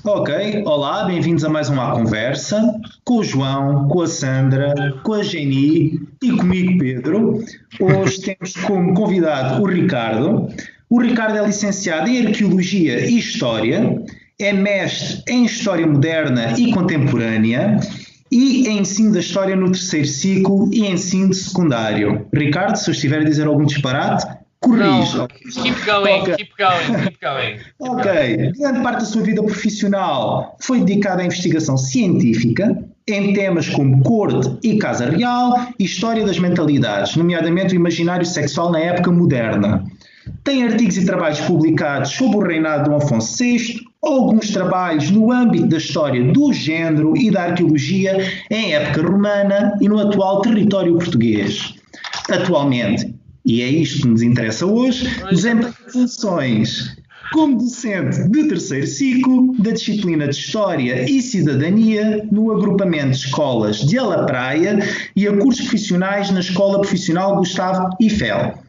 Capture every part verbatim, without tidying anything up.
Ok, olá, bem-vindos a mais uma conversa com o João, com a Sandra, com a Geni e comigo, Pedro. Hoje temos como convidado o Ricardo. O Ricardo é licenciado em Arqueologia e História, é mestre em História Moderna e Contemporânea e em Ensino da História no terceiro ciclo e Ensino secundário. Ricardo, se eu estiver a dizer algum disparate, corrige. Não, keep going, Ok. keep going, keep going. Keep Ok, going. grande parte da sua vida profissional foi dedicada à investigação científica em temas como corte e casa real e história das mentalidades, nomeadamente o imaginário sexual na época moderna. Tem artigos e trabalhos publicados sobre o reinado de Dom Afonso sexto, alguns trabalhos no âmbito da história do género e da arqueologia em época romana e no atual território português. Atualmente, e é isto que nos interessa hoje, desempenha funções como docente de terceiro ciclo da disciplina de História e Cidadania no agrupamento de escolas de Alapraia e a cursos profissionais na Escola Profissional Gustavo Eiffel.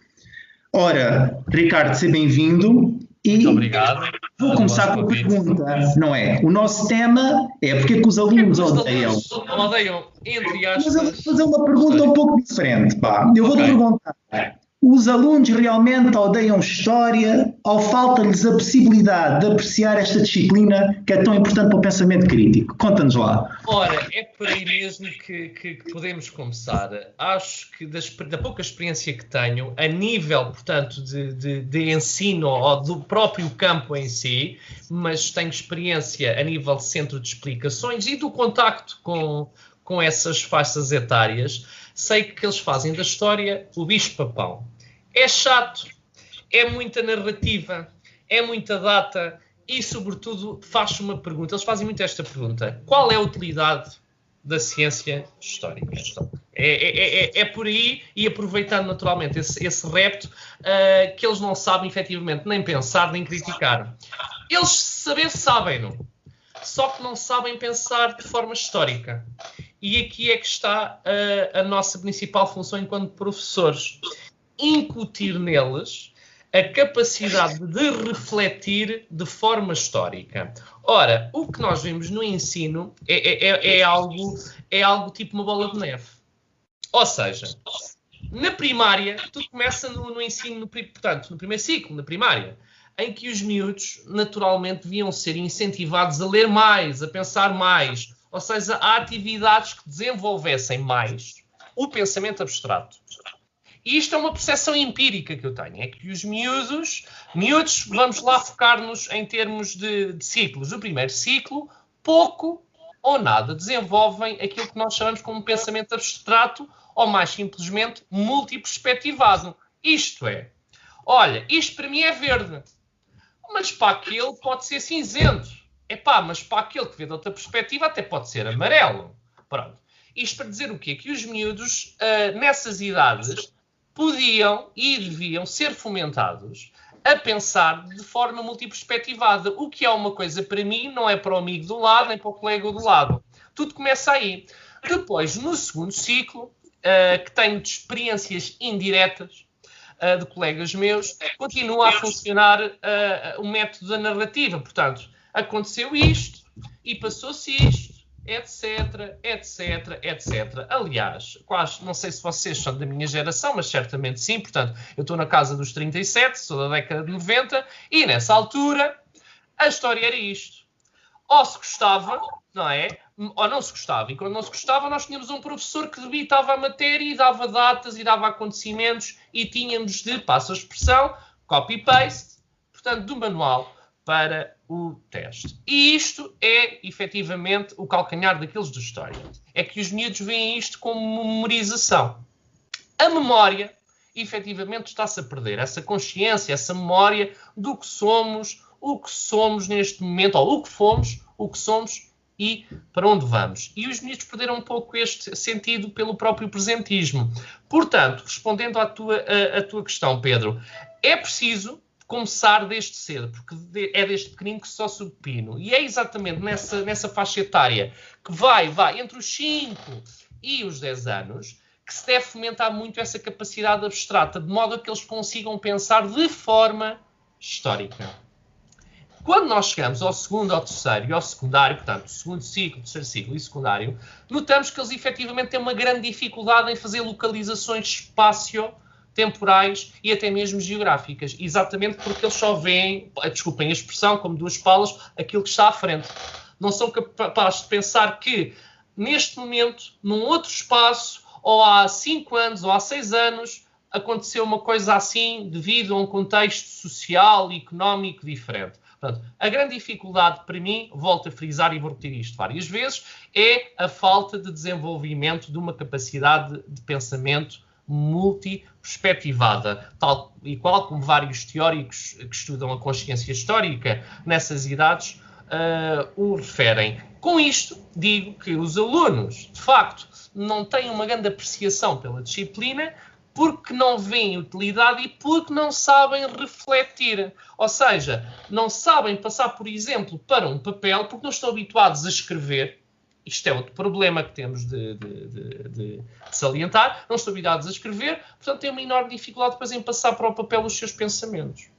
Ora, Ricardo, seja bem-vindo. E Muito obrigado. vou começar com a pergunta, não é? O nosso tema é porque é que os alunos odeiam. Os alunos odeiam, entre Mas eu vou aspas. fazer uma pergunta um pouco diferente, pá. Eu vou-te Ok. perguntar, os alunos realmente odeiam história ou falta-lhes a possibilidade de apreciar esta disciplina que é tão importante para o pensamento crítico? Conta-nos lá. Ora, é por aí mesmo que, que- que podemos começar. Acho que das- da pouca experiência que tenho, a nível, portanto, de, de- de ensino ou do próprio campo em si, mas tenho experiência a nível de centro de explicações e do contacto com, com essas faixas etárias, sei que eles fazem da história o bicho-papão. É chato, é muita narrativa, é muita data e, sobretudo, faz uma pergunta. Eles fazem muito esta pergunta. Qual é a utilidade da ciência histórica? É, é- é- é por aí, e aproveitando naturalmente esse, esse repto, ah, que eles não sabem efetivamente nem pensar nem criticar. Eles saber sabem-no, só que não sabem pensar de forma histórica. E aqui é que está a, a nossa principal função enquanto professores. Incutir neles a capacidade de refletir de forma histórica. Ora, o que nós vemos no ensino é, é- é- é algo, é algo tipo uma bola de neve. Ou seja, na primária, tudo começa no, no ensino, no, portanto, no primeiro ciclo, na primária, em que os miúdos, naturalmente, deviam ser incentivados a ler mais, a pensar mais, ou seja, a atividades que desenvolvessem mais o pensamento abstrato. E isto é uma percepção empírica que eu tenho, é que os miúdos, miúdos, vamos lá focar-nos em termos de, de ciclos. O primeiro ciclo, pouco ou nada desenvolvem aquilo que nós chamamos como pensamento abstrato ou, mais simplesmente, multiperspectivado. Isto é, olha, isto para mim é verde, mas para aquele pode ser cinzento. Epá, mas para aquele que vê de outra perspectiva até pode ser amarelo. Pronto. Isto para dizer o quê? Que os miúdos, uh, nessas idades, podiam e deviam ser fomentados a pensar de forma multiperspectivada. O que é uma coisa para mim, não é para o amigo do lado, nem para o colega do lado. Tudo começa aí. Depois, no segundo ciclo, uh, que tenho de experiências indiretas, Uh, de colegas meus, continua a funcionar uh, o método da narrativa. Portanto, aconteceu isto e passou-se isto, etc, etc, etcétera. Aliás, quase, não sei se vocês são da minha geração, mas certamente sim. Portanto, eu estou na casa dos trinta e sete, sou da década de noventa, e nessa altura a história era isto. Ou se gostava, não é? Ou não se gostava. E quando não se gostava, nós tínhamos um professor que debitava a matéria e dava datas e dava acontecimentos e tínhamos de, passo a expressão, copy-paste, portanto, do manual para o teste. E isto é, efetivamente, o calcanhar daqueles de história. É que os miúdos veem isto como memorização. A memória, efetivamente, está-se a perder. Essa consciência, essa memória do que somos, o que somos neste momento, ou o que fomos, o que somos e para onde vamos. E os miúdos perderam um pouco este sentido pelo próprio presentismo. Portanto, respondendo à tua, à, à tua questão, Pedro, é preciso começar desde cedo, porque é desde pequenino que se só o pepino. E é exatamente nessa, nessa faixa etária que vai, vai entre os cinco e os dez anos que se deve fomentar muito essa capacidade abstrata, de modo a que eles consigam pensar de forma histórica. Quando nós chegamos ao segundo, ao terceiro e ao secundário, portanto, segundo ciclo, terceiro ciclo e secundário, notamos que eles efetivamente têm uma grande dificuldade em fazer localizações espaço-temporais e até mesmo geográficas, exatamente porque eles só veem, desculpem a expressão, como duas palas, aquilo que está à frente. Não são capazes de pensar que, neste momento, num outro espaço, ou há cinco anos, ou há seis anos, aconteceu uma coisa assim devido a um contexto social e económico diferente. Portanto, a grande dificuldade para mim, volto a frisar e vou repetir isto várias vezes, é a falta de desenvolvimento de uma capacidade de pensamento multiperspectivada, tal e qual como vários teóricos que estudam a consciência histórica nessas idades uh, o referem. Com isto, digo que os alunos, de facto, não têm uma grande apreciação pela disciplina porque não veem utilidade e porque não sabem refletir. Ou seja, não sabem passar, por exemplo, para um papel porque não estão habituados a escrever. Isto é outro problema que temos de, de, de, de salientar. Não estão habituados a escrever, portanto têm uma enorme dificuldade depois em passar para o papel os seus pensamentos.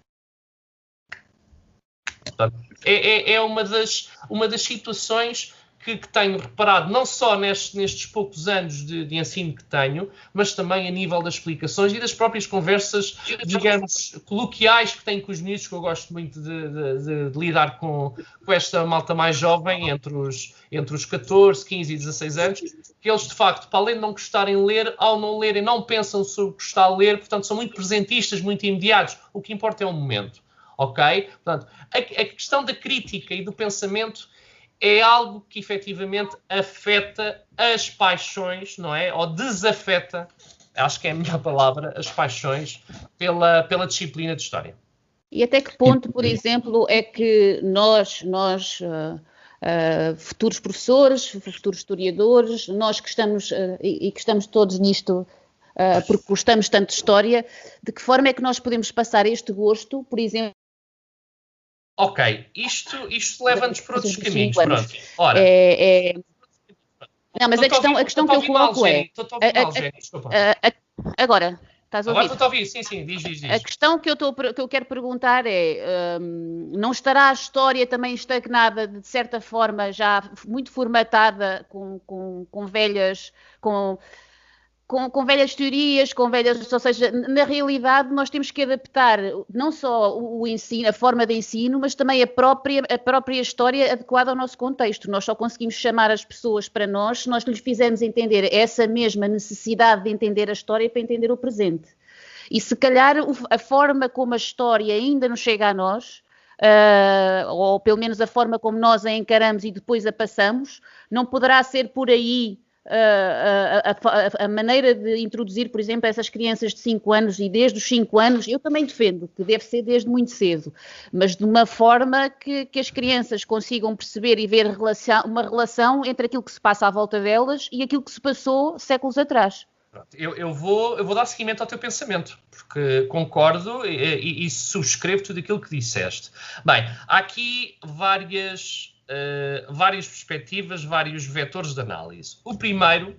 Portanto, é, é, é uma, das, uma das situações que, que tenho reparado, não só nestes, nestes poucos anos de, de ensino que tenho, mas também a nível das explicações e das próprias conversas, digamos, coloquiais que tenho com os miúdos, que eu gosto muito de, de, de, de lidar com, com esta malta mais jovem, entre os, entre os catorze, quinze e dezasseis anos, que eles, de facto, para além de não gostarem de ler, ao não lerem, não pensam sobre o que está a ler, portanto, são muito presentistas, muito imediatos. O que importa é o momento. Ok? Portanto, a, a questão da crítica e do pensamento é algo que efetivamente afeta as paixões, não é? Ou desafeta, acho que é a melhor palavra, as paixões pela, pela disciplina de História. E até que ponto, por exemplo, é que nós, nós uh, uh, futuros professores, futuros historiadores, nós que estamos, uh, e, e que estamos todos nisto, uh, porque gostamos tanto de História, de que forma é que nós podemos passar este gosto, por exemplo, Ok, isto, isto leva-nos por outros caminhos, pronto. Ora, é, é... Não, mas a questão, a questão que eu coloco é... Agora, estás a ouvir? Agora estou a ouvir, sim, sim, diz, diz, diz. A questão que eu, tô, que eu quero perguntar é, um, não estará a História também estagnada, de certa forma, já muito formatada, com, com, com velhas... Com, Com, com velhas teorias, com velhas, ou seja, na realidade nós temos que adaptar não só o, o ensino, a forma de ensino, mas também a própria, a própria história adequada ao nosso contexto. Nós só conseguimos chamar as pessoas para nós se nós lhes fizermos entender essa mesma necessidade de entender a história para entender o presente. E se calhar a forma como a história ainda não chega a nós, uh, ou pelo menos a forma como nós a encaramos e depois a passamos, não poderá ser por aí A, a, a, a maneira de introduzir, por exemplo, essas crianças de cinco anos e desde os cinco anos, eu também defendo que deve ser desde muito cedo, mas de uma forma que, que as crianças consigam perceber e ver relação, uma relação entre aquilo que se passa à volta delas e aquilo que se passou séculos atrás. Eu, eu, vou, eu vou dar seguimento ao teu pensamento, porque concordo e, e, e subscrevo tudo aquilo que disseste. Bem, há aqui várias... Uh, várias perspectivas, vários vetores de análise. O primeiro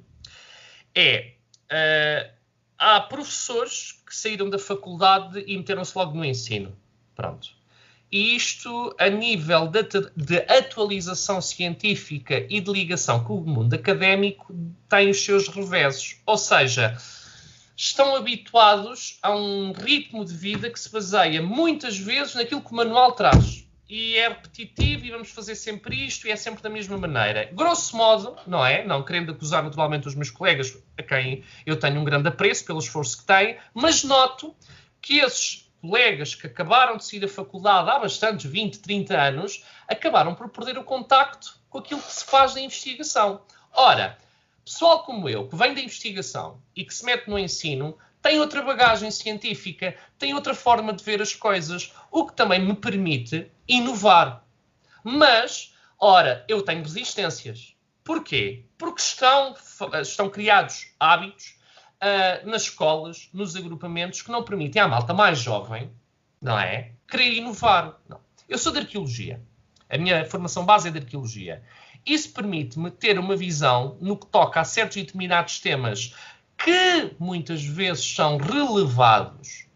é, uh, há professores que saíram da faculdade e meteram-se logo no ensino. Pronto. E isto, a nível de, de atualização científica e de ligação com o mundo académico, tem os seus reveses. Ou seja, estão habituados a um ritmo de vida que se baseia muitas vezes naquilo que o manual traz. E é repetitivo e vamos fazer sempre isto e é sempre da mesma maneira. Grosso modo, não é? Não querendo acusar naturalmente os meus colegas, a quem eu tenho um grande apreço pelo esforço que têm, mas noto que esses colegas que acabaram de sair da faculdade há bastantes, vinte, trinta anos, acabaram por perder o contacto com aquilo que se faz da investigação. Ora, pessoal como eu, que vem da investigação e que se mete no ensino, tem outra bagagem científica, tem outra forma de ver as coisas, o que também me permite inovar. Mas, ora, eu tenho resistências. Porquê? Porque estão, estão criados hábitos uh, nas escolas, nos agrupamentos, que não permitem à malta mais jovem, não é, querer inovar. Não. Eu sou de arqueologia. A minha formação base é de arqueologia. Isso permite-me ter uma visão no que toca a certos e determinados temas que muitas vezes são relevados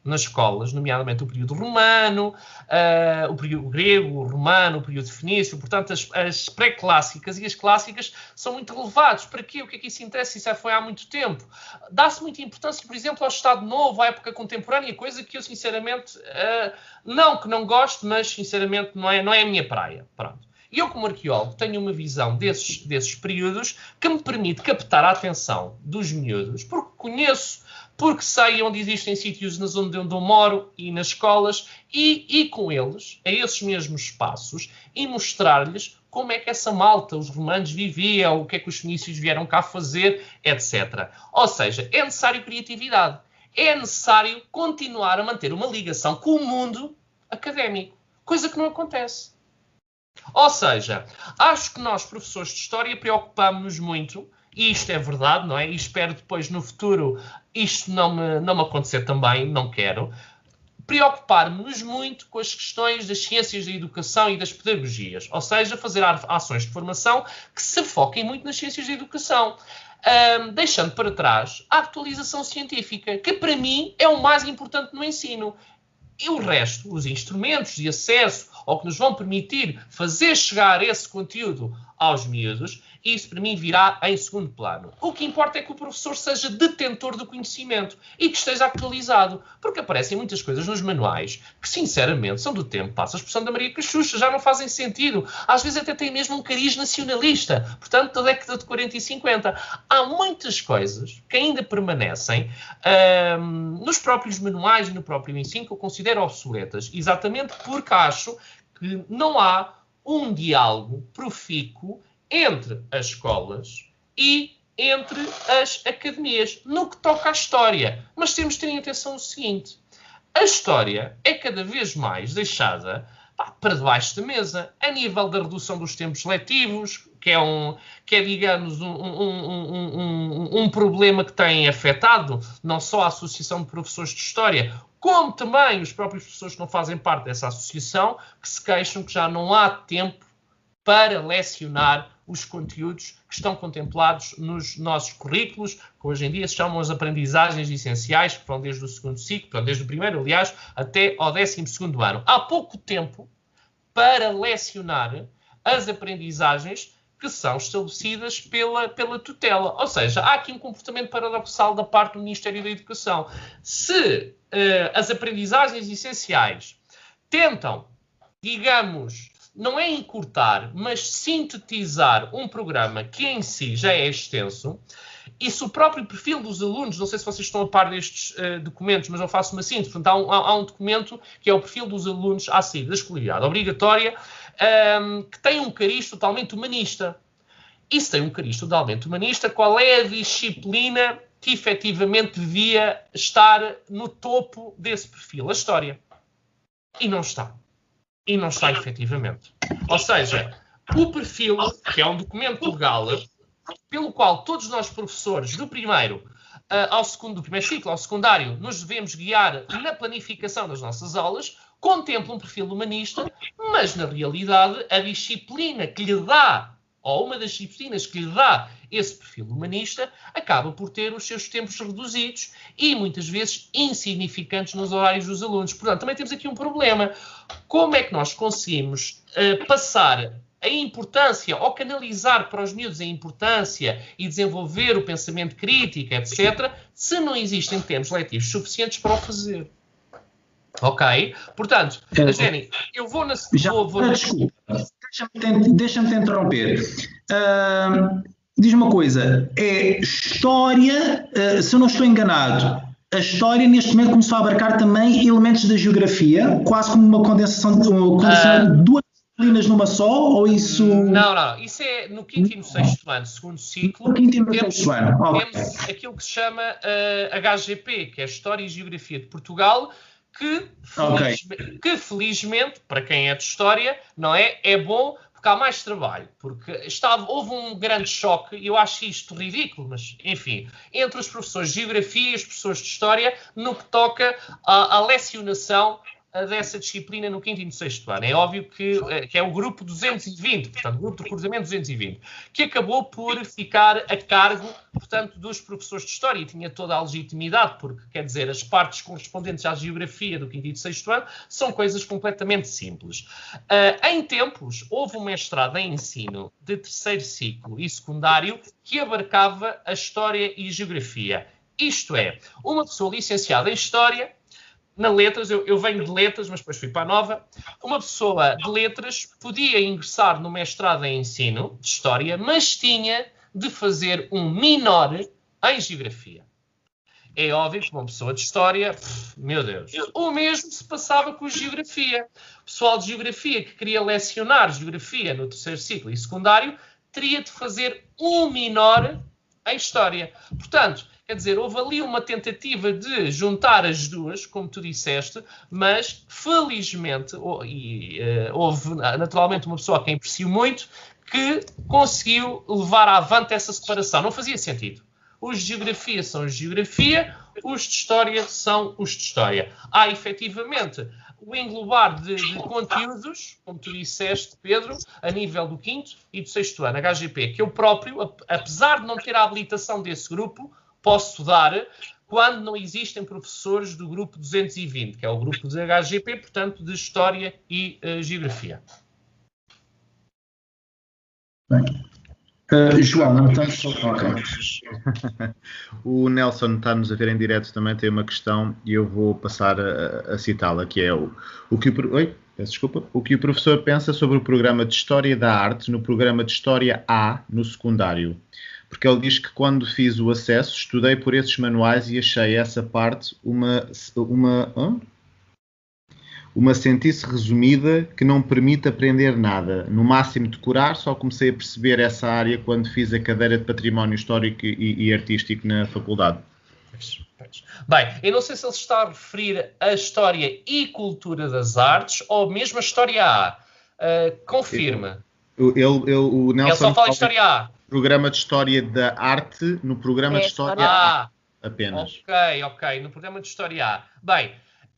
nas escolas, nomeadamente o período romano, uh, o período grego, o romano, o período fenício. Portanto, as, as pré-clássicas e as clássicas são muito relevados. Para quê? O que é que isso interessa? Isso já foi há muito tempo. Dá-se muita importância, por exemplo, ao Estado Novo, à época contemporânea, coisa que eu, sinceramente, uh, não que não gosto, mas, sinceramente, não é, não é a minha praia. Pronto. E eu, como arqueólogo, tenho uma visão desses, desses períodos que me permite captar a atenção dos miúdos, porque conheço, porque sei onde existem sítios na zona de onde eu moro e nas escolas, e ir com eles a esses mesmos espaços e mostrar-lhes como é que essa malta, os romanos viviam, o que é que os fenícios vieram cá fazer, etcétera. Ou seja, é necessário criatividade. É necessário continuar a manter uma ligação com o mundo académico, coisa que não acontece. Ou seja, acho que nós, professores de História, preocupamos-nos muito, e isto é verdade, não é? E espero depois, no futuro, isto não me, não me acontecer também, não quero, preocupar-nos muito com as questões das ciências da educação e das pedagogias. Ou seja, fazer ações de formação que se foquem muito nas ciências da educação. Um, deixando para trás a atualização científica, que para mim é o mais importante no ensino. E o resto, os instrumentos de acesso ao que nos vão permitir fazer chegar esse conteúdo aos miúdos, isso para mim virá em segundo plano. O que importa é que o professor seja detentor do conhecimento e que esteja atualizado, porque aparecem muitas coisas nos manuais que, sinceramente, são do tempo, passa a expressão da Maria Cachucha, já não fazem sentido. Às vezes até têm mesmo um cariz nacionalista, portanto, da década de quarenta e cinquenta. Há muitas coisas que ainda permanecem hum, nos próprios manuais e no próprio ensino que eu considero obsoletas, exatamente porque acho que não há um diálogo profícuo entre as escolas e entre as academias, no que toca à história. Mas temos de ter em atenção o seguinte: a história é cada vez mais deixada pá, para debaixo da mesa, a nível da redução dos tempos letivos, que é, um, que é digamos, um, um, um, um, um problema que tem afetado não só a Associação de Professores de História, como também os próprios professores que não fazem parte dessa associação, que se queixam que já não há tempo para lecionar os conteúdos que estão contemplados nos nossos currículos, que hoje em dia se chamam as aprendizagens essenciais, que vão desde o segundo ciclo, desde o primeiro, aliás, até ao décimo segundo ano. Há pouco tempo para lecionar as aprendizagens que são estabelecidas pela, pela tutela. Ou seja, há aqui um comportamento paradoxal da parte do Ministério da Educação. Se uh, as aprendizagens essenciais tentam, digamos, não é encurtar, mas sintetizar um programa que em si já é extenso, e se o próprio perfil dos alunos, não sei se vocês estão a par destes uh, documentos, mas eu faço uma síntese, portanto, há um, há, há um documento que é o perfil dos alunos à saída da escolaridade obrigatória, um, que tem um cariz totalmente humanista. E se tem um cariz totalmente humanista, qual é a disciplina que efetivamente devia estar no topo desse perfil? A história. E não está. E não está efetivamente. Ou seja, o perfil, que é um documento legal, pelo qual todos nós professores do primeiro uh, ao segundo, do primeiro ciclo ao secundário nos devemos guiar na planificação das nossas aulas, contempla um perfil humanista, mas na realidade a disciplina que lhe dá, ou uma das disciplinas que lhe dá esse perfil humanista, acaba por ter os seus tempos reduzidos e muitas vezes insignificantes nos horários dos alunos. Portanto, também temos aqui um problema. Como é que nós conseguimos uh, passar a importância, ou canalizar para os miúdos a importância e desenvolver o pensamento crítico, etcétera, se não existem tempos letivos suficientes para o fazer? Ok? Portanto, é, Jenny, eu vou na... Já, vou, vou... Desculpa, deixa-me deixa-me te interromper. Uh, diz uma coisa, é história, uh, se eu não estou enganado, a história neste momento começou a abarcar também elementos da geografia, quase como uma condensação de, uma condensação uh... de duas disciplinas numa só, ou isso... Não, não, isso é no quinto e no sexto ano, segundo ciclo. No quinto e no temos, sexto ano, ok. Temos aquilo que se chama uh, H G P, que é História e Geografia de Portugal, que, feliz, okay. que felizmente, para quem é de História, não é? É bom porque há mais trabalho. Porque estava, houve um grande choque, e eu acho isto ridículo, mas enfim, entre os professores de Geografia e os professores de História, no que toca à, à lecionação dessa disciplina no quinto e no sexto ano. É óbvio que, que é o grupo duzentos e vinte, portanto, o grupo de cruzamento duzentos e vinte, que acabou por ficar a cargo, portanto, dos professores de História, e tinha toda a legitimidade, porque, quer dizer, as partes correspondentes à Geografia do quinto e do sexto ano são coisas completamente simples. Uh, em tempos, houve um mestrado em ensino de terceiro ciclo e secundário que abarcava a História e a Geografia. Isto é, uma pessoa licenciada em História, na Letras, eu, eu venho de Letras, mas depois fui para a Nova, uma pessoa de Letras podia ingressar no mestrado em Ensino de História, mas tinha de fazer um minor em Geografia. É óbvio que uma pessoa de História, pff, meu Deus, o mesmo se passava com Geografia. O pessoal de Geografia que queria lecionar Geografia no terceiro ciclo e secundário, teria de fazer um minor em História. Portanto, quer dizer, houve ali uma tentativa de juntar as duas, como tu disseste, mas felizmente, e, uh, houve naturalmente uma pessoa a quem aprecio muito, que conseguiu levar avante essa separação. Não fazia sentido. Os de Geografia são os de Geografia, os de História são os de História. Há, efetivamente, o englobar de, de conteúdos, como tu disseste, Pedro, a nível do quinto e do sexto ano, H G P, que eu próprio, apesar de não ter a habilitação desse grupo, posso dar quando não existem professores do grupo duzentos e vinte, que é o grupo de H G P, portanto, de História e uh, Geografia. Bem. Uh, João, não estamos só O Nelson está-nos a ver em direto, também tem uma questão e eu vou passar a, a citá-la, que é o, o que o, oi, peço desculpa, o que o professor pensa sobre o programa de História da Arte no programa de História A no secundário. Porque ele diz que quando fiz o acesso, estudei por esses manuais e achei essa parte uma... uma hã? Uma cientice resumida que não permite aprender nada. No máximo decorar, só comecei a perceber essa área quando fiz a cadeira de Património Histórico e, e Artístico na faculdade. Bem, eu não sei se ele está a referir a História e Cultura das Artes ou mesmo a História A. Uh, confirma. Ele, ele, o Nelson ele só fala de História A. Programa de História da Arte no programa é, de História A. A. Apenas. Ok, ok. No programa de História A. Bem...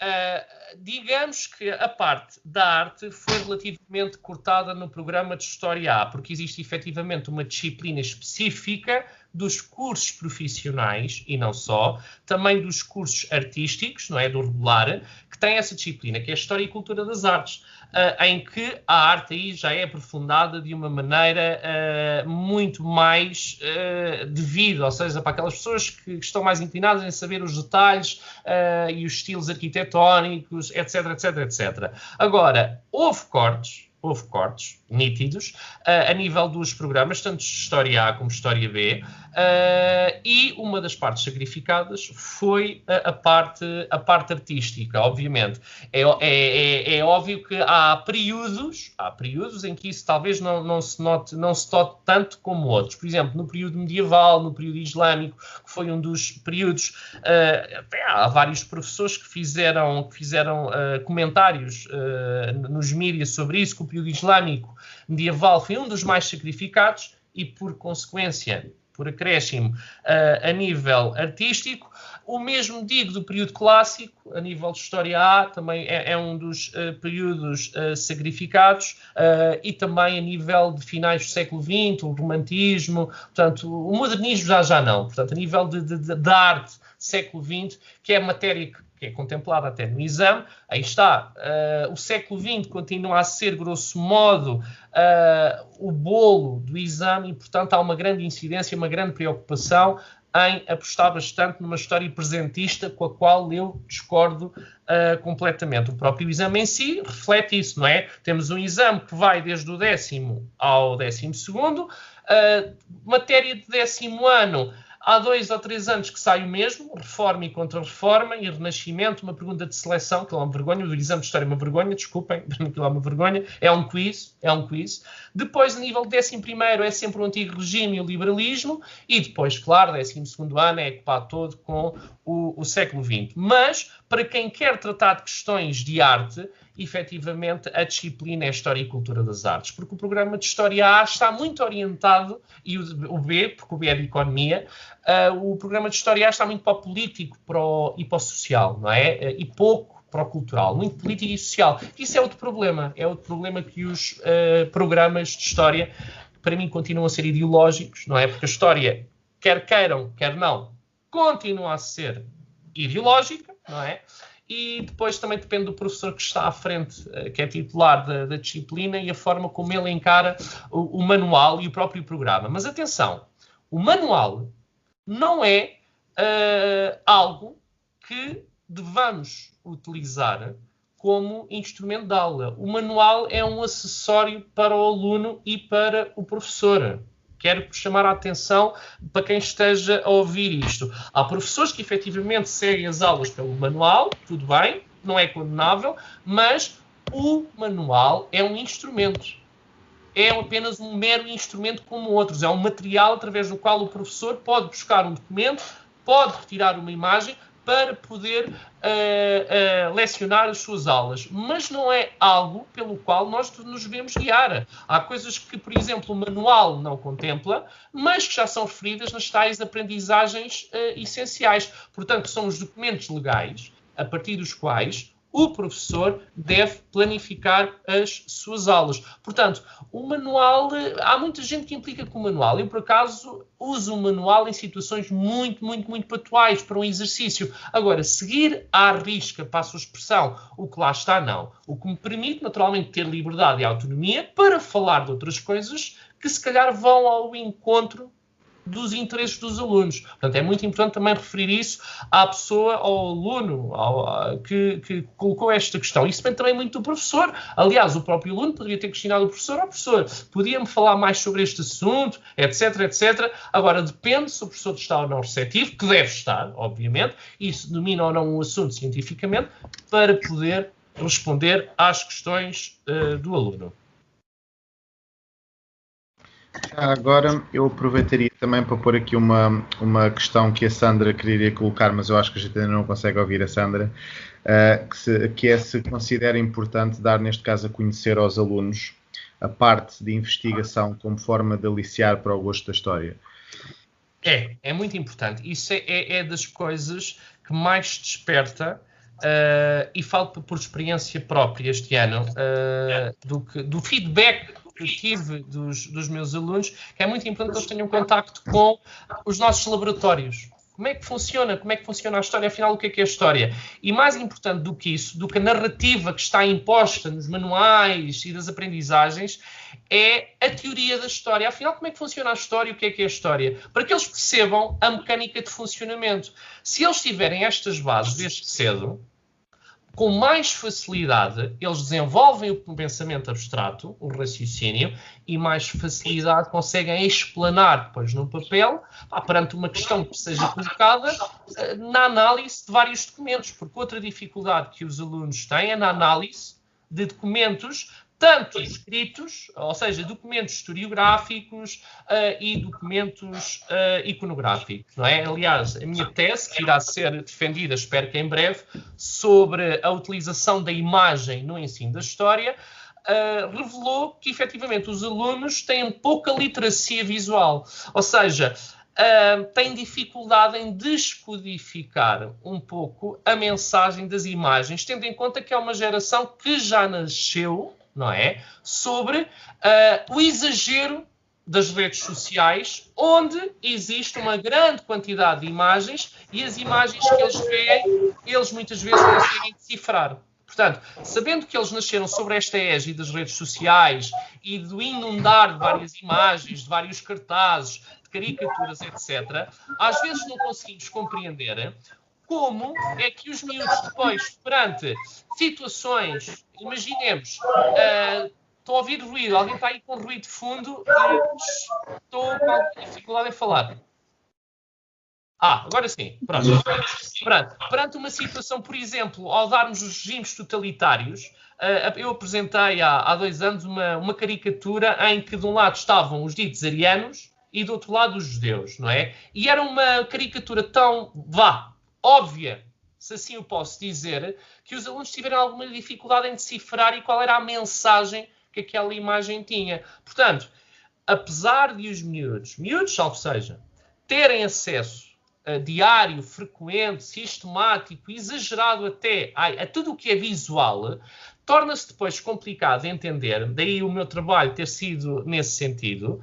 Uh, digamos que a parte da arte foi relativamente cortada no programa de História A, porque existe efetivamente uma disciplina específica dos cursos profissionais, e não só, também dos cursos artísticos, não é, do regular, que tem essa disciplina, que é a História e Cultura das Artes, uh, em que a arte aí já é aprofundada de uma maneira uh, muito mais uh, devida, ou seja, para aquelas pessoas que, que estão mais inclinadas em saber os detalhes uh, e os estilos arquitetónicos, etc, etc, etcétera. Agora, houve cortes, houve cortes nítidos uh, a nível dos programas, tanto de História A como História B, uh, e uma das partes sacrificadas foi a, a, parte, a parte artística, obviamente. É, é, é, é óbvio que há períodos, há períodos em que isso talvez não, não, se note, não se note tanto como outros. Por exemplo, no período medieval, no período islâmico, que foi um dos períodos, uh, há vários professores que fizeram, que fizeram uh, comentários uh, nos mídias sobre isso, que o período islâmico medieval foi um dos mais sacrificados e, por consequência, por acréscimo, uh, a nível artístico. O mesmo digo do período clássico, a nível de História A, também é, é um dos uh, períodos uh, sacrificados, uh, e também a nível de finais do século vinte, o romantismo, portanto, o modernismo já já não. Portanto, a nível de, de, de, de arte século vinte, que é matéria que que é contemplada até no exame, aí está, uh, o século vinte continua a ser, grosso modo, uh, o bolo do exame e, portanto, há uma grande incidência, uma grande preocupação em apostar bastante numa história presentista com a qual eu discordo uh, completamente. O próprio exame em si reflete isso, não é? Temos um exame que vai desde o décimo ao décimo segundo, uh, matéria de décimo ano. Há dois ou três anos que sai o mesmo, reforma e contra-reforma, e renascimento, uma pergunta de seleção, que é uma vergonha, o exame de história é uma vergonha, desculpem, aquilo é uma vergonha, é um quiz, é um quiz. Depois, a nível de décimo primeiro, é sempre o antigo regime e o liberalismo, e depois, claro, décimo segundo ano é ecupado todo com o, o século vinte. Mas, para quem quer tratar de questões de arte, efetivamente, a disciplina é História e Cultura das Artes, porque o programa de História A está muito orientado, e o, o B, porque o B é de Economia, uh, o programa de História A está muito para o político para o, e para o social, não é? Uh, e pouco para o cultural, muito político e social. Isso é outro problema. É outro problema que os uh, programas de história, para mim, continuam a ser ideológicos, não é? Porque a história, quer queiram, quer não, continua a ser ideológica, não é? E depois também depende do professor que está à frente, que é titular da, da disciplina, e a forma como ele encara o, o manual e o próprio programa. Mas atenção, o manual não é uh, algo que devamos utilizar como instrumento de aula. O manual é um acessório para o aluno e para o professor. Quero chamar a atenção para quem esteja a ouvir isto. Há professores que efetivamente seguem as aulas pelo manual, tudo bem, não é condenável, mas o manual é um instrumento. É apenas um mero instrumento como outros. É um material através do qual o professor pode buscar um documento, pode retirar uma imagem para poder uh, uh, lecionar as suas aulas. Mas não é algo pelo qual nós nos devemos guiar. Há coisas que, por exemplo, o manual não contempla, mas que já são referidas nas tais aprendizagens uh, essenciais. Portanto, são os documentos legais a partir dos quais o professor deve planificar as suas aulas. Portanto, o manual, há muita gente que implica com o manual. Eu, por acaso, uso o manual em situações muito, muito, muito atuais para um exercício. Agora, seguir à risca, passo a expressão, o que lá está, não. O que me permite, naturalmente, ter liberdade e autonomia para falar de outras coisas que, se calhar, vão ao encontro dos interesses dos alunos. Portanto, é muito importante também referir isso à pessoa, ao aluno ao, que, que colocou esta questão. Isso depende também muito do professor. Aliás, o próprio aluno poderia ter questionado o professor. Ó, oh, professor, podia-me falar mais sobre este assunto, etc, etcétera. Agora, depende se o professor está ou não receptivo, que deve estar, obviamente, e se domina ou não um assunto cientificamente, para poder responder às questões uh, do aluno. Agora eu aproveitaria também para pôr aqui uma, uma questão que a Sandra queria colocar, mas eu acho que a gente ainda não consegue ouvir a Sandra, uh, que, se, que é se considera importante dar, neste caso, a conhecer aos alunos a parte de investigação como forma de aliciar para o gosto da história. É, é muito importante. Isso é, é, é das coisas que mais desperta, uh, e falo por experiência própria este ano, uh, do, que, do feedback que tive dos, dos meus alunos, que é muito importante que eles tenham contacto com os nossos laboratórios. Como é que funciona? Como é que funciona a história? Afinal, o que é que é a história? E mais importante do que isso, do que a narrativa que está imposta nos manuais e das aprendizagens, é a teoria da história. Afinal, como é que funciona a história e o que é que é a história? Para que eles percebam a mecânica de funcionamento. Se eles tiverem estas bases desde cedo, com mais facilidade, eles desenvolvem o pensamento abstrato, o raciocínio, e mais facilidade conseguem explanar depois no papel, pá, perante uma questão que seja colocada, na análise de vários documentos. Porque outra dificuldade que os alunos têm é na análise de documentos, tanto escritos, ou seja, documentos historiográficos uh, e documentos uh, iconográficos, não é? Aliás, a minha tese, que irá ser defendida, espero que em breve, sobre a utilização da imagem no ensino da história, uh, revelou que, efetivamente, os alunos têm pouca literacia visual, ou seja, Uh, têm dificuldade em descodificar um pouco a mensagem das imagens, tendo em conta que é uma geração que já nasceu, não é, sobre uh, o exagero das redes sociais, onde existe uma grande quantidade de imagens e as imagens que eles veem, eles muitas vezes conseguem decifrar. Portanto, sabendo que eles nasceram sobre esta égide das redes sociais e do inundar de várias imagens, de vários cartazes, de caricaturas, etcétera, às vezes não conseguimos compreender como é que os miúdos depois, perante situações, imaginemos, uh, estou a ouvir ruído, alguém está aí com ruído de fundo e estou com alguma dificuldade em falar. Ah, agora sim. Pronto. Pronto. Perante uma situação, por exemplo, ao darmos os regimes totalitários, uh, eu apresentei há, há dois anos uma, uma caricatura em que de um lado estavam os ditos arianos e do outro lado os judeus, não é? E era uma caricatura tão, vá, óbvia, se assim o posso dizer, que os alunos tiveram alguma dificuldade em decifrar e qual era a mensagem que aquela imagem tinha. Portanto, apesar de os miúdos, miúdos, salvo seja, terem acesso uh, diário, frequente, sistemático, exagerado até a, a tudo o que é visual, torna-se depois complicado de entender, daí o meu trabalho ter sido nesse sentido,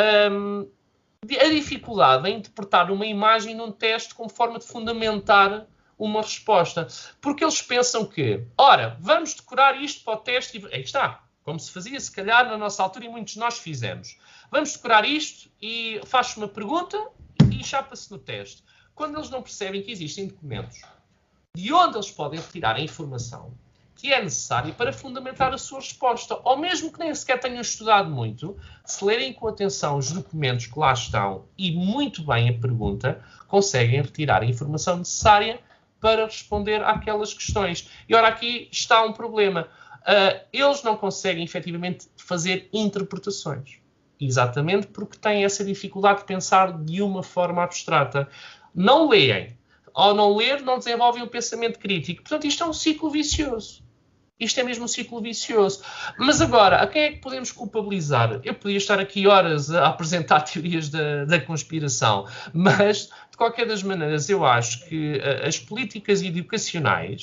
um, a dificuldade em interpretar uma imagem num teste como forma de fundamentar uma resposta. Porque eles pensam que, ora, vamos decorar isto para o teste e... Aí está, como se fazia se calhar na nossa altura e muitos de nós fizemos. Vamos decorar isto e faz-se uma pergunta e chapa-se no teste. Quando eles não percebem que existem documentos de onde eles podem retirar a informação que é necessária para fundamentar a sua resposta, ou mesmo que nem sequer tenham estudado muito, se lerem com atenção os documentos que lá estão e muito bem a pergunta, conseguem retirar a informação necessária para responder àquelas questões. E ora, aqui está um problema. Uh, eles não conseguem efetivamente fazer interpretações. Exatamente porque têm essa dificuldade de pensar de uma forma abstrata. Não leem. Ao não ler, não desenvolvem o pensamento crítico. Portanto, isto é um ciclo vicioso. Isto é mesmo um ciclo vicioso. Mas agora, a quem é que podemos culpabilizar? Eu podia estar aqui horas a apresentar teorias da, da conspiração, mas, de qualquer das maneiras, eu acho que uh, as políticas educacionais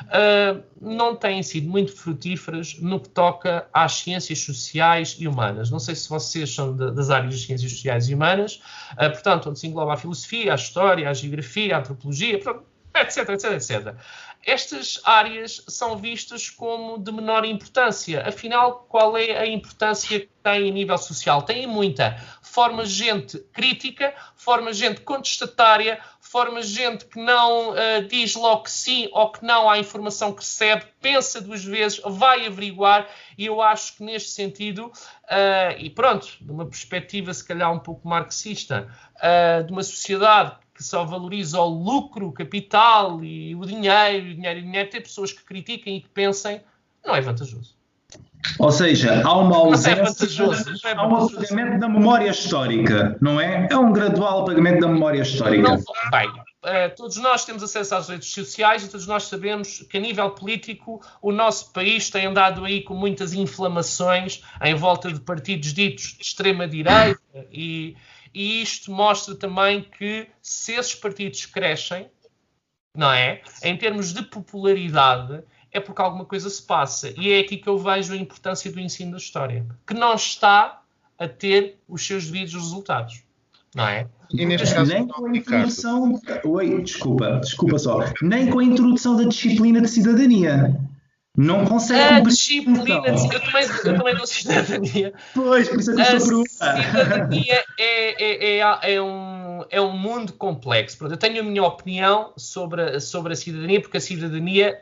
uh, não têm sido muito frutíferas no que toca às ciências sociais e humanas. Não sei se vocês são de, das áreas de ciências sociais e humanas, uh, portanto, onde se engloba a filosofia, a história, a geografia, a antropologia, portanto, etc, etc, etcétera. Estas áreas são vistas como de menor importância. Afinal, qual é a importância que tem a nível social? Tem muita. Forma gente crítica, forma gente contestatária, forma gente que não uh, diz logo que sim ou que não à informação que recebe, pensa duas vezes, vai averiguar, e eu acho que neste sentido, uh, e pronto, de uma perspectiva se calhar um pouco marxista, uh, de uma sociedade que só valoriza o lucro, o capital e o dinheiro, o dinheiro e o dinheiro, ter pessoas que critiquem e que pensem, não é vantajoso. Ou seja, há uma ausência, não é vantajoso, não é há um apagamento da memória histórica, não é? É um gradual apagamento da memória histórica. Não, bem, uh, todos nós temos acesso às redes sociais e todos nós sabemos que a nível político o nosso país tem andado aí com muitas inflamações em volta de partidos ditos de extrema-direita e... E isto mostra também que se esses partidos crescem, não é? Em termos de popularidade, é porque alguma coisa se passa. E é aqui que eu vejo a importância do ensino da história, que não está a ter os seus devidos resultados, não é? E neste caso, nem com a introdução... Oi, desculpa, desculpa só. Nem com a introdução da disciplina de cidadania. Não consegue a disciplina de cidadania. Eu também, eu também dou cidadania. Pois, por isso é que eu estou a perguntar. A cidadania é, é, é, é, um, é um mundo complexo. Pronto, eu tenho a minha opinião sobre a, sobre a cidadania, porque a cidadania,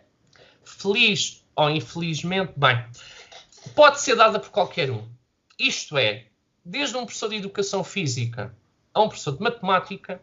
feliz ou infelizmente, bem, pode ser dada por qualquer um. Isto é, desde um professor de educação física a um professor de matemática,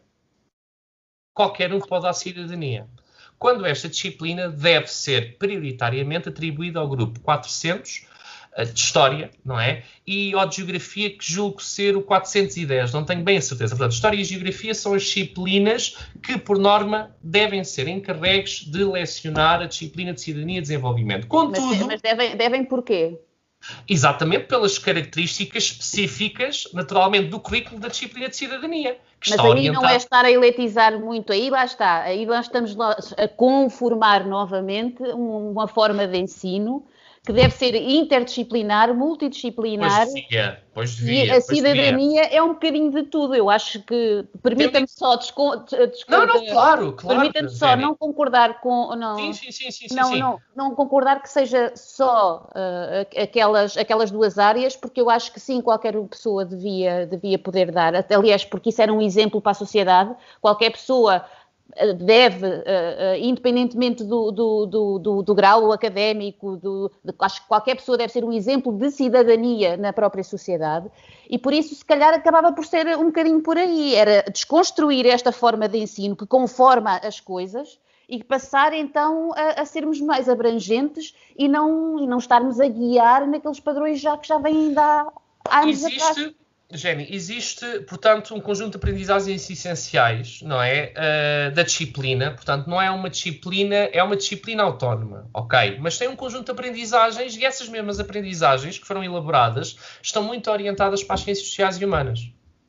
qualquer um pode dar cidadania. Quando esta disciplina deve ser prioritariamente atribuída ao grupo quatrocentos de História, não é? E ao de Geografia, que julgo ser o quatrocentos e dez, não tenho bem a certeza. Portanto, História e Geografia são as disciplinas que, por norma, devem ser encarregues de lecionar a disciplina de Cidadania e Desenvolvimento. Contudo, mas mas devem, devem porquê? Exatamente pelas características específicas, naturalmente, do currículo da disciplina de cidadania. Que Mas está aí orientado... não é estar a eletizar muito, aí lá está, aí nós estamos a conformar novamente uma forma de ensino que deve ser interdisciplinar, multidisciplinar. Pois devia, pois devia. E a cidadania é um bocadinho de tudo. Eu acho que, permita-me só discordar. Não, não, claro, claro. Permita-me só não concordar com. Não, sim, sim, sim, sim, não, sim. Não, não concordar que seja só uh, aquelas, aquelas duas áreas, porque eu acho que sim, qualquer pessoa devia, devia poder dar. Aliás, porque isso era um exemplo para a sociedade. Qualquer pessoa deve, uh, uh, independentemente do, do, do, do, do grau académico, do, de, acho que qualquer pessoa deve ser um exemplo de cidadania na própria sociedade, e por isso se calhar acabava por ser um bocadinho por aí, era desconstruir esta forma de ensino que conforma as coisas e passar então a, a sermos mais abrangentes e não, e não estarmos a guiar naqueles padrões já que já vêm há anos Existe... atrás. Jenny, existe, portanto, um conjunto de aprendizagens essenciais, não é, uh, da disciplina, portanto, não é uma disciplina, é uma disciplina autónoma, ok? Mas tem um conjunto de aprendizagens e essas mesmas aprendizagens que foram elaboradas estão muito orientadas para as ciências sociais e humanas.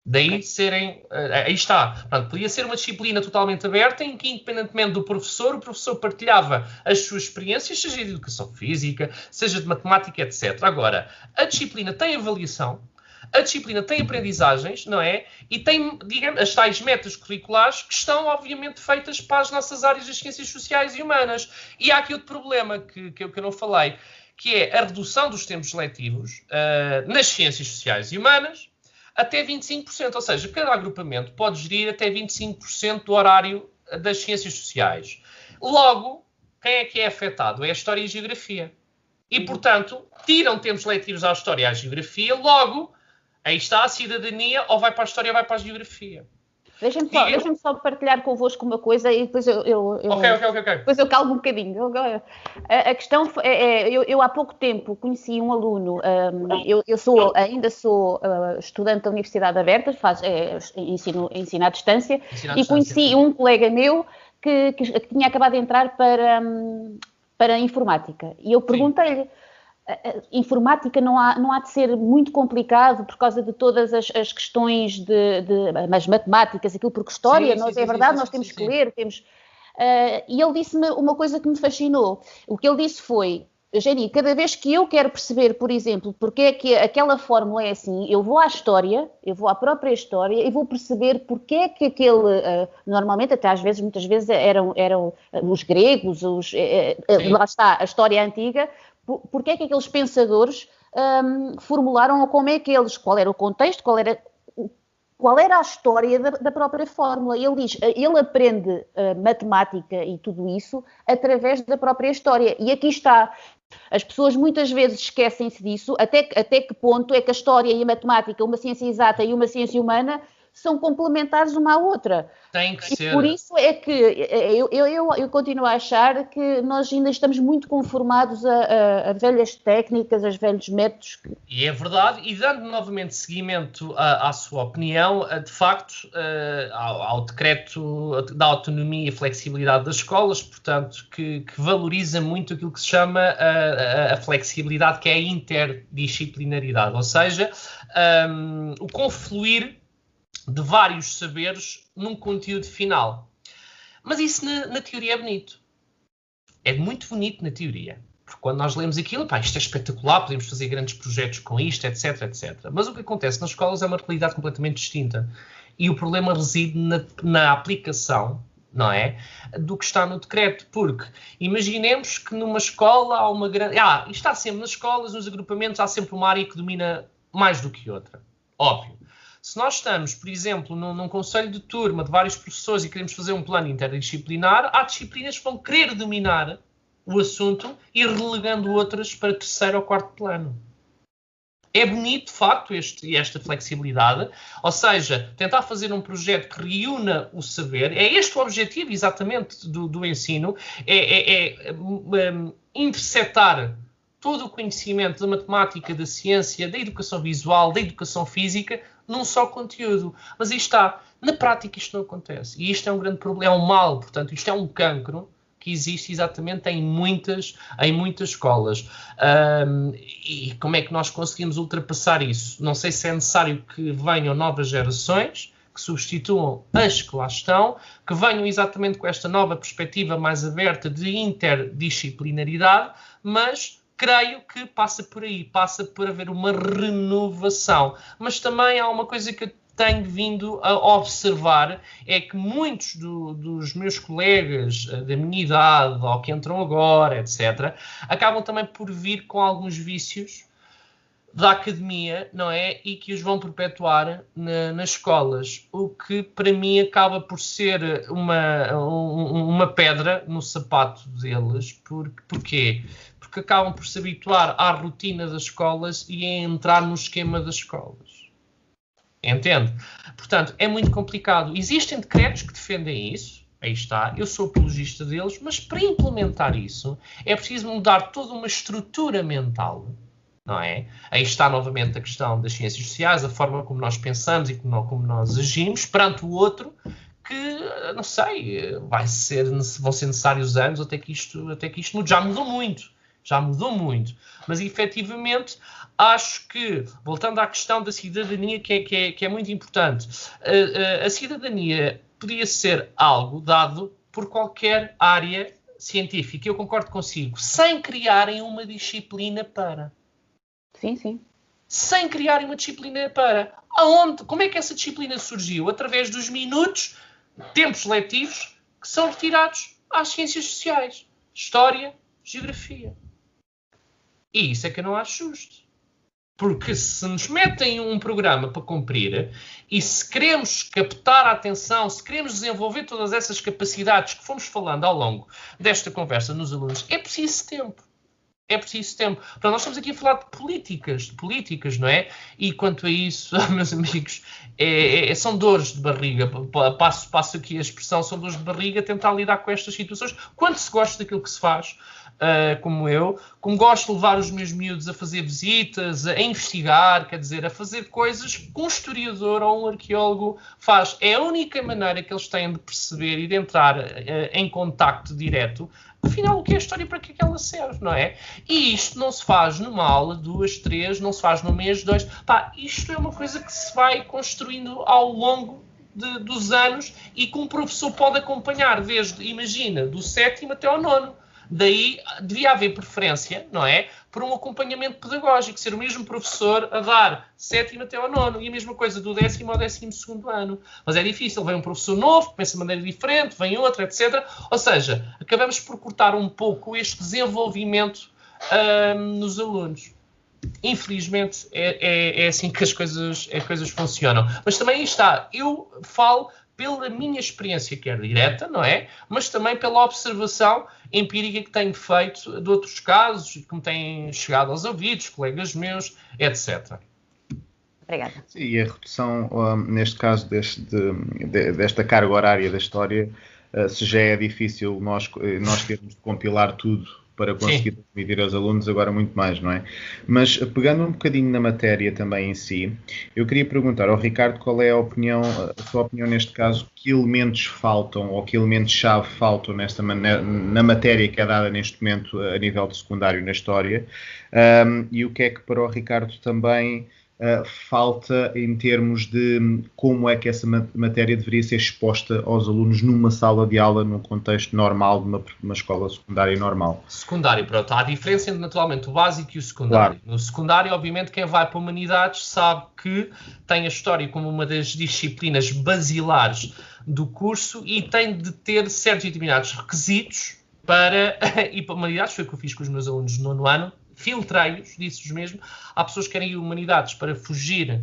Daí serem, aí está, portanto, podia ser uma disciplina totalmente aberta em que, independentemente do professor, o professor partilhava as suas experiências, seja de educação física, seja de matemática, etcétera. Agora, a disciplina tem avaliação, a disciplina tem aprendizagens, não é? E tem, digamos, as tais metas curriculares que estão, obviamente, feitas para as nossas áreas das ciências sociais e humanas. E há aqui outro problema que, que, eu, que eu não falei, que é a redução dos tempos letivos uh, nas ciências sociais e humanas, até vinte e cinco por cento, ou seja, cada agrupamento pode gerir até vinte e cinco por cento do horário das ciências sociais. Logo, quem é que é afetado? É a História e a Geografia. E, portanto, tiram tempos letivos à História e à Geografia, logo, aí está a cidadania, ou vai para a História ou vai para a Geografia. Deixem-me só, deixem só partilhar convosco uma coisa e depois eu, eu, eu, okay, okay, okay. Depois eu calmo um bocadinho. A, a questão é, é eu, eu há pouco tempo conheci um aluno, um, eu, eu sou, ainda sou uh, estudante da Universidade Aberta, faz, é, ensino, ensino à distância, ensino à e distância, conheci sim. um colega meu que, que, que tinha acabado de entrar para, um, para a informática. E eu perguntei-lhe, a informática não há, não há de ser muito complicado por causa de todas as, as questões de, de as matemáticas, aquilo porque história, sim, nós, sim, é verdade, sim, nós sim, temos sim, que ler, temos... Uh, e ele disse-me uma coisa que me fascinou. O que ele disse foi, Eugénia, cada vez que eu quero perceber, por exemplo, porque é que aquela fórmula é assim, eu vou à história, eu vou à própria história e vou perceber porque é que aquele, uh, normalmente até às vezes, muitas vezes eram, eram os gregos, os, uh, uh, lá está, a história antiga, porque é que aqueles pensadores um, formularam, ou como é que eles, qual era o contexto, qual era, qual era a história da, da própria fórmula. Ele diz, ele aprende uh, matemática e tudo isso através da própria história. E aqui está, as pessoas muitas vezes esquecem-se disso, até, até que ponto é que a história e a matemática, uma ciência exata e uma ciência humana, são complementares uma à outra. Tem que e ser. Por isso é que eu, eu, eu, eu continuo a achar que nós ainda estamos muito conformados a, a, a velhas técnicas, a velhos métodos. E é verdade, e dando novamente seguimento à, à sua opinião, de facto, ao, ao decreto da autonomia e flexibilidade das escolas, portanto, que, que valoriza muito aquilo que se chama a, a flexibilidade, que é a interdisciplinaridade, ou seja, um, o confluir de vários saberes num conteúdo final. Mas isso na, na teoria é bonito. É muito bonito na teoria. Porque quando nós lemos aquilo, pá, isto é espetacular, podemos fazer grandes projetos com isto, etc, etcétera. Mas o que acontece nas escolas é uma realidade completamente distinta. E o problema reside na, na aplicação, não é? Do que está no decreto. Porque imaginemos que numa escola há uma grande... Ah, isto está sempre nas escolas, nos agrupamentos, há sempre uma área que domina mais do que outra. Óbvio. Se nós estamos, por exemplo, num, num conselho de turma de vários professores e queremos fazer um plano interdisciplinar, há disciplinas que vão querer dominar o assunto e relegando outras para terceiro ou quarto plano. É bonito, de facto, este, esta flexibilidade, ou seja, tentar fazer um projeto que reúna o saber, é este o objetivo exatamente do, do ensino, é, é, é um, interceptar todo o conhecimento da matemática, da ciência, da educação visual, da educação física, num só conteúdo. Mas aí está, na prática isto não acontece. E isto é um grande problema, é um mal, portanto, isto é um cancro que existe exatamente em muitas, em muitas escolas. Um, e como é que nós conseguimos ultrapassar isso? Não sei se é necessário que venham novas gerações, que substituam as que lá estão, que venham exatamente com esta nova perspectiva mais aberta de interdisciplinaridade, mas creio que passa por aí, passa por haver uma renovação. Mas também há uma coisa que eu tenho vindo a observar, é que muitos do, dos meus colegas da minha idade, ou que entram agora, etcétera, acabam também por vir com alguns vícios da academia, não é? E que os vão perpetuar na, nas escolas, o que para mim acaba por ser uma, um, uma pedra no sapato deles. Por, porquê? Porque acabam por se habituar à rotina das escolas e a entrar no esquema das escolas. Entende? Portanto, é muito complicado. Existem decretos que defendem isso, aí está, eu sou apologista deles, mas para implementar isso é preciso mudar toda uma estrutura mental, não é? Aí está novamente a questão das ciências sociais, a forma como nós pensamos e como nós agimos perante o outro, que, não sei, vai ser, vão ser necessários anos até que isto, até que isto mude. Já mudou muito. já mudou muito, mas efetivamente acho que, voltando à questão da cidadania, que é, que é, que é muito importante, a, a, a cidadania podia ser algo dado por qualquer área científica, eu concordo consigo, sem criarem uma disciplina para. Sim, sim. Sem criarem uma disciplina para. Aonde? Como é que essa disciplina surgiu? Através dos minutos, tempos letivos, que são retirados às ciências sociais. História, geografia. E isso é que eu não acho justo. Porque se nos metem um programa para cumprir e se queremos captar a atenção, se queremos desenvolver todas essas capacidades que fomos falando ao longo desta conversa nos alunos, é preciso tempo. É preciso tempo. Portanto, nós estamos aqui a falar de políticas, de políticas, não é? E quanto a isso, meus amigos, é, é, são dores de barriga. Passo, passo aqui a expressão, são dores de barriga tentar lidar com estas situações. Quando se gosta daquilo que se faz, uh, como eu, como gosto de levar os meus miúdos a fazer visitas, a investigar, quer dizer, a fazer coisas que um historiador ou um arqueólogo faz. É a única maneira que eles têm de perceber e de entrar uh, em contacto direto. Afinal, o que é a história e para que é que ela serve, não é? E isto não se faz numa aula, duas, três, não se faz num mês, dois. Pá, isto é uma coisa que se vai construindo ao longo de, dos anos e que um professor pode acompanhar desde, imagina, do sétimo até ao nono. Daí devia haver preferência, não é? Por um acompanhamento pedagógico, ser o mesmo professor a dar sétimo até ao nono e a mesma coisa do décimo ao décimo segundo ano. Mas é difícil, vem um professor novo, que pensa de maneira diferente, vem outro, etcétera. Ou seja, acabamos por cortar um pouco este desenvolvimento hum, nos alunos. Infelizmente é, é, é assim que as coisas, as coisas funcionam. Mas também está, eu falo pela minha experiência, que é direta, não é? Mas também pela observação empírica que tenho feito de outros casos, que me têm chegado aos ouvidos, colegas meus, etcétera. Obrigada. E a redução, um, neste caso, deste, de, desta carga horária da história, uh, se já é difícil nós, nós termos de compilar tudo para conseguir transmitir aos alunos, agora muito mais, não é? Mas, pegando um bocadinho na matéria também em si, eu queria perguntar ao Ricardo qual é a opinião, a sua opinião neste caso, que elementos faltam, ou que elementos-chave faltam nesta maneira, na matéria que é dada neste momento a nível de secundário na História, um, e o que é que para o Ricardo também Uh, falta em termos de como é que essa matéria deveria ser exposta aos alunos numa sala de aula, num contexto normal de uma, uma escola secundária normal. Secundário, pronto. Há a diferença entre, naturalmente, o básico e o secundário. Claro. No secundário, obviamente, quem vai para humanidades sabe que tem a história como uma das disciplinas basilares do curso e tem de ter certos e determinados requisitos para ir para humanidades. Foi o que eu fiz com os meus alunos no nono ano. Filtrei-os, disse-os mesmo. Há pessoas que querem ir humanidades para fugir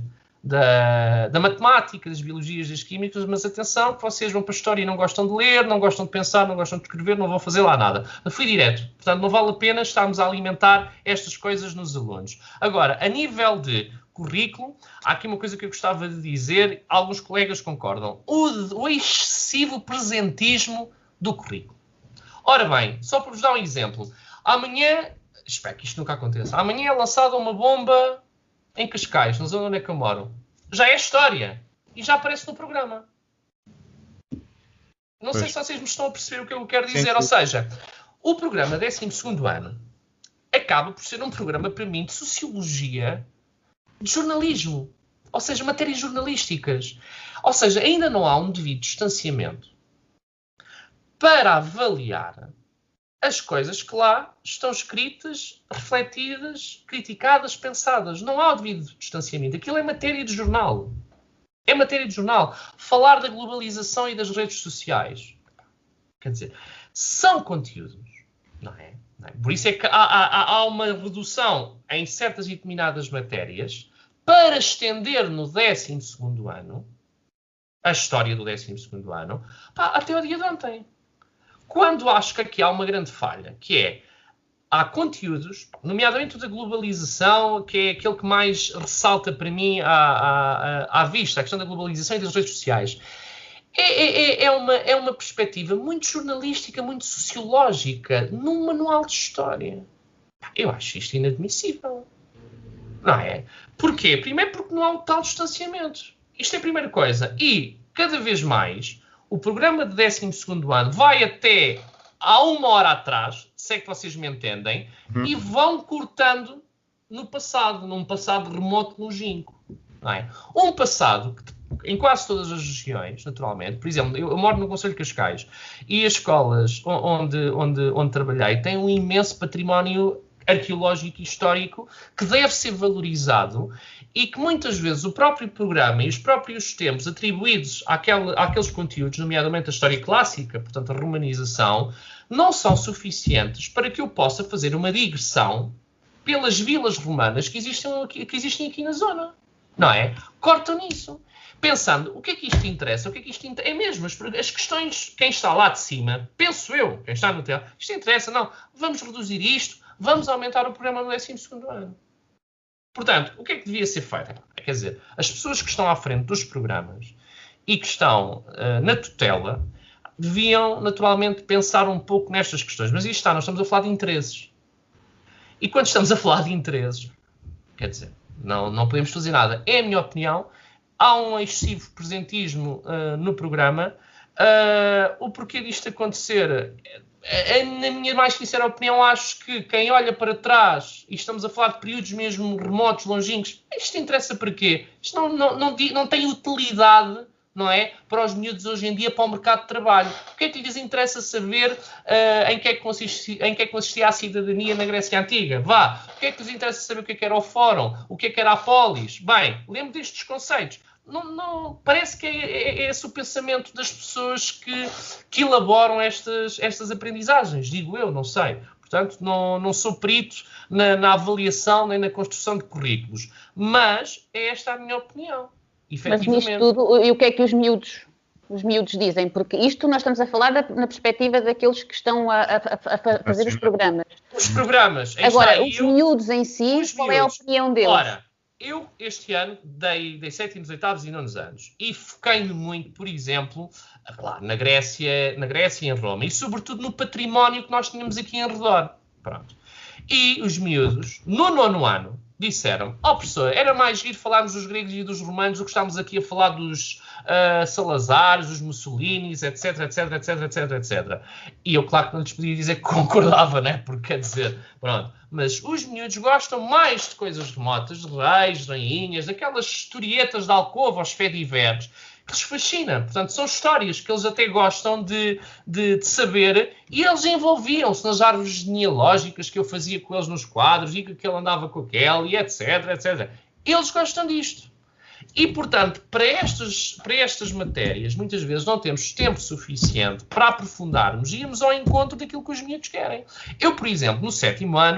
da, da matemática, das biologias, das químicas, mas atenção que vocês vão para a história e não gostam de ler, não gostam de pensar, não gostam de escrever, não vão fazer lá nada. Eu fui direto. Portanto, não vale a pena estarmos a alimentar estas coisas nos alunos. Agora, a nível de currículo, há aqui uma coisa que eu gostava de dizer, alguns colegas concordam. O, o excessivo presentismo do currículo. Ora bem, só para vos dar um exemplo. Amanhã... Espero que isto nunca aconteça. Amanhã é lançada uma bomba em Cascais, na zona onde é que eu moro. Já é história. E já aparece no programa. Não pois. sei se vocês me estão a perceber o que eu quero dizer. Sim, sim. Ou seja, o programa décimo segundo ano acaba por ser um programa, para mim, de sociologia, de jornalismo. Ou seja, matérias jornalísticas. Ou seja, ainda não há um devido distanciamento para avaliar as coisas que lá estão escritas, refletidas, criticadas, pensadas. Não há o devido distanciamento. Aquilo é matéria de jornal. É matéria de jornal. Falar da globalização e das redes sociais. Quer dizer, são conteúdos. Não é? Não é? Por isso é que há, há, há uma redução em certas e determinadas matérias para estender no décimo segundo ano a história do décimo segundo ano pá, até o dia de ontem. Quando acho que aqui há uma grande falha, que é, há conteúdos, nomeadamente o da globalização, que é aquele que mais ressalta para mim à, à, à vista, a questão da globalização e das redes sociais. É, é, é, uma, é uma perspectiva muito jornalística, muito sociológica, num manual de história. Eu acho isto inadmissível. Não é? Porquê? Primeiro porque não há um tal distanciamento. Isto é a primeira coisa. E, cada vez mais... O programa de décimo segundo ano vai até há uma hora atrás, se é que vocês me entendem, uhum. e vão cortando no passado, num passado remoto longínquo. Não é? Um passado que em quase todas as regiões, naturalmente, por exemplo, eu, eu moro no Concelho de Cascais e as escolas onde, onde, onde trabalhei têm um imenso património arqueológico e histórico que deve ser valorizado e que muitas vezes o próprio programa e os próprios tempos atribuídos àquele, àqueles conteúdos, nomeadamente a história clássica, portanto a romanização, não são suficientes para que eu possa fazer uma digressão pelas vilas romanas que existem aqui, que existem aqui na zona. Não é? Cortam nisso. Pensando, o que é que isto interessa? O que é que isto interessa? É mesmo, as, as questões, quem está lá de cima, penso eu, quem está no hotel, isto interessa, não, vamos reduzir isto, vamos aumentar o programa no décimo segundo ano. Portanto, o que é que devia ser feito? Quer dizer, as pessoas que estão à frente dos programas e que estão uh, na tutela deviam, naturalmente, pensar um pouco nestas questões. Mas isto está, nós estamos a falar de interesses. E quando estamos a falar de interesses, quer dizer, não, não podemos fazer nada. É a minha opinião. Há um excessivo presentismo uh, no programa. Uh, o porquê disto acontecer? Uh, na minha mais sincera opinião, acho que quem olha para trás, e estamos a falar de períodos mesmo remotos, longínquos, isto interessa para quê? Isto não, não, não, não tem utilidade, não é? Para os miúdos hoje em dia, para o mercado de trabalho. O que é que lhes interessa saber uh, em, que é que consistia, em que é que consistia a cidadania na Grécia Antiga? Vá. O que é que lhes interessa saber o que é que era o Fórum? O que é que era a Polis? Bem, lembro destes conceitos. Não, não, parece que é, é, é esse o pensamento das pessoas que, que elaboram estas, estas aprendizagens. Digo eu, não sei. Portanto, não, não sou perito na, na avaliação nem na construção de currículos. Mas é esta a minha opinião. Mas nisto tudo, e o que é que os miúdos, os miúdos dizem? Porque isto nós estamos a falar da, na perspectiva daqueles que estão a, a, a fazer os programas. Os programas. Agora, os eu, miúdos em si, qual miúdos. é a opinião deles? Ora, eu este ano dei, dei sétimos, oitavos e nonos anos e foquei-me muito, por exemplo, claro, na Grécia, na Grécia e em Roma e sobretudo no património que nós tínhamos aqui em redor. Pronto. E os miúdos, no nono ano, disseram, ó oh, professor, era mais giro falarmos dos gregos e dos romanos do que estamos aqui a falar dos uh, Salazares, dos Mussolinis, etc, etc, etc, etc, etcétera. E eu, claro que não lhes podia dizer que concordava, né? Porque, quer dizer, pronto. Mas os miúdos gostam mais de coisas remotas, de reis, rainhas, daquelas historietas de alcova, aos fediveres, que lhes fascina. Portanto, são histórias que eles até gostam de, de, de saber e eles envolviam-se nas árvores genealógicas que eu fazia com eles nos quadros e que ele andava com aquele e etc, etcétera. Eles gostam disto. E, portanto, para estas, para estas matérias, muitas vezes não temos tempo suficiente para aprofundarmos e irmos ao encontro daquilo que os miúdos querem. Eu, por exemplo, no sétimo ano,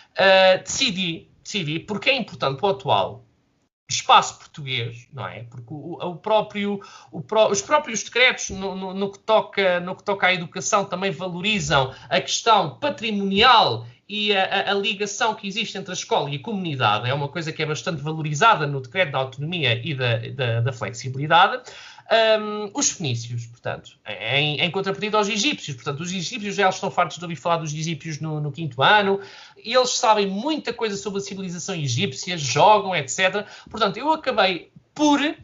uh, decidi, decidi, porque é importante para o atual espaço português, não é? Porque o, o próprio, o pró, os próprios decretos no, no, no, que toca, no que toca à educação também valorizam a questão patrimonial e a, a, a ligação que existe entre a escola e a comunidade. É uma coisa que é bastante valorizada no decreto da autonomia e da, da, da flexibilidade. Um, os fenícios, portanto, em, em contrapartida aos egípcios. Portanto, os egípcios já estão fartos de ouvir falar dos egípcios no, no quinto ano. Eles sabem muita coisa sobre a civilização egípcia, jogam, etcétera. Portanto, eu acabei por uh,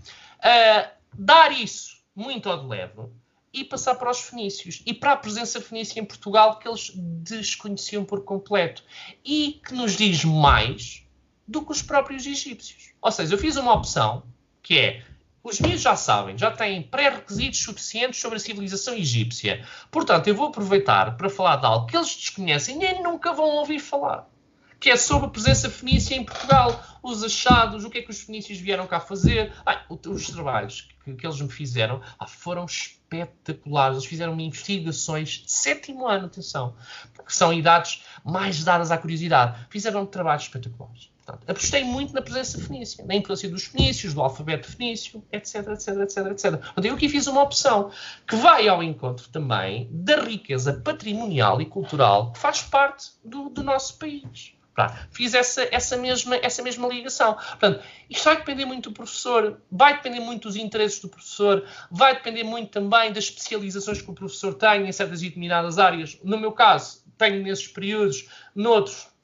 dar isso muito ao de leve e passar para os fenícios e para a presença fenícia em Portugal que eles desconheciam por completo e que nos diz mais do que os próprios egípcios. Ou seja, eu fiz uma opção que é: os miúdos já sabem, já têm pré-requisitos suficientes sobre a civilização egípcia. Portanto, eu vou aproveitar para falar de algo que eles desconhecem e nem nunca vão ouvir falar, que é sobre a presença fenícia em Portugal, os achados, o que é que os fenícios vieram cá fazer. Ai, os trabalhos que, que eles me fizeram ah, foram espetaculares. Eles fizeram investigações de sétimo ano, atenção, porque são idades mais dadas à curiosidade. Fizeram trabalhos espetaculares. Portanto, apostei muito na presença fenícia, na importância dos fenícios, do alfabeto fenício, etc, etc, etc, etcétera. Portanto, eu aqui fiz uma opção que vai ao encontro também da riqueza patrimonial e cultural que faz parte do, do nosso país. Tá? Fiz essa, essa, mesma, essa mesma ligação. Portanto, isto vai depender muito do professor, vai depender muito dos interesses do professor, vai depender muito também das especializações que o professor tem em certas e determinadas áreas. No meu caso, tenho nesses períodos, noutros,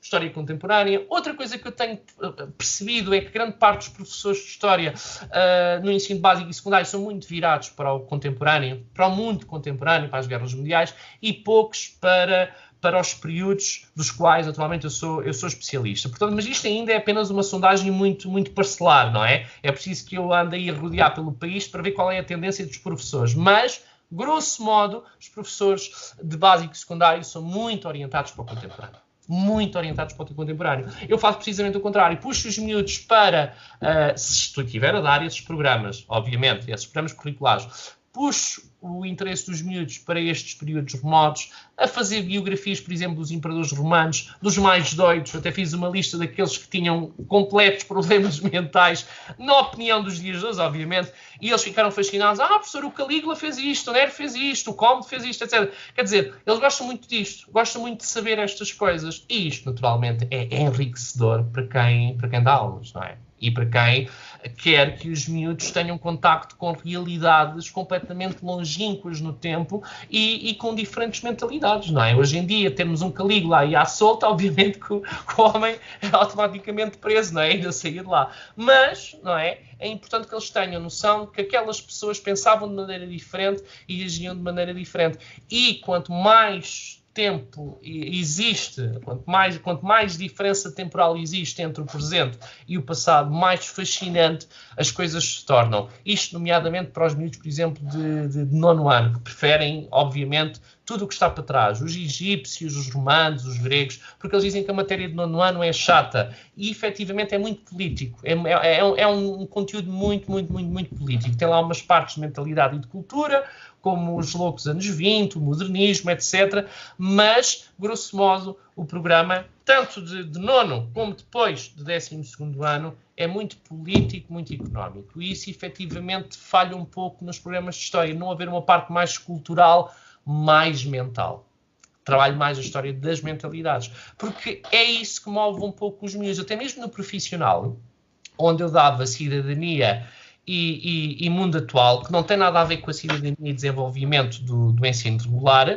História Contemporânea. Outra coisa que eu tenho percebido é que grande parte dos professores de História uh, no ensino básico e secundário são muito virados para o contemporâneo, para o mundo contemporâneo, para as guerras mundiais, e poucos para, para os períodos dos quais atualmente eu sou, eu sou especialista. Portanto, mas isto ainda é apenas uma sondagem muito, muito parcelar, não é? É preciso que eu ande aí a rodear pelo país para ver qual é a tendência dos professores. Mas, grosso modo, os professores de básico e secundário são muito orientados para o contemporâneo. Muito orientados para o contemporâneo. Eu faço precisamente o contrário. Puxo os miúdos para, uh, se estiver a dar esses programas, obviamente, esses programas curriculares, puxo o interesse dos miúdos para estes períodos remotos, a fazer biografias, por exemplo, dos imperadores romanos, dos mais doidos. Até fiz uma lista daqueles que tinham completos problemas mentais, na opinião dos dias de hoje, obviamente, e eles ficaram fascinados. Ah, professor, o Calígula fez isto, o Nero fez isto, o Cómodo fez isto, etcétera. Quer dizer, eles gostam muito disto, gostam muito de saber estas coisas, e isto, naturalmente, é enriquecedor para quem, para quem dá aulas, não é? E para quem quer que os miúdos tenham contacto com realidades completamente longínquas no tempo e, e com diferentes mentalidades, não é? Hoje em dia, termos um Calígula aí à solta, obviamente que o, que o homem é automaticamente preso, não é? Ainda sair de lá. Mas, não é? É importante que eles tenham noção de que aquelas pessoas pensavam de maneira diferente e agiam de maneira diferente. E quanto mais tempo existe, quanto mais, quanto mais diferença temporal existe entre o presente e o passado, mais fascinante as coisas se tornam. Isto, nomeadamente, para os miúdos, por exemplo, de, de, de nono ano, que preferem, obviamente, tudo o que está para trás. Os egípcios, os romanos, os gregos, porque eles dizem que a matéria de nono ano é chata. E, efetivamente, é muito político. É, é, é, um, é um conteúdo muito, muito, muito, muito político. Tem lá umas partes de mentalidade e de cultura, como os loucos anos vinte, o modernismo, etcétera. Mas, grosso modo, o programa, tanto de, de nono como depois de décimo segundo ano, é muito político, muito económico. E isso, efetivamente, falha um pouco nos programas de história. Não haver uma parte mais cultural, mais mental. Trabalho mais a história das mentalidades. Porque é isso que move um pouco os miúdos. Até mesmo no profissional, onde eu dava cidadania E, e, e mundo atual, que não tem nada a ver com a cidadania e desenvolvimento do, do ensino regular,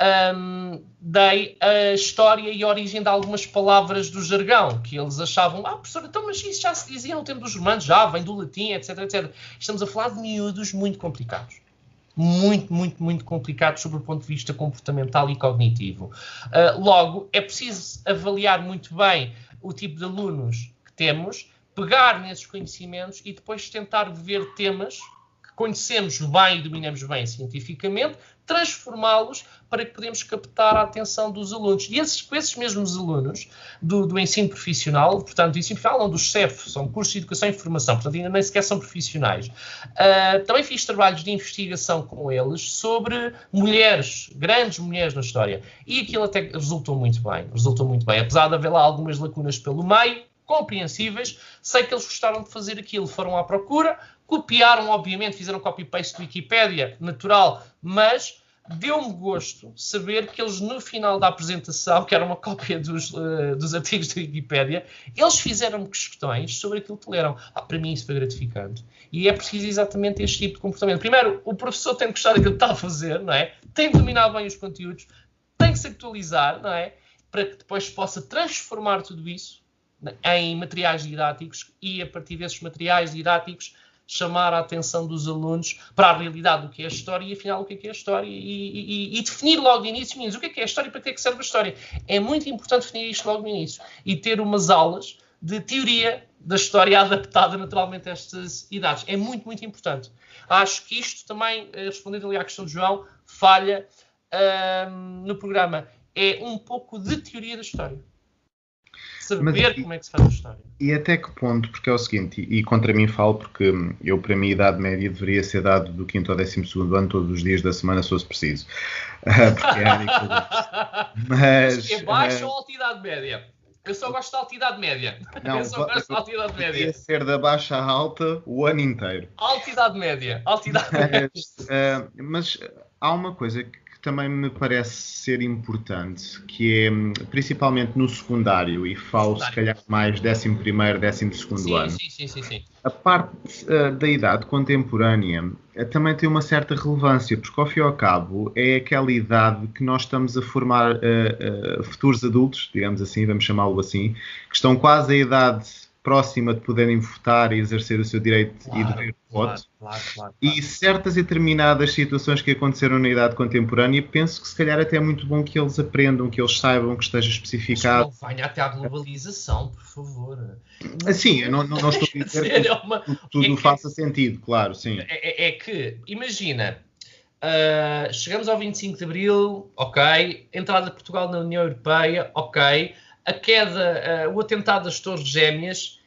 um, dei a história e a origem de algumas palavras do jargão, que eles achavam, ah, professor, então, mas isso já se dizia no tempo dos romanos, já vem do latim, etc, etcétera. Estamos a falar de miúdos muito complicados. Muito, muito, muito complicados sobre o ponto de vista comportamental e cognitivo. Uh, logo, é preciso avaliar muito bem o tipo de alunos que temos, pegar nesses conhecimentos e depois tentar ver temas que conhecemos bem e dominamos bem cientificamente, transformá-los para que podemos captar a atenção dos alunos. E esses, esses mesmos alunos do, do ensino profissional, portanto, do ensino profissional, não, dos C E F, são cursos de educação e formação, portanto, ainda nem sequer são profissionais. Uh, também fiz trabalhos de investigação com eles sobre mulheres, grandes mulheres na história. E aquilo até resultou muito bem, resultou muito bem. Apesar de haver lá algumas lacunas pelo meio, compreensíveis, sei que eles gostaram de fazer aquilo, foram à procura, copiaram, obviamente, fizeram copy-paste do Wikipédia, natural, mas deu-me gosto saber que eles, no final da apresentação, que era uma cópia dos, uh, dos artigos da Wikipédia, eles fizeram questões sobre aquilo que leram. Ah, para mim isso foi gratificante. E é preciso exatamente este tipo de comportamento. Primeiro, o professor tem que gostar daquilo que está a fazer, não é? Tem que dominar bem os conteúdos, tem que se atualizar, não é? Para que depois possa transformar tudo isso em materiais didáticos e, a partir desses materiais didáticos, chamar a atenção dos alunos para a realidade do que é a história e, afinal, o que é, que é a história e, e, e definir logo de início, meninos, o que é que é a história e para que é que serve a história. É muito importante definir isto logo no início e ter umas aulas de teoria da história adaptada naturalmente a estas idades. É muito, muito importante. Acho que isto também, respondendo ali à questão do João, falha hum, no programa. É um pouco de teoria da história. Saber Mas, como é que se faz a história. E até que ponto, porque é o seguinte, e, e contra mim falo porque eu, para mim, a idade média deveria ser dado do quinto ao décimo segundo ano todos os dias da semana, se fosse preciso. Uh, porque é a Mas é baixa uh, ou alta idade média? Eu só gosto da alta idade média. Não, eu só gosto da alta idade média. Deveria ser da baixa à alta o ano inteiro. Alta idade média. Alta idade média. Mas, uh, mas há uma coisa que que também me parece ser importante, que é, principalmente no secundário, e falo se calhar mais décimo primeiro, décimo segundo sim, ano, sim, sim, sim, sim. a parte uh, da idade contemporânea uh, também tem uma certa relevância, porque ao fim e ao cabo é aquela idade que nós estamos a formar uh, uh, futuros adultos, digamos assim, vamos chamá-lo assim, que estão quase à idade próxima de poderem votar e exercer o seu direito Claro, e dever de claro, voto. claro, claro, E claro. certas e determinadas situações que aconteceram na idade contemporânea, penso que se calhar até é muito bom que eles aprendam, que eles saibam, que esteja Mas especificado. não venha até à globalização, por favor. Sim, eu não, não, não estou a dizer Quer dizer, que é uma- tudo, tudo é que- faça sentido, claro, sim. É, é- é que, imagina, ah, chegamos ao vinte e cinco de Abril, ok, entrada de Portugal na União Europeia, ok, a queda, ah, o atentado das Torres Gêmeas,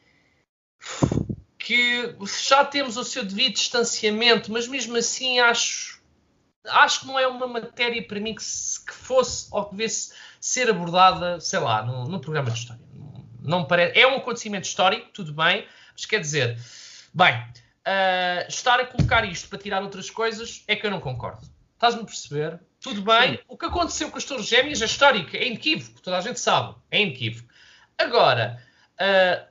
que já temos o seu devido distanciamento, mas mesmo assim acho, acho que não é uma matéria para mim que, se, que fosse ou que devesse ser abordada, sei lá, num, num programa de história. Não, não me parece. É um acontecimento histórico, tudo bem, mas quer dizer, bem, uh, estar a colocar isto para tirar outras coisas é que eu não concordo. Estás-me a perceber? Tudo bem. Sim. O que aconteceu com as Torres Gêmeas é histórico, é inequívoco, toda a gente sabe, é inequívoco. Agora, uh,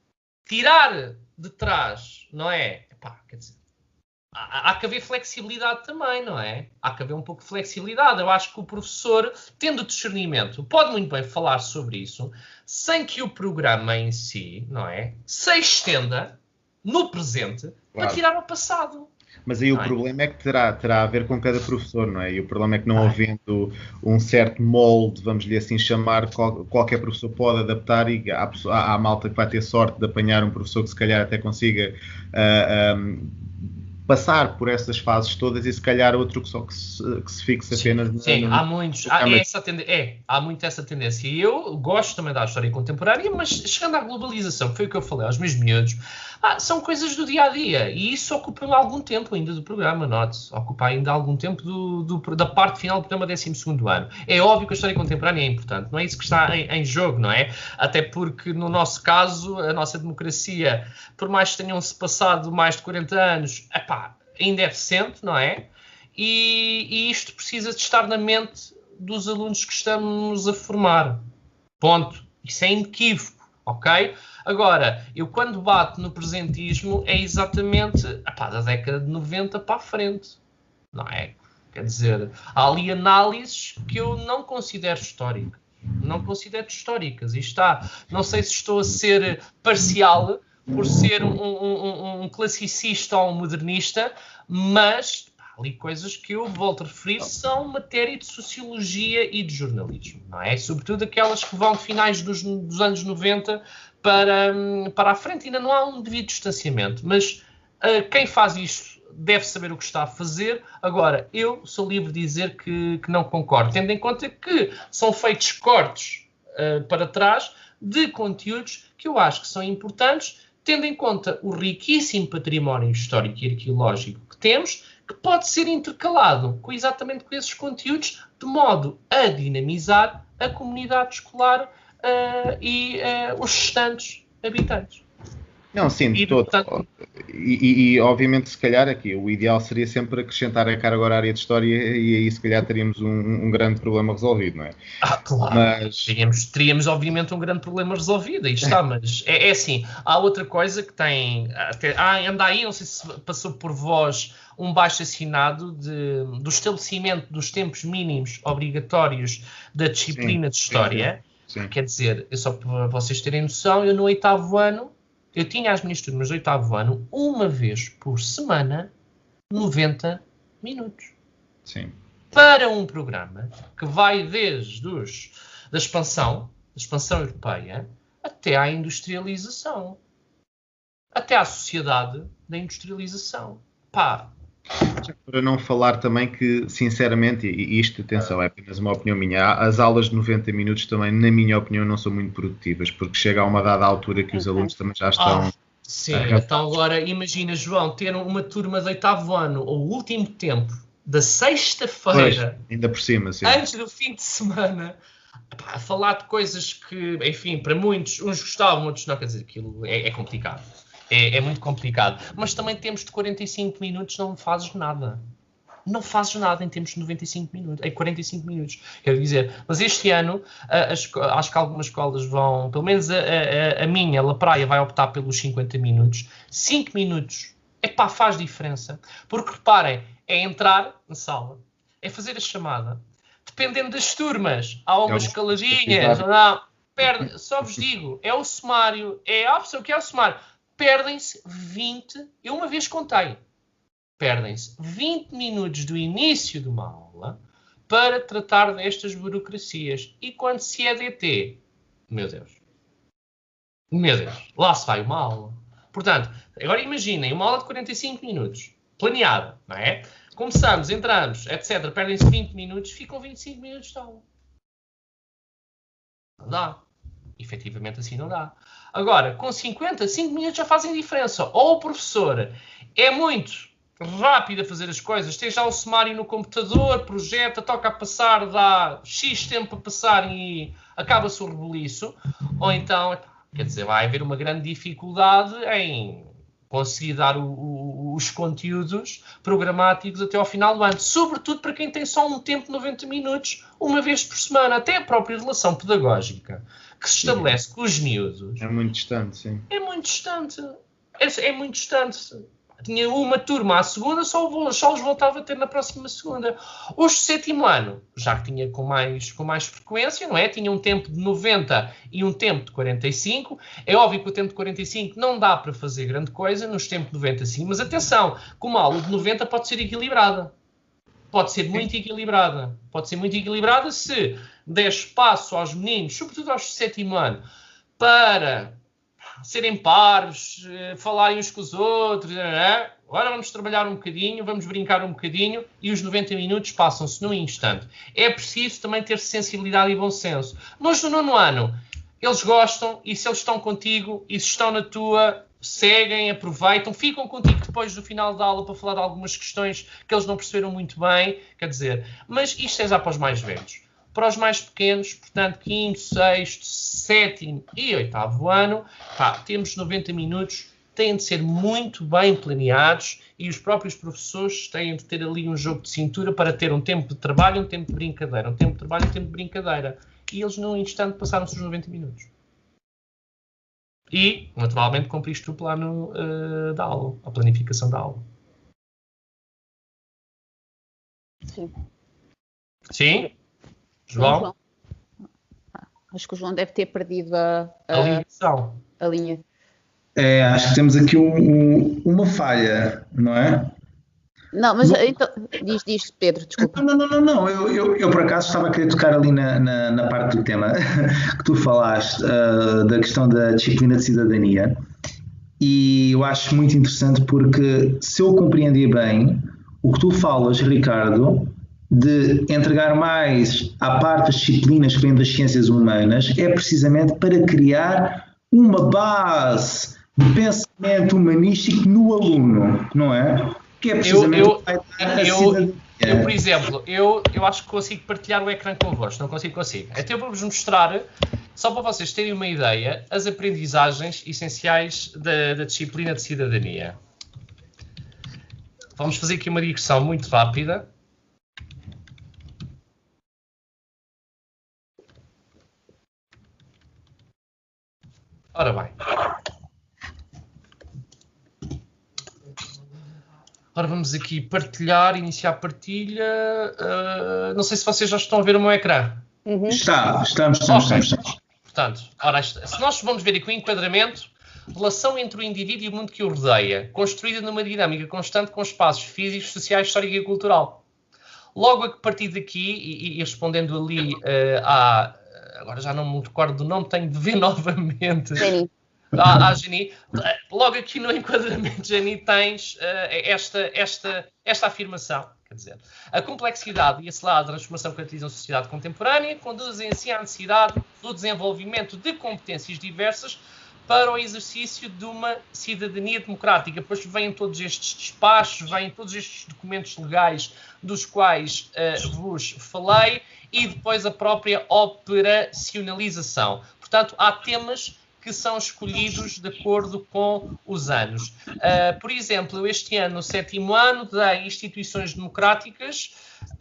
tirar de trás, não é? Epá, quer dizer, há, há que haver flexibilidade também, não é? Há que haver um pouco de flexibilidade. Eu acho que o professor, tendo discernimento, pode muito bem falar sobre isso, sem que o programa em si, não é? Se estenda no presente, claro, para tirar ao passado. Mas aí o é? problema é que terá, terá a ver com cada professor, não é? E o problema é que não havendo um certo molde, vamos-lhe assim chamar, qual, qualquer professor pode adaptar, e há, há, há malta que vai ter sorte de apanhar um professor que se calhar até consiga uh, um, passar por essas fases todas, e se calhar outro que só que se, que se fixe apenas... Sim, sim, no, há muitos, há, é essa tende- é, há muito essa tendência, e eu gosto também da história contemporânea, mas chegando à globalização, que foi o que eu falei aos meus miúdos, ah, são coisas do dia-a-dia, e isso ocupa algum tempo ainda do programa, note, ocupa ainda algum tempo do, do, da parte final do programa décimo segundo ano. É óbvio que a história contemporânea é importante, não é isso que está em, em jogo, não é? Até porque, no nosso caso, a nossa democracia, por mais que tenham-se passado mais de quarenta anos, epá, ainda é recente, não é? E, e isto precisa de estar na mente dos alunos que estamos a formar. Ponto. Isso é inequívoco, ok? Agora, eu quando bato no presentismo é exatamente epá, da década de noventa para a frente, não é? Quer dizer, há ali análises que eu não considero históricas. Não considero históricas. E está, não sei se estou a ser parcial por ser um, um, um classicista ou um modernista, mas há ali coisas que eu volto a referir são matéria de sociologia e de jornalismo, não é? Sobretudo aquelas que vão de finais dos, dos anos noventa para, para a frente. Ainda não há um devido distanciamento, mas uh, quem faz isto deve saber o que está a fazer. Agora, eu sou livre de dizer que, que não concordo, tendo em conta que são feitos cortes uh, para trás de conteúdos que eu acho que são importantes, tendo em conta o riquíssimo património histórico e arqueológico que temos, que pode ser intercalado com exatamente com esses conteúdos, de modo a dinamizar a comunidade escolar uh, e uh, os restantes habitantes. Não, sim, de E, todo. portanto, E, e, e, obviamente, se calhar, aqui, o ideal seria sempre acrescentar a carga horária de história, e aí, se calhar, teríamos um, um grande problema resolvido, não é? Ah, claro. Mas... Teríamos, teríamos, obviamente, um grande problema resolvido, aí está, mas é, é assim, há outra coisa que tem, até, ah, anda aí, não sei se passou por vós, um baixo assinado de, do estabelecimento dos tempos mínimos obrigatórios da disciplina sim, de História. Sim, sim. Quer dizer, só para vocês terem noção, eu no oitavo ano, eu tinha as minhas turmas do oitavo ano, uma vez por semana, noventa minutos. Sim. Para um programa que vai desde os, da expansão, da expansão europeia, até à industrialização. Até à sociedade da industrialização. Pá. Para não falar também que, sinceramente, e isto, atenção, é apenas uma opinião minha, as aulas de noventa minutos também, na minha opinião, não são muito produtivas, porque chega a uma dada altura que os alunos também já estão... Ah, sim, ah, então agora imagina, João, ter uma turma de oitavo ano, ou o último tempo, da sexta-feira, ainda por cima, sim, antes do fim de semana, a falar de coisas que, enfim, para muitos, uns gostavam, outros não, quer dizer, aquilo é, é complicado. É, é muito complicado. Mas também temos de quarenta e cinco minutos, não fazes nada. não fazes nada em termos de noventa e cinco minutos, em quarenta e cinco minutos, quero dizer. Mas este ano, a, a, acho que algumas escolas vão, pelo menos a, a, a minha, a La Praia, vai optar pelos cinquenta minutos. cinco minutos, epá, faz diferença. Porque, reparem, é entrar na sala, é fazer a chamada. Dependendo das turmas, há umas escaladinhas, ou não, perde, só vos digo, é o sumário, é a opção que é o sumário. Perdem-se vinte, eu uma vez contei, perdem-se vinte minutos do início de uma aula para tratar destas burocracias. E quando se é D T, meu Deus, meu Deus, lá se vai uma aula. Portanto, agora imaginem, uma aula de quarenta e cinco minutos, planeada, não é? Começamos, entramos, etcétera. Perdem-se vinte minutos, ficam vinte e cinco minutos de aula. Não dá. Efetivamente assim não dá. Agora, com cinquenta, cinco minutos já fazem diferença. Ou o professor é muito rápido a fazer as coisas, tem já o sumário no computador, projeta, toca a passar, dá X tempo a passar e acaba-se o rebuliço. Ou então, quer dizer, vai haver uma grande dificuldade em conseguir dar o, o, os conteúdos programáticos até ao final do ano. Sobretudo para quem tem só um tempo de noventa minutos, uma vez por semana. Até a própria relação pedagógica que se estabelece sim. com os miúdos. É muito distante, sim. É muito distante. É, é muito distante. Tinha uma turma à segunda, só, vou, só os voltava a ter na próxima segunda. Os do sétimo ano, já que tinha com mais, com mais frequência, não é? Tinha um tempo de noventa e um tempo de quarenta e cinco. É óbvio que o tempo de quarenta e cinco não dá para fazer grande coisa nos tempos de noventa e cinco, mas atenção, que uma aula de noventa pode ser equilibrada. Pode ser muito equilibrada. Pode ser muito equilibrada se der espaço aos meninos, sobretudo aos do sétimo ano, para serem pares, falarem uns com os outros, não é? Agora vamos trabalhar um bocadinho, vamos brincar um bocadinho e os noventa minutos passam-se num instante. É preciso também ter sensibilidade e bom senso. Mas no nono ano, eles gostam e se eles estão contigo e se estão na tua, seguem, aproveitam, ficam contigo depois do final da aula para falar de algumas questões que eles não perceberam muito bem, quer dizer, mas isto é já para os mais velhos. Para os mais pequenos, portanto, quinto, sexto, sétimo e oitavo ano, pá, temos noventa minutos, têm de ser muito bem planeados e os próprios professores têm de ter ali um jogo de cintura para ter um tempo de trabalho e um tempo de brincadeira. Um tempo de trabalho e um tempo de brincadeira. E eles, num instante, passaram-se os noventa minutos. E, naturalmente, cumpriste o plano uh, da aula, a planificação da aula. Sim. Sim? João? João? Acho que o João deve ter perdido a, a, a ligação. A linha. É, acho que temos aqui um, um, uma falha, não é? Não, mas não. Então, diz, diz, Pedro, desculpa. Não, não, não, não. Eu, eu, eu por acaso estava a querer tocar ali na, na, na parte do tema que tu falaste, uh, da questão da disciplina de cidadania. E eu acho muito interessante porque, se eu compreendi bem, o que tu falas, Ricardo, de entregar mais à parte das disciplinas que vêm das ciências humanas, é precisamente para criar uma base de pensamento humanístico no aluno, não é? Que é precisamente eu, eu, eu, eu, por exemplo, eu, eu acho que consigo partilhar o ecrã convosco, não consigo, consigo. Até eu vou-vos mostrar, só para vocês terem uma ideia, as aprendizagens essenciais da, da disciplina de cidadania. Vamos fazer aqui uma digressão muito rápida. Ora bem. Ora, vamos aqui partilhar, iniciar partilha. Uh, não sei se vocês já estão a ver o meu ecrã. Uhum. Está, estamos, estamos, okay. estamos, estamos. Portanto, ora, se nós vamos ver aqui o enquadramento, relação entre o indivíduo e o mundo que o rodeia, construída numa dinâmica constante com espaços físicos, sociais, histórico e cultural. Logo a partir daqui, e, e respondendo ali uh, à... Agora já não me recordo do nome, tenho de ver novamente. Jenny. À, à Jenny. Logo aqui no enquadramento, Jenny, tens uh, esta, esta, esta afirmação. Quer dizer, a complexidade e a transformação que caracterizam a sociedade contemporânea conduzem assim à necessidade do desenvolvimento de competências diversas para o exercício de uma cidadania democrática. Depois vêm todos estes despachos, vêm todos estes documentos legais dos quais uh, vos falei e depois a própria operacionalização. Portanto, há temas que são escolhidos de acordo com os anos. Uh, por exemplo, eu este ano, no sétimo ano, dei instituições democráticas,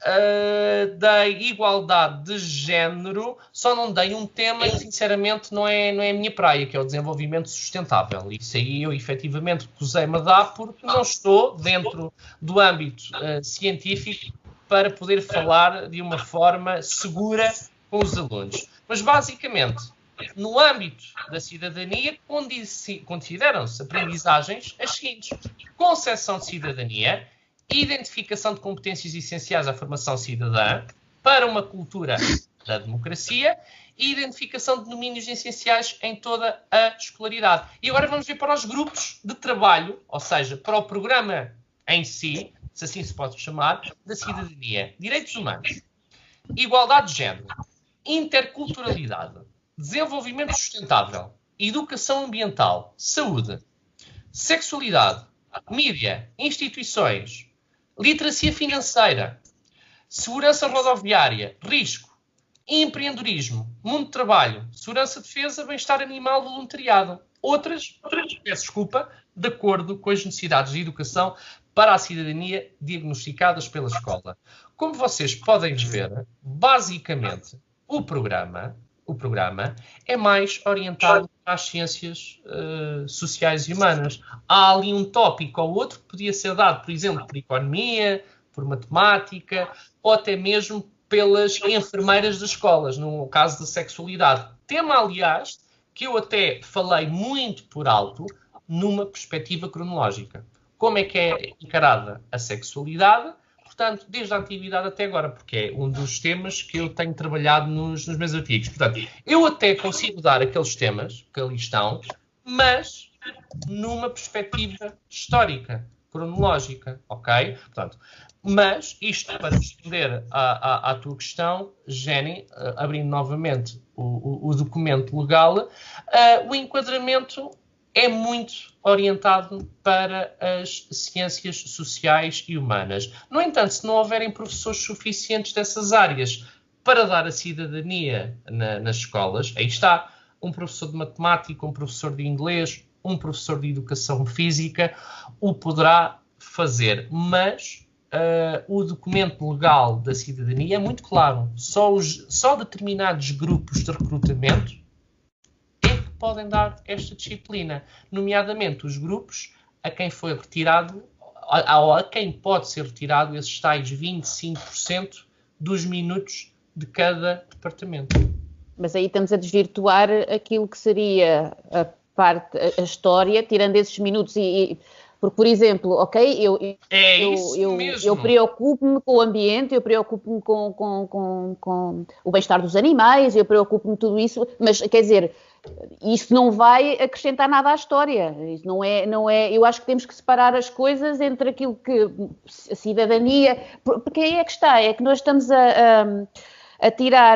uh, dei igualdade de género, só não dei um tema que, sinceramente, não é, não é a minha praia, que é o desenvolvimento sustentável. Isso aí eu, efetivamente, pusei-me a dar porque não estou dentro do âmbito uh, científico para poder falar de uma forma segura com os alunos. Mas, basicamente, no âmbito da cidadania, consideram-se aprendizagens as seguintes: concepção de cidadania, identificação de competências essenciais à formação cidadã para uma cultura da democracia e identificação de domínios essenciais em toda a escolaridade. E agora vamos ver para os grupos de trabalho, ou seja, para o programa em si, se assim se pode chamar, da cidadania. Direitos humanos, igualdade de género, interculturalidade, desenvolvimento sustentável, educação ambiental, saúde, sexualidade, mídia, instituições, literacia financeira, segurança rodoviária, risco, empreendedorismo, mundo de trabalho, segurança, defesa, bem-estar animal, voluntariado. Outras, outras, peço desculpa, de acordo com as necessidades de educação para a cidadania diagnosticadas pela escola. Como vocês podem ver, basicamente, o programa O programa é mais orientado para as ciências uh, sociais e humanas. Há ali um tópico ou outro que podia ser dado, por exemplo, por economia, por matemática, ou até mesmo pelas enfermeiras das escolas, no caso da sexualidade. Tema, aliás, que eu até falei muito por alto, numa perspectiva cronológica. Como é que é encarada a sexualidade? Portanto, desde a antiguidade até agora, porque é um dos temas que eu tenho trabalhado nos, nos meus artigos. Portanto, eu até consigo dar aqueles temas que ali estão, mas numa perspectiva histórica, cronológica, ok? Portanto, mas isto para responder à, à, à tua questão, Jenny, uh, abrindo novamente o, o, o documento legal, uh, o enquadramento é muito orientado para as ciências sociais e humanas. No entanto, se não houverem professores suficientes dessas áreas para dar a cidadania na, nas escolas, aí está, um professor de matemática, um professor de inglês, um professor de educação física, o poderá fazer. Mas uh, o documento legal da cidadania é muito claro. Só, os, só determinados grupos de recrutamento podem dar esta disciplina, nomeadamente os grupos a quem foi retirado, ou a quem pode ser retirado esses tais vinte e cinco por cento dos minutos de cada departamento. Mas aí estamos a desvirtuar aquilo que seria a parte, a história, tirando esses minutos e... Porque, por exemplo, ok, eu, é eu, isso eu, mesmo. eu preocupo-me com o ambiente, eu preocupo-me com, com, com, com o bem-estar dos animais, eu preocupo-me com tudo isso, mas, quer dizer, isso não vai acrescentar nada à história. Isso não é, não é, eu acho que temos que separar as coisas entre aquilo que a cidadania... Porque aí é que está, é que nós estamos a, a, a tirar...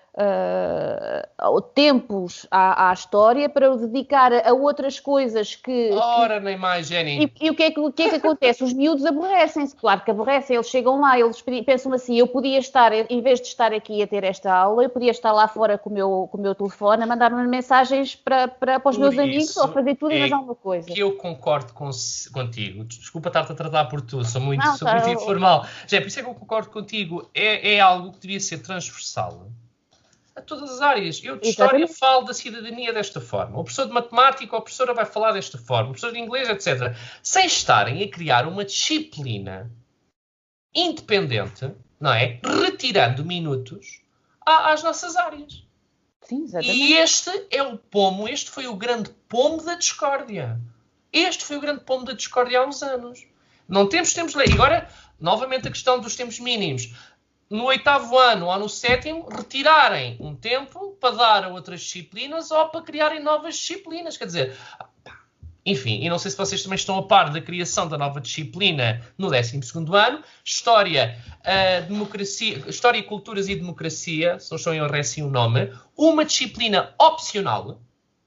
Uh, tempos à, à história para o dedicar a outras coisas que... Ora, que... nem mais, Jenny. E, e o, que é que, o que é que acontece? Os miúdos aborrecem-se, claro que aborrecem, eles chegam lá, eles pensam assim, eu podia estar, em vez de estar aqui a ter esta aula, eu podia estar lá fora com o meu, com o meu telefone a mandar-me mensagens para, para, para os por meus amigos ou fazer tudo e mais alguma coisa. Que eu concordo com, contigo. Desculpa estar-te a tratar por tu, sou muito, Não, sou tá, muito eu... informal. Já, por isso é que eu concordo contigo. É, é algo que devia ser transversal a todas as áreas. Eu de história Exatamente. Falo da cidadania desta forma. O professor de matemática ou a professora vai falar desta forma. O professor de inglês, etcétera. Sem estarem a criar uma disciplina independente, não é? Retirando minutos às nossas áreas. Sim, exatamente. E este é o pomo, este foi o grande pomo da discórdia. Este foi o grande pomo da discórdia há uns anos. Não temos tempos de lei. E agora, novamente, a questão dos tempos mínimos. No oitavo ano ou no sétimo, retirarem um tempo para dar a outras disciplinas ou para criarem novas disciplinas. Quer dizer, enfim, e não sei se vocês também estão a par da criação da nova disciplina no décimo segundo ano, História, uh, democracia, História, Culturas e Democracia, se não estou em erro, é assim o nome, uma disciplina opcional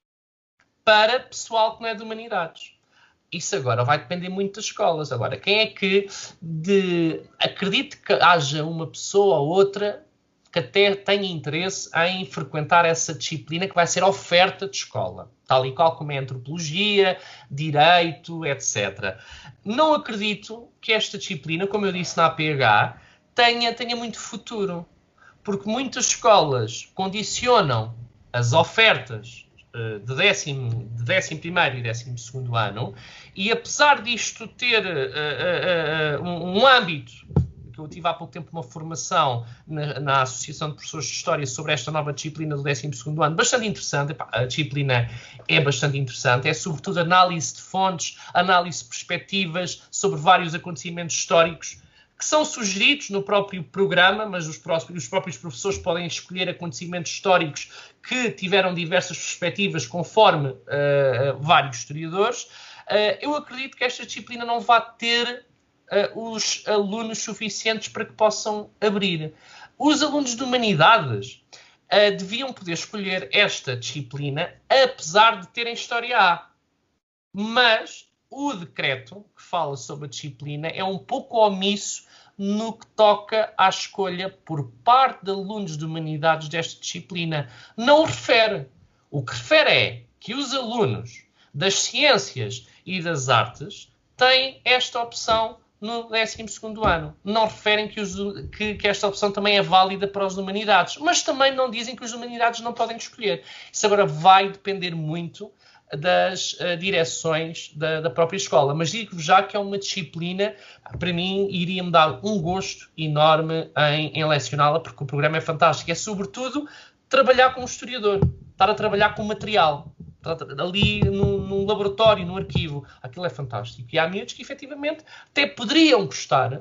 para pessoal que não é de humanidades. Isso agora vai depender muito das escolas. Agora, quem é que de, acredite que haja uma pessoa ou outra, que até têm interesse em frequentar essa disciplina que vai ser oferta de escola, tal e qual como é antropologia, direito, etcétera. Não acredito que esta disciplina, como eu disse na A P H, tenha, tenha muito futuro, porque muitas escolas condicionam as ofertas de décimo, de décimo primeiro e décimo segundo ano, e apesar disto ter uh, uh, uh, um, um âmbito, que eu tive há pouco tempo uma formação na, na Associação de Professores de História sobre esta nova disciplina do décimo segundo ano, bastante interessante. Epá, a disciplina é bastante interessante, é sobretudo análise de fontes, análise de perspectivas sobre vários acontecimentos históricos, que são sugeridos no próprio programa, mas os próprios, os próprios professores podem escolher acontecimentos históricos que tiveram diversas perspectivas conforme uh, vários historiadores. Uh, eu acredito que esta disciplina não vai ter uh, os alunos suficientes para que possam abrir. Os alunos de Humanidades uh, deviam poder escolher esta disciplina, apesar de terem História A. Mas o decreto que fala sobre a disciplina é um pouco omisso no que toca à escolha por parte de alunos de Humanidades desta disciplina. Não o refere. O que refere é que os alunos das Ciências e das Artes têm esta opção no décimo segundo ano. Não referem que, os, que, que esta opção também é válida para os Humanidades, mas também não dizem que os Humanidades não podem escolher. Isso agora vai depender muito das uh, direções da, da própria escola. Mas digo-vos já que é uma disciplina, para mim, iria-me dar um gosto enorme em, em lecioná-la, porque o programa é fantástico. É, sobretudo, trabalhar como historiador, estar a trabalhar com material, ali num, num laboratório, num arquivo. Aquilo é fantástico. E há miúdos que, efetivamente, até poderiam gostar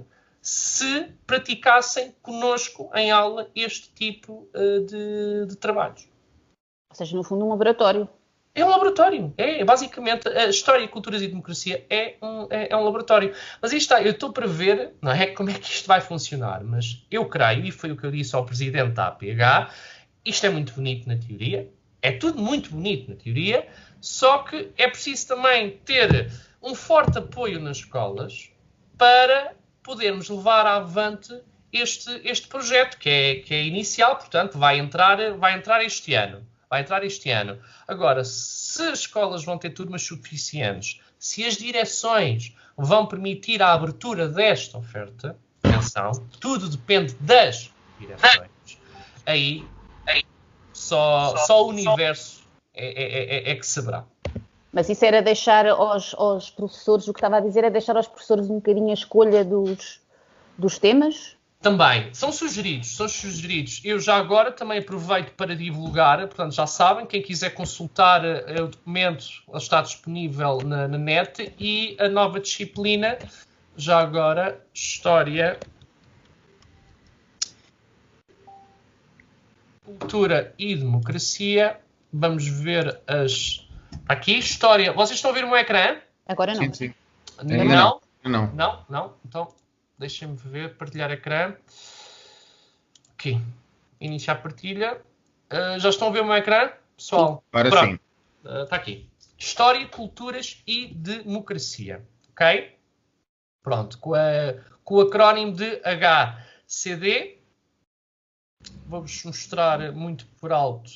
se praticassem connosco em aula este tipo uh, de, de trabalhos. Ou seja, no fundo, um laboratório. É um laboratório. É, basicamente, a História, Culturas e Democracia é um, é, é um laboratório. Mas aí está, eu estou para ver, não é, como é que isto vai funcionar, mas eu creio, e foi o que eu disse ao presidente da A P H, isto é muito bonito na teoria, é tudo muito bonito na teoria, só que é preciso também ter um forte apoio nas escolas para podermos levar avante este, este projeto, que é, que é inicial, portanto, vai entrar, vai entrar este ano. Vai entrar este ano. Agora, se as escolas vão ter turmas suficientes, se as direções vão permitir a abertura desta oferta, atenção, tudo depende das direções, aí, aí só, só o universo é, é, é, é que saberá. Mas isso era deixar aos, aos professores, o que estava a dizer é deixar aos professores um bocadinho a escolha dos, dos temas? Também, são sugeridos, são sugeridos. Eu já agora também aproveito para divulgar, portanto já sabem, quem quiser consultar uh, o documento está disponível na, na net, e a nova disciplina, já agora, História, Cultura e Democracia. Vamos ver as... Aqui, História. Vocês estão a ver o meu ecrã? Agora não. Sim, sim. Não? Não. Não. Não? Não? Então... Deixem-me ver, partilhar ecrã. Aqui. Iniciar partilha. Uh, já estão a ver o meu ecrã? Pessoal? Agora Pronto. sim. Uh, está aqui. História, Culturas e Democracia. Ok? Pronto. Com, a, com o acrónimo de H C D. Vou-vos mostrar muito por alto.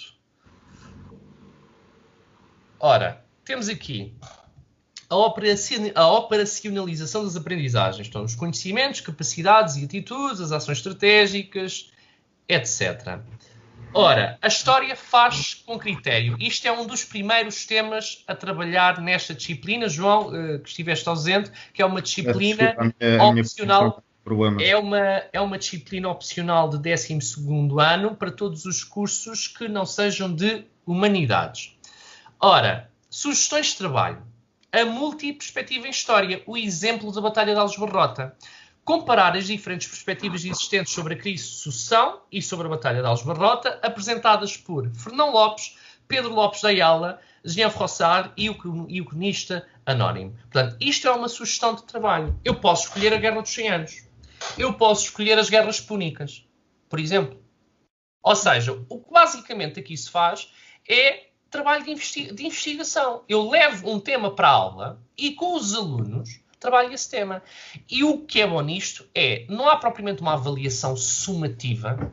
Ora, temos aqui a operacionalização das aprendizagens. Então, os conhecimentos, capacidades e atitudes, as ações estratégicas, etcétera. Ora, a história faz com critério. Isto é um dos primeiros temas a trabalhar nesta disciplina, João, que estiveste ausente, que é uma disciplina Desculpa, a minha, a minha opcional. É uma, é uma disciplina opcional de décimo segundo ano para todos os cursos que não sejam de humanidades. Ora, sugestões de trabalho. A multiperspectiva em História, o exemplo da Batalha de Aljubarrota. Comparar as diferentes perspectivas existentes sobre a crise de sucessão e sobre a Batalha de Aljubarrota, apresentadas por Fernão Lopes, Pedro Lopes da Ayala, Jean Frossard e o, e o cronista anónimo. Portanto, isto é uma sugestão de trabalho. Eu posso escolher a Guerra dos cem Anos. Eu posso escolher as Guerras Púnicas, por exemplo. Ou seja, o que basicamente aqui se faz é trabalho de, investi- de investigação. Eu levo um tema para a aula e com os alunos trabalho esse tema. E o que é bom nisto é, não há propriamente uma avaliação sumativa,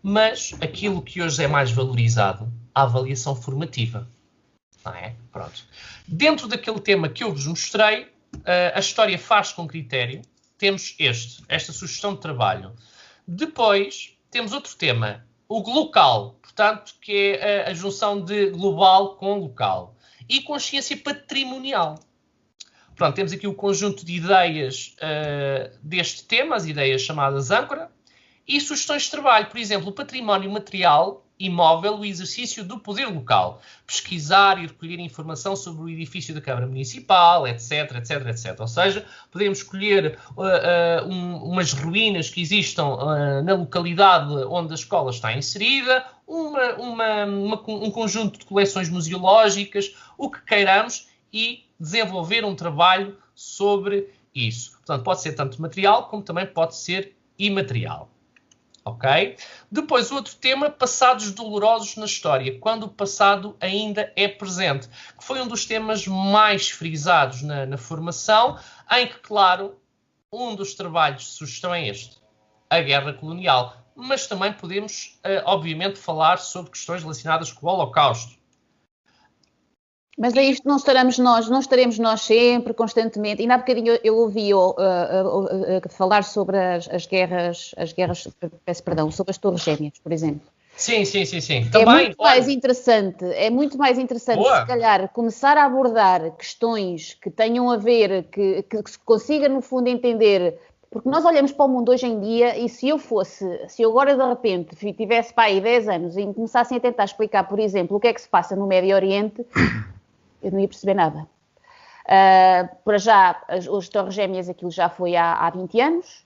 mas aquilo que hoje é mais valorizado, a avaliação formativa. Não é? Pronto. Dentro daquele tema que eu vos mostrei, a história faz com critério, temos este, esta sugestão de trabalho. Depois, temos outro tema, o local, portanto, que é a, a junção de global com local. E consciência patrimonial. Portanto, temos aqui o conjunto de ideias uh, deste tema, as ideias chamadas âncora, e sugestões de trabalho. Por exemplo, o património material imóvel, o exercício do poder local. Pesquisar e recolher informação sobre o edifício da Câmara Municipal, etc, etc, etc. Ou seja, podemos escolher uh, uh, um, umas ruínas que existam uh, na localidade onde a escola está inserida, uma, uma, uma, um conjunto de coleções museológicas, o que queiramos, e desenvolver um trabalho sobre isso. Portanto, pode ser tanto material como também pode ser imaterial. Ok? Depois, o outro tema, passados dolorosos na história, quando o passado ainda é presente, que foi um dos temas mais frisados na, na formação, em que, claro, um dos trabalhos de sugestão é este, a guerra colonial. Mas também podemos, obviamente, falar sobre questões relacionadas com o Holocausto. Mas é isto, não estaremos nós, não estaremos nós sempre, constantemente. E há bocadinho eu, eu ouvi uh, uh, uh, uh, falar sobre as, as guerras, as guerras, peço perdão, sobre as Torres Gêmeas, por exemplo. Sim, sim, sim, sim. É Também, muito mais interessante, é muito mais interessante, Boa. se calhar, começar a abordar questões que tenham a ver, que, que se consiga, no fundo, entender. Porque nós olhamos para o mundo hoje em dia e se eu fosse, se eu agora de repente tivesse para aí dez anos e me começassem a tentar explicar, por exemplo, o que é que se passa no Médio Oriente, eu não ia perceber nada. Uh, para já, as, as Torres Gêmeas, aquilo já foi há, há vinte anos.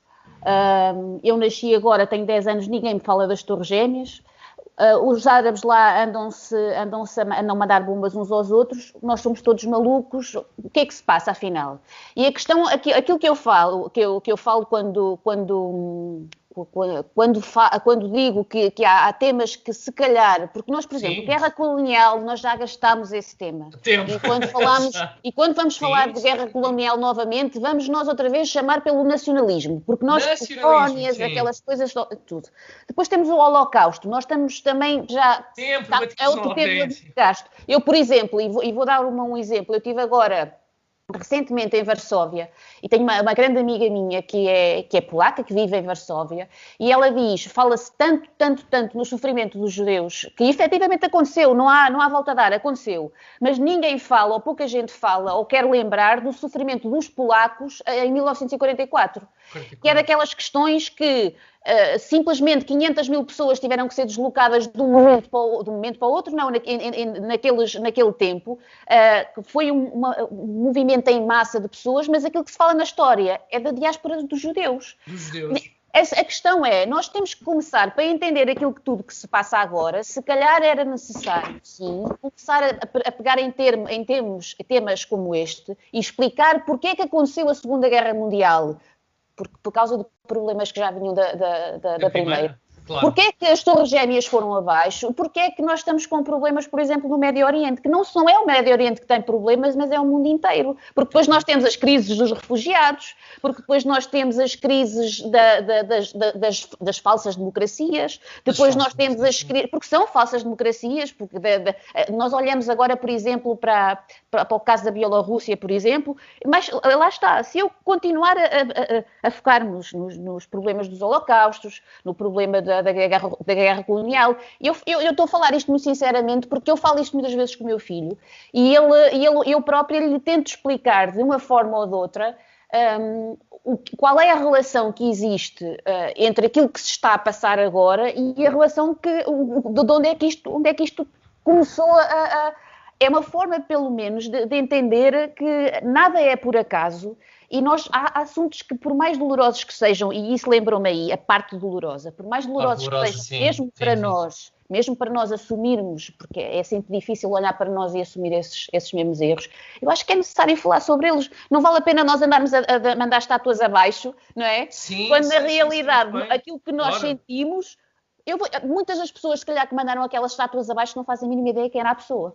Uh, eu nasci agora, tenho dez anos, ninguém me fala das Torres Gêmeas. Uh, os árabes lá andam-se, andam-se a, andam a mandar bombas uns aos outros, nós somos todos malucos, o que é que se passa afinal? E a questão, aquilo que eu falo, que eu, que eu falo quando, quando, quando, fa, quando digo que, que há, há temas que se calhar, porque nós, por exemplo, Sim. guerra colonial, nós já gastámos esse tema. Tempo. E quando, falamos, e quando vamos Sim, falar de sim, guerra sim. colonial novamente, vamos nós outra vez chamar pelo nacionalismo, porque nós, Nacionalismo, colónias, sim. aquelas coisas, tudo. Depois temos o Holocausto, nós estamos também já... Sempre Tá, batidos é outro na tema ordem. de gasto. Eu, por exemplo, e vou, e vou dar uma, um exemplo, eu estive agora recentemente em Varsóvia e tenho uma, uma grande amiga minha que é, que é polaca, que vive em Varsóvia, e ela diz, fala-se tanto, tanto, tanto no sofrimento dos judeus, que efetivamente aconteceu, não há, não há volta a dar, aconteceu, mas ninguém fala, ou pouca gente fala, ou quer lembrar do sofrimento dos polacos em mil novecentos e quarenta e quatro, que é daquelas questões que Uh, simplesmente quinhentas mil pessoas tiveram que ser deslocadas de um momento para o, de um momento para o outro, não, na, em, naqueles, naquele tempo, uh, foi um, uma, um movimento em massa de pessoas, mas aquilo que se fala na história é da diáspora dos judeus. Dos judeus. A questão é, nós temos que começar, para entender aquilo que tudo que se passa agora, se calhar era necessário, sim, começar a, a pegar em, termo, em termos, temas como este e explicar porque é que aconteceu a Segunda Guerra Mundial, por, por causa de problemas que já vinham da, da, da, da Primeira. Claro. Porquê é que as Torres Gêmeas foram abaixo? Porquê é que nós estamos com problemas, por exemplo, no Médio Oriente? Que não só é o Médio Oriente que tem problemas, mas é o mundo inteiro. Porque depois nós temos as crises dos refugiados, porque depois nós temos as crises da, da, das, da, das, das falsas democracias, depois nós temos as crises... Porque são falsas democracias, porque da, da, nós olhamos agora, por exemplo, para, para, para o caso da Bielorrússia, por exemplo, mas lá está, se eu continuar a, a, a focar-nos nos, nos problemas dos holocaustos, no problema da Da guerra, da guerra colonial. Eu, eu, eu estou a falar isto muito sinceramente porque eu falo isto muitas vezes com o meu filho e ele, ele, eu própria lhe tento explicar de uma forma ou de outra um, o, qual é a relação que existe uh, entre aquilo que se está a passar agora e a relação que, de onde é que isto, onde é que isto começou a... a é uma forma, pelo menos, de, de entender que nada é por acaso e nós, há assuntos que, por mais dolorosos que sejam, e isso lembram-me aí, a parte dolorosa, por mais dolorosos dolorosa, que sejam, sim, mesmo sim, para sim. nós, mesmo para nós assumirmos, porque é sempre difícil olhar para nós e assumir esses, esses mesmos erros, eu acho que é necessário falar sobre eles. Não vale a pena nós andarmos a, a mandar estátuas abaixo, não é? Sim, Quando sim, na sim, realidade, sim, aquilo que nós claro. sentimos, eu, muitas das pessoas, se calhar, que mandaram aquelas estátuas abaixo não fazem a mínima ideia quem era a pessoa.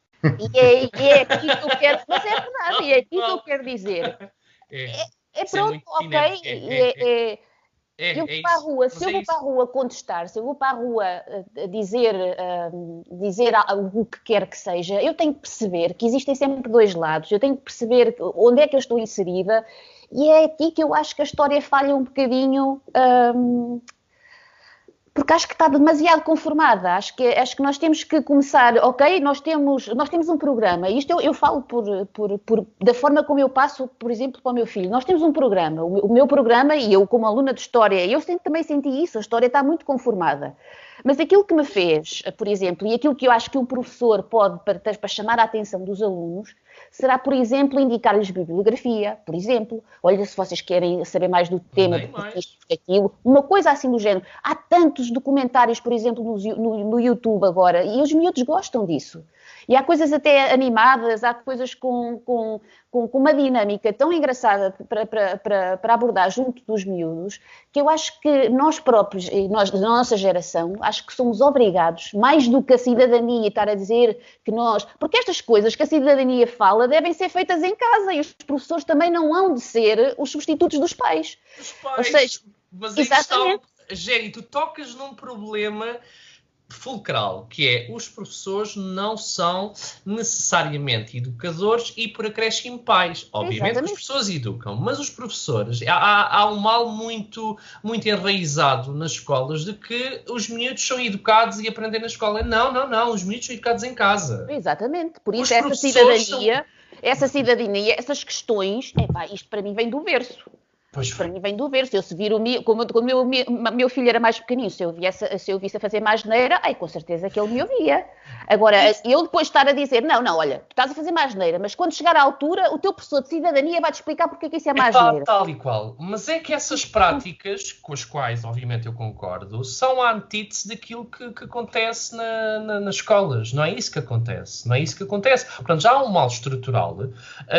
E é, e é aqui que eu quero, mas é verdade, e é aqui que eu quero dizer. É, É, é isso é pronto, muito ok, dinâmico, é, e é, é, é, É, eu é vou para a isso. rua, Mas se eu é vou isso. para a rua contestar, se eu vou para a rua uh, dizer, uh, dizer o que quer que seja, eu tenho que perceber que existem sempre dois lados, eu tenho que perceber onde é que eu estou inserida, e é aqui que eu acho que a história falha um bocadinho, um, porque acho que está demasiado conformada. Acho que, acho que nós temos que começar, ok, nós temos, nós temos um programa, e isto eu, eu falo por, por, por, da forma como eu passo, por exemplo, para o meu filho. Nós temos um programa, o meu, o meu programa, e eu como aluna de História, eu sempre, também senti isso, a História está muito conformada. Mas aquilo que me fez, por exemplo, e aquilo que eu acho que um professor pode, para, para chamar a atenção dos alunos, será, por exemplo, indicar-lhes bibliografia, por exemplo. Olha, se vocês querem saber mais do tema, Nem de mais. isto, aquilo, uma coisa assim do género. Há tantos documentários, por exemplo, no, no, no YouTube agora, e os miúdos gostam disso. E há coisas até animadas, há coisas com, com, com, com uma dinâmica tão engraçada para, para, para, para abordar junto dos miúdos, que eu acho que nós próprios, e nós da nossa geração, acho que somos obrigados, mais do que a cidadania, estar a dizer que nós... Porque estas coisas que a cidadania fala devem ser feitas em casa, e os professores também não hão de ser os substitutos dos pais. Os pais, Ou seja, mas aí exatamente. está, Géry, tu tocas num problema fulcral, que é os professores não são necessariamente educadores e por acréscimo pais. Obviamente Exatamente. que as pessoas educam, mas os professores, há, há um mal muito, muito enraizado nas escolas de que os miúdos são educados e aprendem na escola. Não, não, não, os miúdos são educados em casa. Exatamente, por Os isso essa professores cidadania, são- essa cidadania, essas questões, epá, isto para mim vem do berço. Pois Isto para mim vem do berço. Eu se vir o meu, como, como o meu, meu filho era mais pequenino, se eu, viesse, se eu visse a fazer mais asneira, ai, com certeza que ele me ouvia. Agora, eu depois estar a dizer, não, não, olha, tu estás a fazer mais asneira, mas quando chegar à altura, o teu professor de cidadania vai-te explicar porque é que isso é mais Epá, asneira. tal e qual. Mas é que essas práticas, com as quais, obviamente, eu concordo, são a antítese daquilo que, que acontece na, na, nas escolas. Não é isso que acontece. Não é isso que acontece. Portanto, já há um mal estrutural uh,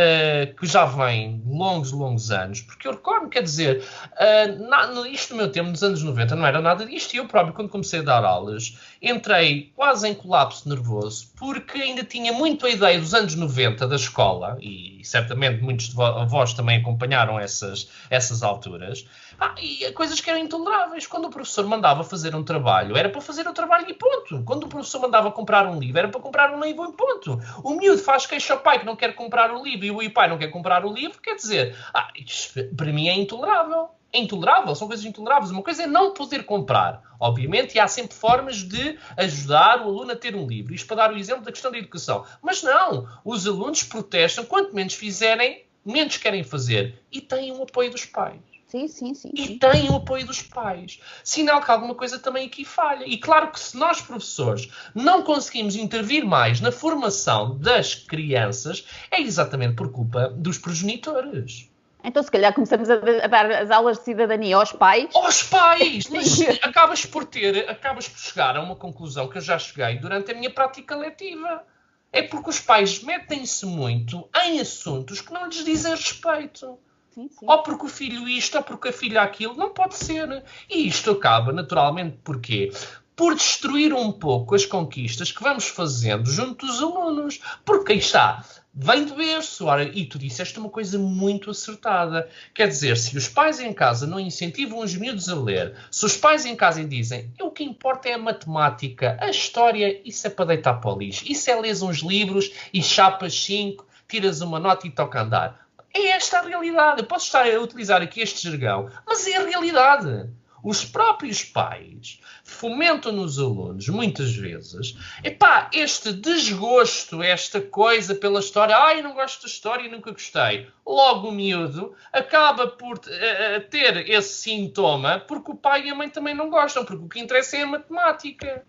que já vem de longos, longos anos. Porque eu recordo, quer dizer, uh, na, no, isto no meu tempo, nos anos noventa, não era nada disto. E eu próprio, quando comecei a dar aulas, entrei quase em colapso nervoso, porque ainda tinha muito a ideia dos anos noventa da escola, e certamente muitos de vós também acompanharam essas, essas alturas, ah, e coisas que eram intoleráveis. Quando o professor mandava fazer um trabalho, era para fazer o trabalho e ponto. Quando o professor mandava comprar um livro, era para comprar um livro e ponto. O miúdo faz queixa ao pai que não quer comprar o livro e o pai não quer comprar o livro, quer dizer, ah, isto para mim é intolerável. É intolerável, são coisas intoleráveis. Uma coisa é não poder comprar, obviamente, e há sempre formas de ajudar o aluno a ter um livro. Isto para dar o exemplo da questão da educação. Mas não, os alunos protestam, quanto menos fizerem, menos querem fazer. E têm o apoio dos pais. Sim, sim, sim. E sim. têm o apoio dos pais. Sinal que alguma coisa também aqui falha. E claro que se nós, professores, não conseguimos intervir mais na formação das crianças, é exatamente por culpa dos progenitores. Então, se calhar, começamos a, a dar as aulas de cidadania aos pais. Aos pais! Mas acabas por ter, acabas por chegar a uma conclusão que eu já cheguei durante a minha prática letiva. É porque os pais metem-se muito em assuntos que não lhes dizem respeito. Sim, sim. Ou porque o filho isto, ou porque a filha aquilo. Não pode ser. E isto acaba, naturalmente, porquê? Por destruir um pouco as conquistas que vamos fazendo junto dos alunos. Porque aí está, vem de berço. Ora, e tu disseste uma coisa muito acertada. Quer dizer, se os pais em casa não incentivam os miúdos a ler, se os pais em casa dizem o que importa é a matemática, a história, isso é para deitar para o lixo. Isso é ler uns livros e chapas cinco, tiras uma nota e toca a andar. É esta a realidade. Eu posso estar a utilizar aqui este jargão, mas é a realidade. Os próprios pais fomentam nos alunos, muitas vezes, epá, este desgosto, esta coisa pela história. Ai, não gosto da história e nunca gostei. Logo o miúdo acaba por uh, ter esse sintoma porque o pai e a mãe também não gostam, porque o que interessa é a matemática.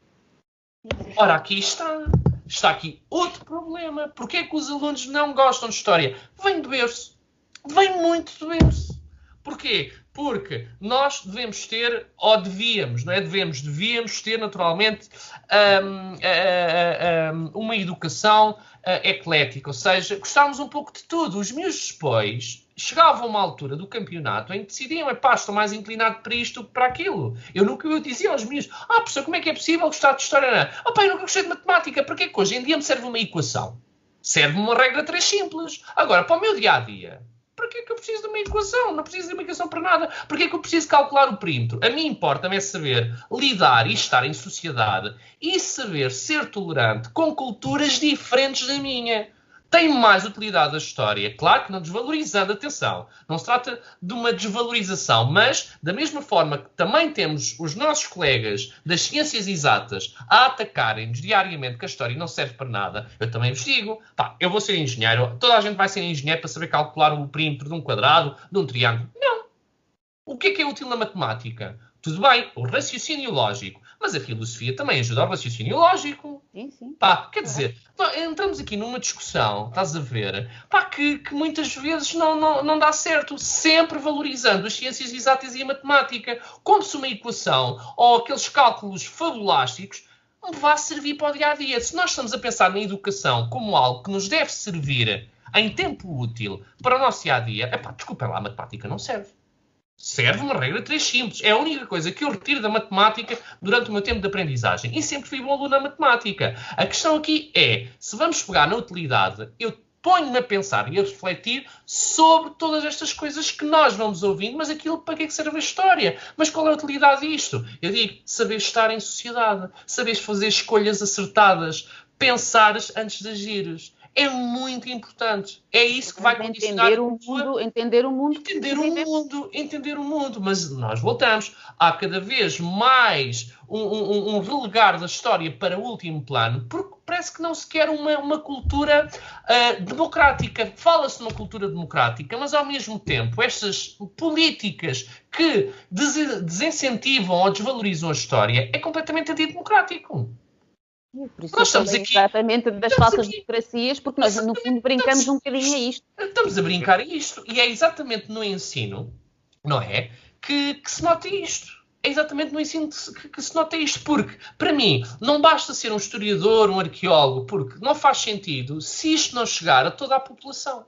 Ora, aqui está. Está aqui outro problema. Porquê é que os alunos não gostam de história? Vem de berço. Vem muito de berço. Porquê? Porque nós devemos ter, ou devíamos, não é? Devemos, devíamos ter, naturalmente, um, uh, uh, uma educação uh, eclética. Ou seja, gostávamos um pouco de tudo. Os miúdos depois chegavam a uma altura do campeonato em que decidiam, é pá, estou mais inclinado para isto do que para aquilo. Eu nunca eu dizia aos miúdos, ah, professor, como é que é possível gostar de história? Não. Ah, pá, eu nunca gostei de matemática. Porquê que hoje em dia me serve uma equação? Serve-me uma regra três simples. Agora, para o meu dia-a-dia, para que é que eu preciso de uma equação? Não preciso de uma equação para nada. Para que é que eu preciso calcular o perímetro? A mim importa-me é saber lidar e estar em sociedade e saber ser tolerante com culturas diferentes da minha. Tem mais utilidade a história. Claro que não desvalorizando, atenção. Não se trata de uma desvalorização, mas da mesma forma que também temos os nossos colegas das ciências exatas a atacarem-nos diariamente que a história não serve para nada, eu também vos digo, pá, eu vou ser engenheiro, toda a gente vai ser engenheiro para saber calcular o perímetro de um quadrado, de um triângulo. Não. O que é que é útil na matemática? Tudo bem, o raciocínio lógico, mas a filosofia também ajuda ao raciocínio lógico. Sim, sim. Pá, quer dizer, entramos aqui numa discussão, estás a ver, pá, que, que muitas vezes não, não, não dá certo, sempre valorizando as ciências exatas e a matemática, como se uma equação ou aqueles cálculos fabulásticos não vá servir para o dia-a-dia. Se nós estamos a pensar na educação como algo que nos deve servir em tempo útil para o nosso dia-a-dia, epá, desculpem lá, a matemática não serve. Serve uma regra de três simples. É a única coisa que eu retiro da matemática durante o meu tempo de aprendizagem. E sempre fui bom aluno na matemática. A questão aqui é, se vamos pegar na utilidade, eu ponho-me a pensar e a refletir sobre todas estas coisas que nós vamos ouvindo, mas aquilo para que é que serve a história? Mas qual é a utilidade disto? Eu digo, saber estar em sociedade, saber fazer escolhas acertadas, pensares antes de agires. É muito importante. É isso que vai condicionar... Entender o mundo, entender o mundo. Entender o mundo, entender o mundo. Mas nós voltamos. Há cada vez mais um, um, um relegar da história para o último plano, porque parece que não se quer uma, uma cultura uh, democrática. Fala-se numa cultura democrática, mas ao mesmo tempo estas políticas que des- desincentivam ou desvalorizam a história é completamente antidemocrático. Por isso nós estamos estamos aqui, exatamente das estamos falsas aqui, democracias, porque nós, no fundo, brincamos estamos, um bocadinho a isto. Estamos a brincar a isto. E é exatamente no ensino, não é? Que, que se nota isto. É exatamente no ensino que, que se nota isto. Porque, para mim, não basta ser um historiador, um arqueólogo, porque não faz sentido se isto não chegar a toda a população.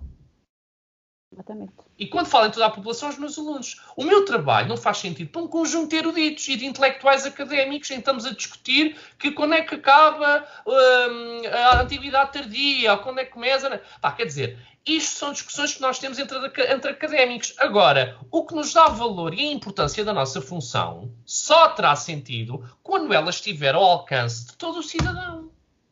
Exatamente. E quando falo em toda a população, os meus alunos. O meu trabalho não faz sentido para um conjunto de eruditos e de intelectuais académicos em que estamos a discutir que quando é que acaba hum, a antiguidade tardia, ou quando é que começa... Pá, quer dizer, isto são discussões que nós temos entre, entre académicos. Agora, o que nos dá valor e a importância da nossa função só terá sentido quando ela estiver ao alcance de todo o cidadão.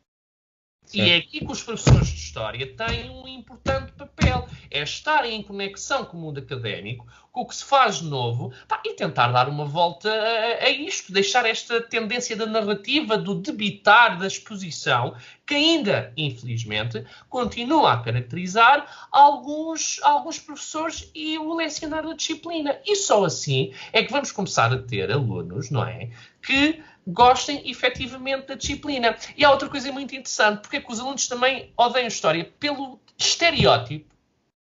Sim. E é aqui que os professores de História têm um importante papel. É estarem em conexão com o mundo académico, com o que se faz de novo, pá, e tentar dar uma volta a, a isto, deixar esta tendência da narrativa, do debitar, da exposição, que ainda, infelizmente, continua a caracterizar alguns, alguns professores e o lecionar da disciplina. E só assim é que vamos começar a ter alunos, não é? Que gostem efetivamente da disciplina. E há outra coisa muito interessante, porque é que os alunos também odeiam História pelo estereótipo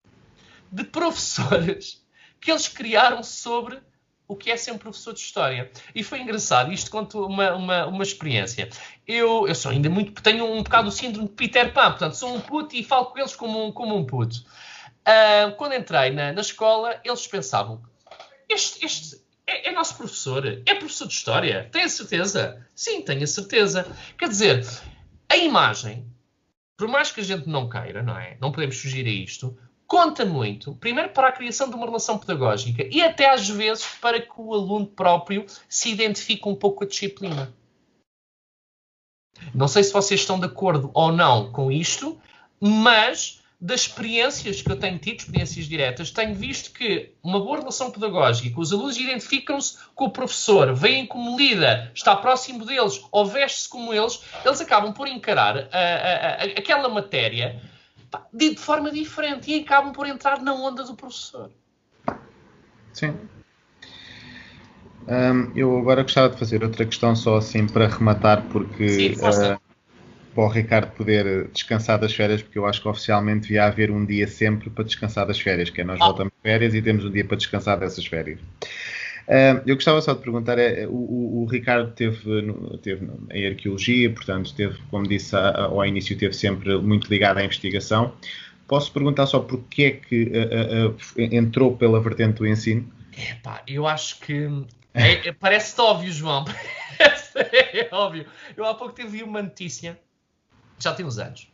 de professores que eles criaram sobre o que é ser um professor de História. E foi engraçado, isto conto uma, uma, uma experiência. Eu, eu sou ainda muito, tenho um bocado o síndrome de Peter Pan, portanto sou um puto e falo com eles como um, como um puto. Uh, quando entrei na, na escola, eles pensavam, este... este É, é nosso professor, é professor de História, tem a certeza? Sim, tenho a certeza. Quer dizer, a imagem, por mais que a gente não queira, não é? Não podemos fugir a isto, conta muito, primeiro para a criação de uma relação pedagógica e até às vezes para que o aluno próprio se identifique um pouco com a disciplina. Não sei se vocês estão de acordo ou não com isto, mas... das experiências que eu tenho tido, experiências diretas, tenho visto que uma boa relação pedagógica, os alunos identificam-se com o professor, veem como lida, está próximo deles ou veste-se como eles, eles acabam por encarar a, a, a, aquela matéria de, de forma diferente e acabam por entrar na onda do professor. Sim. Um, eu agora gostava de fazer outra questão só assim para rematar, porque... Sim, força. Uh, para o Ricardo poder descansar das férias, porque eu acho que oficialmente devia haver um dia sempre para descansar das férias, que é nós ah. voltamos de férias e temos um dia para descansar dessas férias. Uh, eu gostava só de perguntar, é, o, o, o Ricardo teve, teve em arqueologia, portanto, teve, como disse ao início, teve sempre muito ligado à investigação. Posso perguntar só porquê é que uh, uh, uh, entrou pela vertente do ensino? Epá, eu acho que... É, é, parece-te óbvio, João. É óbvio. Eu há pouco tive uma notícia... já tem uns anos,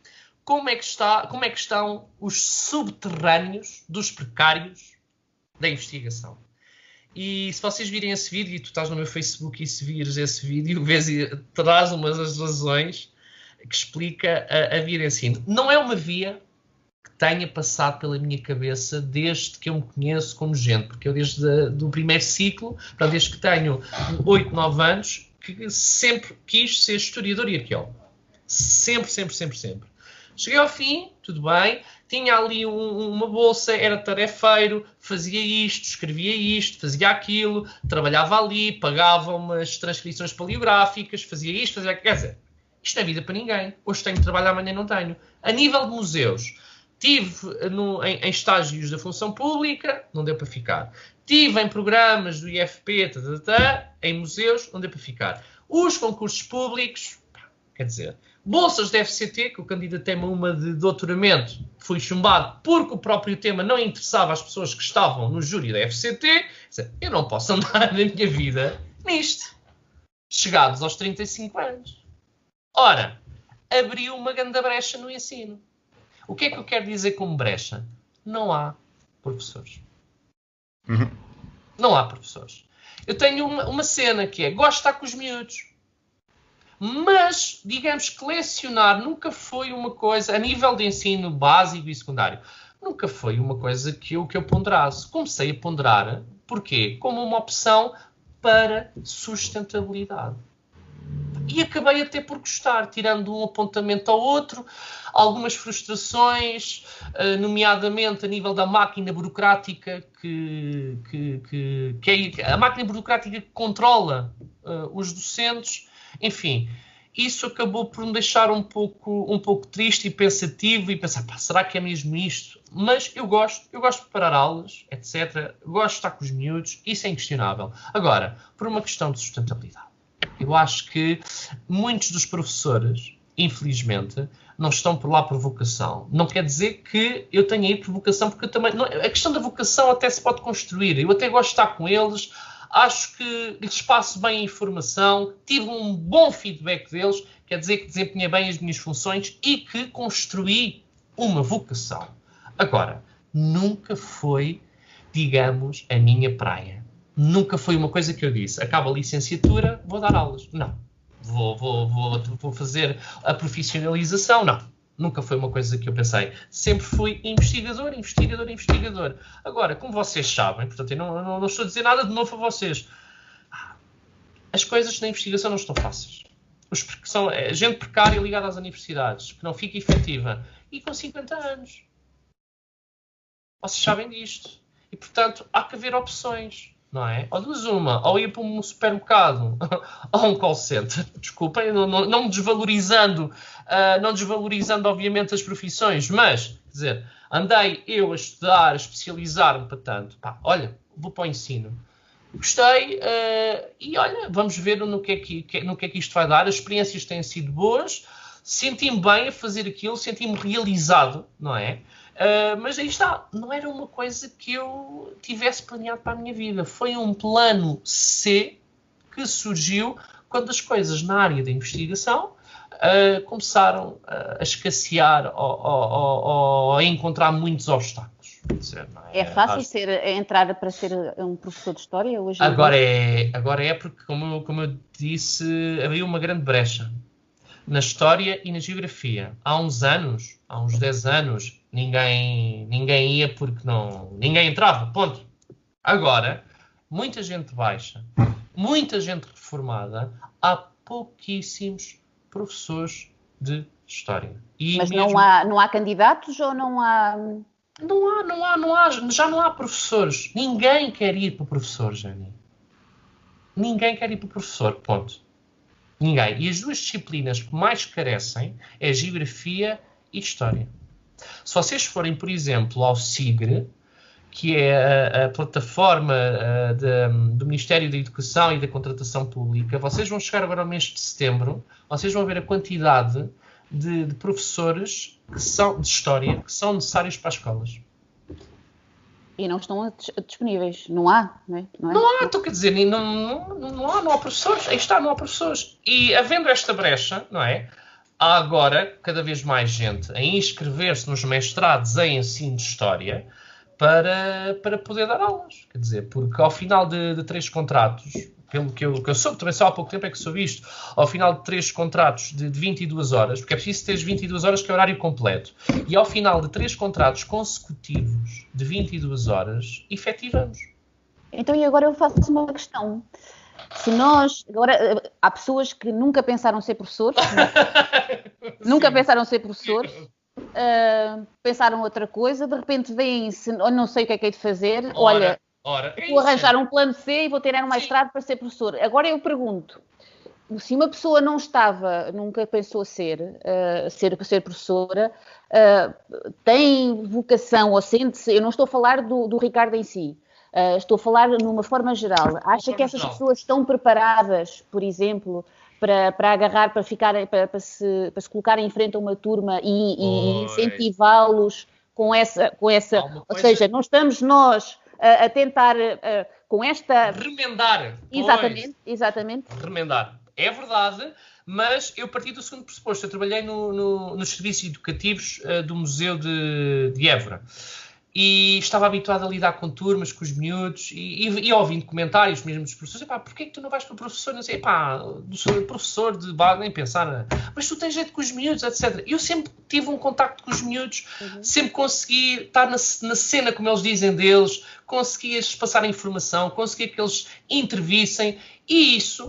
como é que, está, como é que estão os subterrâneos dos precários da investigação. E se vocês virem esse vídeo, e tu estás no meu Facebook e se vires esse vídeo, vês, traz uma das razões que explica a, a via de ensino. Não é uma via que tenha passado pela minha cabeça desde que eu me conheço como gente, porque eu desde o primeiro ciclo, portanto, desde que tenho oito, nove anos, que sempre quis ser historiador e arqueólogo. Sempre, sempre, sempre, sempre. Cheguei ao fim, tudo bem, tinha ali um, uma bolsa, era tarefeiro, fazia isto, escrevia isto, fazia aquilo, trabalhava ali, pagava umas transcrições paleográficas, fazia isto, fazia aquilo. Quer dizer, isto é vida para ninguém. Hoje tenho de trabalhar, amanhã não tenho. A nível de museus, tive no, em, em estágios da função pública, não deu para ficar. Tive em programas do I F P, tá, tá, tá, em museus, não deu para ficar. Os concursos públicos, quer dizer, bolsas da F C T, que eu candidatei-me a uma de doutoramento, fui chumbado porque o próprio tema não interessava às pessoas que estavam no júri da F C T. Quer dizer, eu não posso andar na minha vida nisto. Chegados aos trinta e cinco anos. Ora, abriu uma grande brecha no ensino. O que é que eu quero dizer como brecha? Não há professores. Uhum. Não há professores. Eu tenho uma, uma cena que é, gosto de estar com os miúdos. Mas, digamos que lecionar nunca foi uma coisa, a nível de ensino básico e secundário, nunca foi uma coisa que eu, que eu ponderasse. Comecei a ponderar, porquê? Como uma opção para sustentabilidade. E acabei até por gostar, tirando um apontamento ao outro, algumas frustrações, nomeadamente a nível da máquina burocrática, que, que, que, que é a máquina burocrática que controla uh, os docentes. Enfim, isso acabou por me deixar um pouco, um pouco triste e pensativo e pensar, pá, será que é mesmo isto? Mas eu gosto, eu gosto de preparar aulas, etcétera. Gosto de estar com os miúdos, isso é inquestionável. Agora, por uma questão de sustentabilidade. Eu acho que muitos dos professores, infelizmente, não estão por lá por vocação. Não quer dizer que eu tenha ido por vocação, porque eu também... Não, a questão da vocação até se pode construir. Eu até gosto de estar com eles, acho que lhes passo bem a informação, tive um bom feedback deles, quer dizer que desempenhei bem as minhas funções e que construí uma vocação. Agora, nunca foi, digamos, a minha praia. Nunca foi uma coisa que eu disse, acaba a licenciatura, vou dar aulas. Não. Vou, vou, vou, vou fazer a profissionalização. Não. Nunca foi uma coisa que eu pensei. Sempre fui investigador, investigador, investigador. Agora, como vocês sabem, portanto, eu não, não, não estou a dizer nada de novo a vocês. As coisas na investigação não estão fáceis. Os, são é, gente precária ligada às universidades, que não fica efetiva. E com cinquenta anos. Vocês sabem disto. E, portanto, há que haver opções. Não é? Ou duas uma, ou ir para um supermercado ou um call center, desculpem, não, não, não desvalorizando, uh, não desvalorizando obviamente as profissões, mas, quer dizer, andei eu a estudar, a especializar-me para tanto, pá, olha, vou para o ensino. Gostei uh, e olha, vamos ver no que, é que, no que é que isto vai dar, as experiências têm sido boas, senti-me bem a fazer aquilo, senti-me realizado, não é? Uh, mas aí está, não era uma coisa que eu tivesse planeado para a minha vida. Foi um plano C que surgiu quando as coisas na área da investigação uh, começaram uh, a escassear ou, ou, ou, ou a encontrar muitos obstáculos. Dizer, é? é fácil Acho... ser, a entrada para ser um professor de História hoje? Agora é, agora é porque, como, como eu disse, abriu uma grande brecha na História e na Geografia. Há uns anos, há uns dez anos, ninguém, ninguém ia porque não... Ninguém entrava, ponto. Agora, muita gente baixa, muita gente reformada, há pouquíssimos professores de História. E Mas mesmo... não, há, não há candidatos ou não há... Não há, não há, não há, já não há professores. Ninguém quer ir para o professor, Jenny. Ninguém quer ir para o professor, ponto. Ninguém. E as duas disciplinas que mais carecem é Geografia e História. Se vocês forem, por exemplo, ao SIGRE, que é a, a plataforma a, de, do Ministério da Educação e da Contratação Pública, vocês vão chegar agora ao mês de setembro, vocês vão ver a quantidade de, de professores que são, de História que são necessários para as escolas. E não estão disponíveis. Não há, não é? Não, é? não há, estou a dizer, não, não, não, há, não há professores. Aí está, não há professores. E havendo esta brecha, não é? há agora cada vez mais gente a inscrever-se nos mestrados em ensino de História para, para poder dar aulas. Quer dizer, porque ao final de, de três contratos, pelo que eu, que eu soube, também só há pouco tempo é que soube isto, ao final de três contratos de, de vinte e duas horas, porque é preciso ter vinte e duas horas que é horário completo, e ao final de três contratos consecutivos de vinte e duas horas, efetivamos. Então, e agora eu faço uma questão. Se nós, agora, há pessoas que nunca pensaram ser professores, nunca pensaram ser professores, uh, pensaram outra coisa, de repente vêm-se, ou não sei o que é que é de fazer, ora, olha, ora, é vou arranjar isso. um plano C e vou tirar um mestrado para ser professor. Agora eu pergunto, se uma pessoa não estava, nunca pensou ser, uh, ser, ser professora, uh, tem vocação ou sente-se, eu não estou a falar do, do Ricardo em si, Uh, estou a falar numa forma geral. Acha que essas pessoas estão preparadas, por exemplo, para, para agarrar, para, ficar, para, para, se, para se colocar em frente a uma turma e, e incentivá-los com essa... Com essa ou seja, não estamos nós uh, a tentar uh, com esta... Remendar. Exatamente, exatamente. Remendar. É verdade, mas eu parti do segundo pressuposto. Eu trabalhei no, no, nos serviços educativos uh, do Museu de, de Évora. E estava habituado a lidar com turmas, com os miúdos, e, e, e ouvindo comentários mesmo dos professores, epá, porquê que tu não vais para o professor? Não sei, epá, do professor de base, nem pensar, mas tu tens jeito com os miúdos, etcétera. Eu sempre tive um contacto com os miúdos, uhum. sempre consegui estar na, na cena, como eles dizem deles, conseguia-lhes passar a informação, conseguia que eles intervissem, e isso,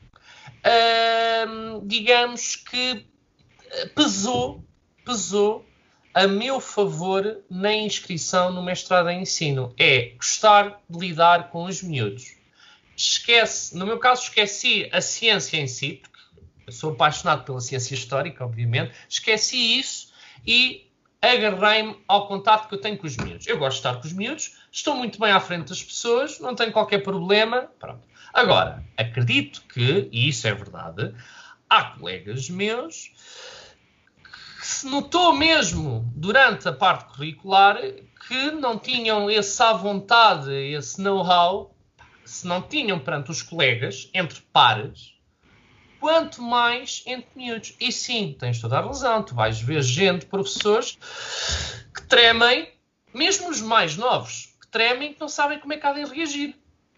hum, digamos que pesou, pesou, a meu favor na inscrição no mestrado em ensino. É gostar de lidar com os miúdos. Esquece, no meu caso esqueci a ciência em si, porque eu sou apaixonado pela ciência histórica, obviamente, esqueci isso e agarrei-me ao contato que eu tenho com os miúdos. Eu gosto de estar com os miúdos, estou muito bem à frente das pessoas, não tenho qualquer problema. Pronto. Agora, acredito que, e isso é verdade, há colegas meus que se notou mesmo durante a parte curricular que não tinham esse à vontade, esse know-how, se não tinham perante os colegas, entre pares, quanto mais entre miúdos. E sim, tens toda a razão, tu vais ver gente, professores, que tremem, mesmo os mais novos, que tremem e que não sabem como é que há de reagir.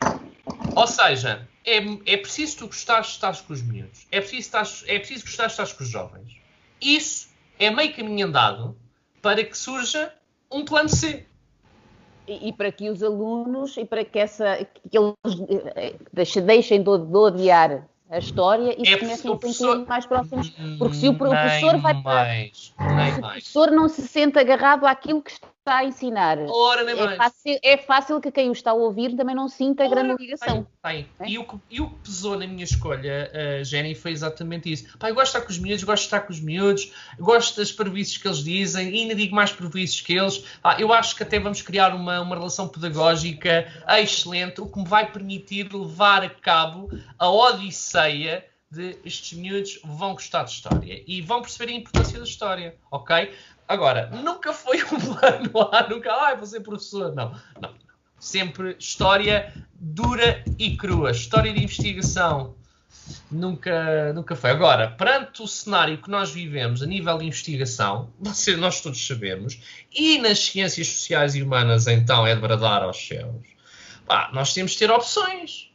Ou seja, é, é preciso tu gostares de estar com os miúdos, é preciso, estar, é preciso gostar de estar com os jovens. Isso é meio caminho andado para que surja um plano C. E, e para que os alunos, e para que, essa, que eles deixem, deixem de, de odiar a história e se comecem a sentir mais próximos. Porque se o, o professor vai mais, nem se o mais. professor não se sente agarrado àquilo que está a ensinar, Ora, nem é, mais. fácil, é fácil que quem o está a ouvir também não sinta Ora, grande ligação. Tem, tem. É? E, o que, e o que pesou na minha escolha, uh, Jenny, foi exatamente isso. Pá, eu gosto de estar com os miúdos, gosto de estar com os miúdos, gosto das parvoíces que eles dizem, e ainda digo mais parvoíces que eles. Pá, eu acho que até vamos criar uma, uma relação pedagógica excelente, o que me vai permitir levar a cabo a odisseia de estes miúdos vão gostar de história e vão perceber a importância da história, ok? Agora, nunca foi um plano A, nunca, ah, vou ser professor, não, não. Sempre história dura e crua, história de investigação, nunca, nunca foi. Agora, perante o cenário que nós vivemos a nível de investigação, nós todos sabemos, e nas ciências sociais e humanas, então, é de bradar aos céus, pá, nós temos de ter opções.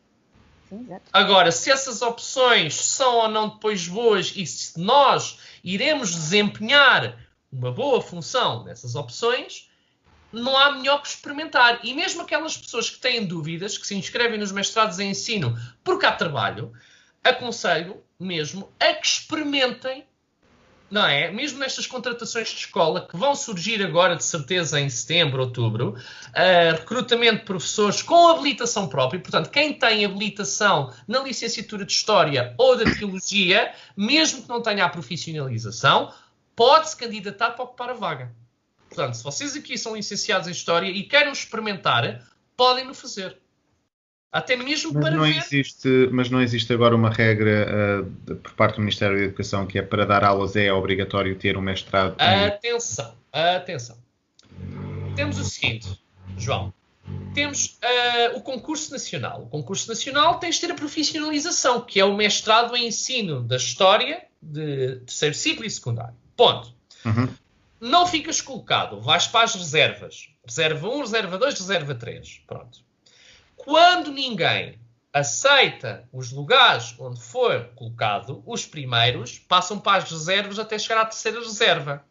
Agora, se essas opções são ou não depois boas e se nós iremos desempenhar uma boa função nessas opções, não há melhor que experimentar. E mesmo aquelas pessoas que têm dúvidas, que se inscrevem nos mestrados em ensino porque há trabalho, aconselho mesmo a que experimentem, não é? Mesmo nestas contratações de escola que vão surgir agora, de certeza, em setembro, outubro, uh, recrutamento de professores com habilitação própria. Portanto, quem tem habilitação na licenciatura de História ou da Teologia, mesmo que não tenha a profissionalização, pode-se candidatar para ocupar a vaga. Portanto, se vocês aqui são licenciados em História e querem experimentar, podem-no fazer. Até mesmo mas para não ver... Existe, mas não existe agora uma regra uh, por parte do Ministério da Educação que é para dar aulas é obrigatório ter um mestrado? Atenção, atenção. Temos o seguinte, João. temos uh, o concurso nacional. O concurso nacional tens de ter a profissionalização, que é o mestrado em ensino da história de terceiro ciclo e secundário. Ponto. Uhum. Não ficas colocado, vais para as reservas. Reserva um, reserva dois, reserva três. Pronto. Quando ninguém aceita os lugares onde for colocado, os primeiros passam para as reservas até chegar à terceira reserva.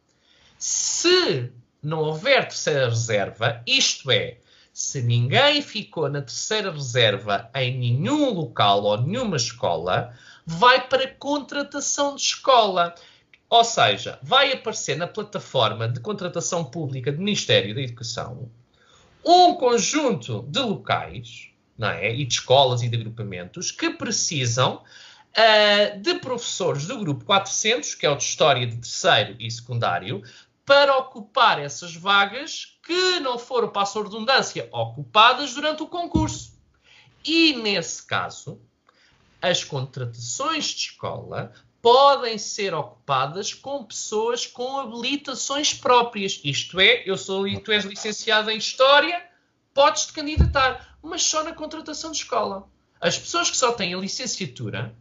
Se não houver terceira reserva, isto é, se ninguém ficou na terceira reserva em nenhum local ou nenhuma escola, vai para contratação de escola. Ou seja, vai aparecer na plataforma de contratação pública do Ministério da Educação um conjunto de locais, não é? E de escolas e de agrupamentos que precisam uh, de professores do grupo quatrocentos, que é o de História de terceiro e secundário, para ocupar essas vagas que não foram, passo a redundância, ocupadas durante o concurso. E, nesse caso, as contratações de escola podem ser ocupadas com pessoas com habilitações próprias. Isto é, eu sou, tu és licenciado em História, podes-te candidatar, mas só na contratação de escola. As pessoas que só têm a licenciatura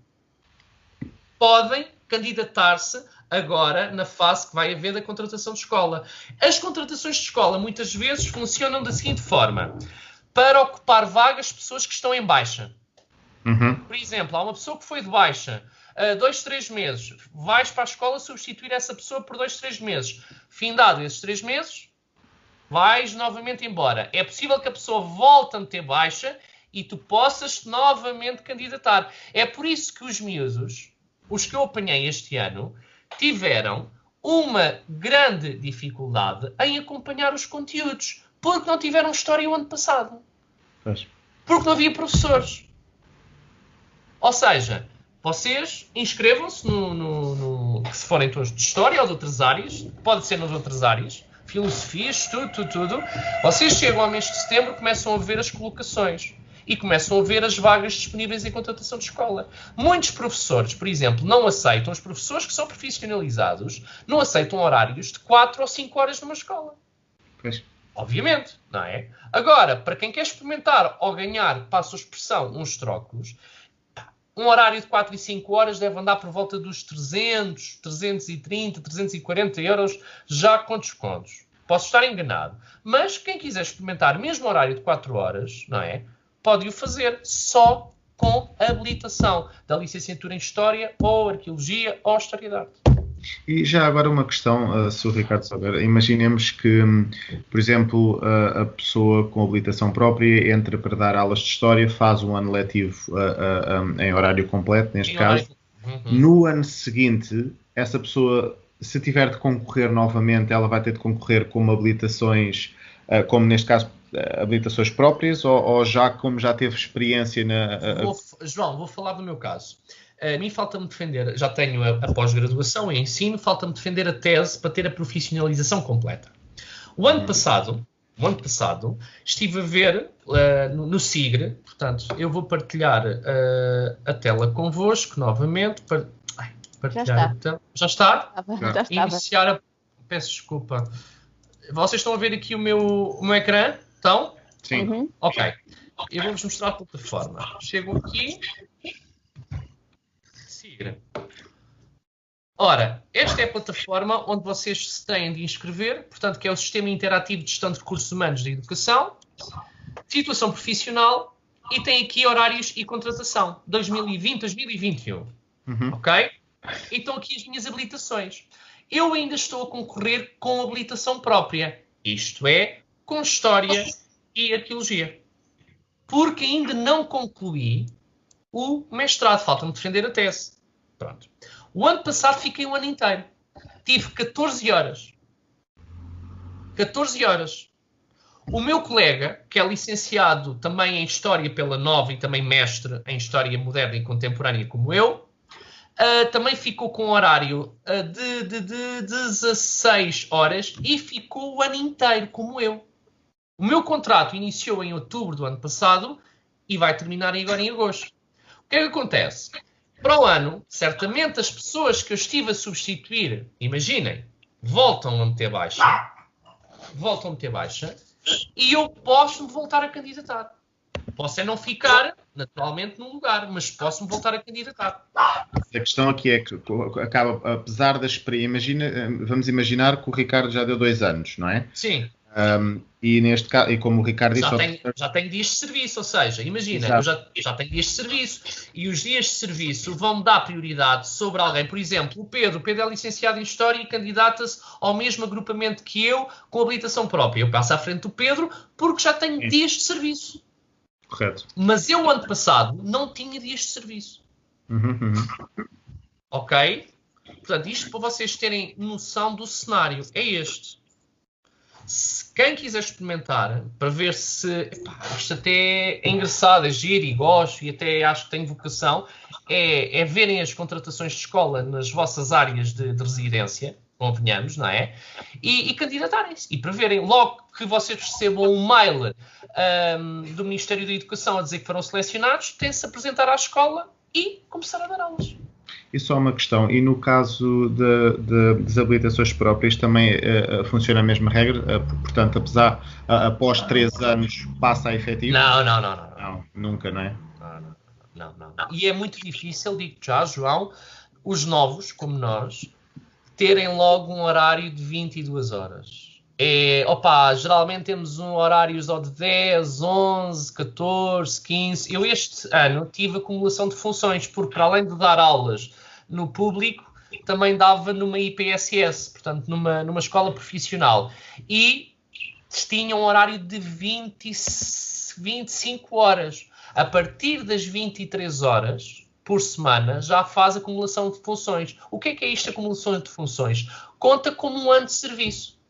podem candidatar-se agora na fase que vai haver da contratação de escola. As contratações de escola muitas vezes funcionam da seguinte forma: para ocupar vagas, pessoas que estão em baixa. Uhum. Por exemplo, há uma pessoa que foi de baixa uh, dois, três meses, vais para a escola substituir essa pessoa por dois, três meses. Findado esses três meses, vais novamente embora. É possível que a pessoa volte a meter baixa e tu possas novamente candidatar. É por isso que os miúdos, os que eu apanhei este ano, tiveram uma grande dificuldade em acompanhar os conteúdos, porque não tiveram história o ano passado. Pois. Porque não havia professores. Ou seja, vocês inscrevam-se no, no, no, se forem todos de História ou de outras áreas, pode ser nas outras áreas, filosofias, tudo, tudo, tudo. Vocês chegam ao mês de setembro, começam a ver as colocações e começam a ver as vagas disponíveis em contratação de escola. Muitos professores, por exemplo, não aceitam, os professores que são profissionalizados, não aceitam horários de quatro ou cinco horas numa escola. Pois. Obviamente, não é? Agora, para quem quer experimentar ou ganhar, passo a expressão, uns trocos, um horário de quatro e cinco horas deve andar por volta dos trezentos, trezentos e trinta, trezentos e quarenta euros, já com descontos. Posso estar enganado. Mas quem quiser experimentar mesmo horário de quatro horas, não é? Pode o fazer só com a habilitação da licenciatura em História ou Arqueologia ou História da Arte. E já agora uma questão, uh, se o Ricardo souber. Imaginemos que, um, por exemplo, uh, a pessoa com habilitação própria entra para dar aulas de História, faz um ano letivo uh, uh, um, em horário completo, neste em caso. Uhum. No ano seguinte, essa pessoa, se tiver de concorrer novamente, ela vai ter de concorrer com habilitações, uh, como neste caso, uh, habilitações próprias, ou, ou já como já teve experiência na... Uh, vou, João, vou falar do meu caso. A mim falta-me defender, já tenho a, a pós-graduação em ensino, falta-me defender a tese para ter a profissionalização completa. O ano passado, o ano passado estive a ver uh, no, no SIGRE, portanto, eu vou partilhar uh, a tela convosco novamente. Par, ai, partilhar já está. A tela. Já está? Já, já Iniciar a... Peço desculpa. Vocês estão a ver aqui o meu, o meu ecrã? Estão? Sim. Uhum. Ok. Eu vou-vos mostrar a plataforma. Chego aqui... Ora, esta é a plataforma onde vocês se têm de inscrever, portanto, que é o Sistema Interativo de Gestão de Recursos Humanos da Educação, situação profissional, e tem aqui horários e contratação, dois mil e vinte, dois mil e vinte e um. Uhum. Ok? E estão aqui as minhas habilitações. Eu ainda estou a concorrer com habilitação própria, isto é, com História e Arqueologia, porque ainda não concluí o mestrado, falta-me defender a tese. Pronto. O ano passado fiquei um ano inteiro. Tive catorze horas. catorze horas. O meu colega, que é licenciado também em História pela Nova e também mestre em História Moderna e Contemporânea como eu, uh, também ficou com horário uh, de, de, de dezasseis horas e ficou o ano inteiro como eu. O meu contrato iniciou em outubro do ano passado e vai terminar agora em agosto. O que é que acontece? Para o ano, certamente as pessoas que eu estive a substituir, imaginem, voltam a meter baixa, voltam a meter baixa, e eu posso me voltar a candidatar. Posso é não ficar, naturalmente, num lugar, mas posso me voltar a candidatar. A questão aqui é que acaba, apesar da experiência, imagina, vamos imaginar que o Ricardo já deu dois anos, não é? Sim. Um, e neste caso, e como o Ricardo disse... Já tenho, já tenho dias de serviço, ou seja, imagina, Exato. eu já, já tenho dias de serviço e os dias de serviço vão-me dar prioridade sobre alguém. Por exemplo, o Pedro. O Pedro é licenciado em História e candidata-se ao mesmo agrupamento que eu com habilitação própria. Eu passo à frente do Pedro porque já tenho Sim. dias de serviço. Correto. Mas eu, ano passado, não tinha dias de serviço. Uhum, uhum. Ok? Portanto, isto para vocês terem noção do cenário é este. Se quem quiser experimentar, para ver se... Epá, isto até é engraçado, é giro e gosto e até acho que tem vocação, é, é verem as contratações de escola nas vossas áreas de, de residência, convenhamos, não é? E, e candidatarem-se. E para verem, logo que vocês recebam um mail um, do Ministério da Educação a dizer que foram selecionados, têm-se apresentar à escola e começar a dar aulas. E só uma questão, e no caso de, de desabilitações próprias também uh, funciona a mesma regra? Uh, portanto, apesar, uh, após três anos passa a efetivo? Não, não, não, não. Não, nunca, não é? Não, não, não, não, não. E é muito difícil, digo já, João, os novos, como nós, terem logo um horário de vinte e duas horas. É, opa, geralmente temos um horário só de dez, onze, catorze, quinze. Eu este ano tive acumulação de funções, porque para além de dar aulas no público, também dava numa I P S S, portanto numa, numa escola profissional. E tinha um horário de vinte, vinte e cinco horas. A partir das vinte e três horas por semana já faz acumulação de funções. O que é que é isto, acumulação de funções? Conta como um ano de serviço.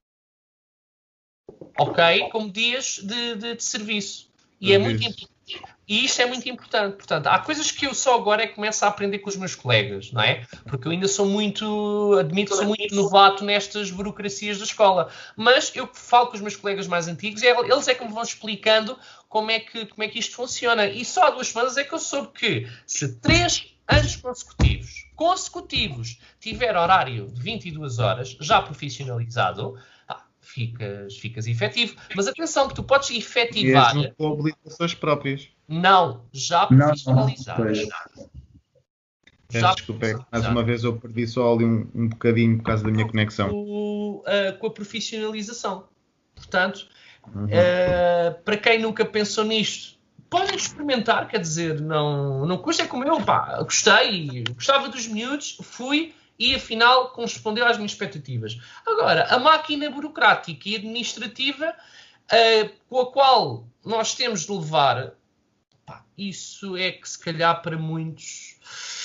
Ok? Como dias de, de, de serviço. E, é muito, e isto é muito importante. Portanto, há coisas que eu só agora é que começo a aprender com os meus colegas, não é? Porque eu ainda sou muito, admito, sou muito novato nestas burocracias da escola. Mas eu falo com os meus colegas mais antigos e eles é que me vão explicando como é que, como é que isto funciona. E só há duas semanas é que eu soube que se três anos consecutivos, consecutivos, tiver horário de vinte e duas horas, já profissionalizado, Ficas, ficas efetivo. Mas atenção, que tu podes efetivar... Mesmo com habilitações próprias. Não, já profissionalizado. Não, já Desculpa, é mais uma vez eu perdi só ali um, um bocadinho por causa da minha conexão. O, uh, com a profissionalização. Portanto, uhum. uh, para quem nunca pensou nisto, podem experimentar, quer dizer, não, não custa, é como eu, pá, gostei, gostava dos miúdos, fui... e, afinal, correspondeu às minhas expectativas. Agora, a máquina burocrática e administrativa uh, com a qual nós temos de levar, pá, isso é que, se calhar, para muitos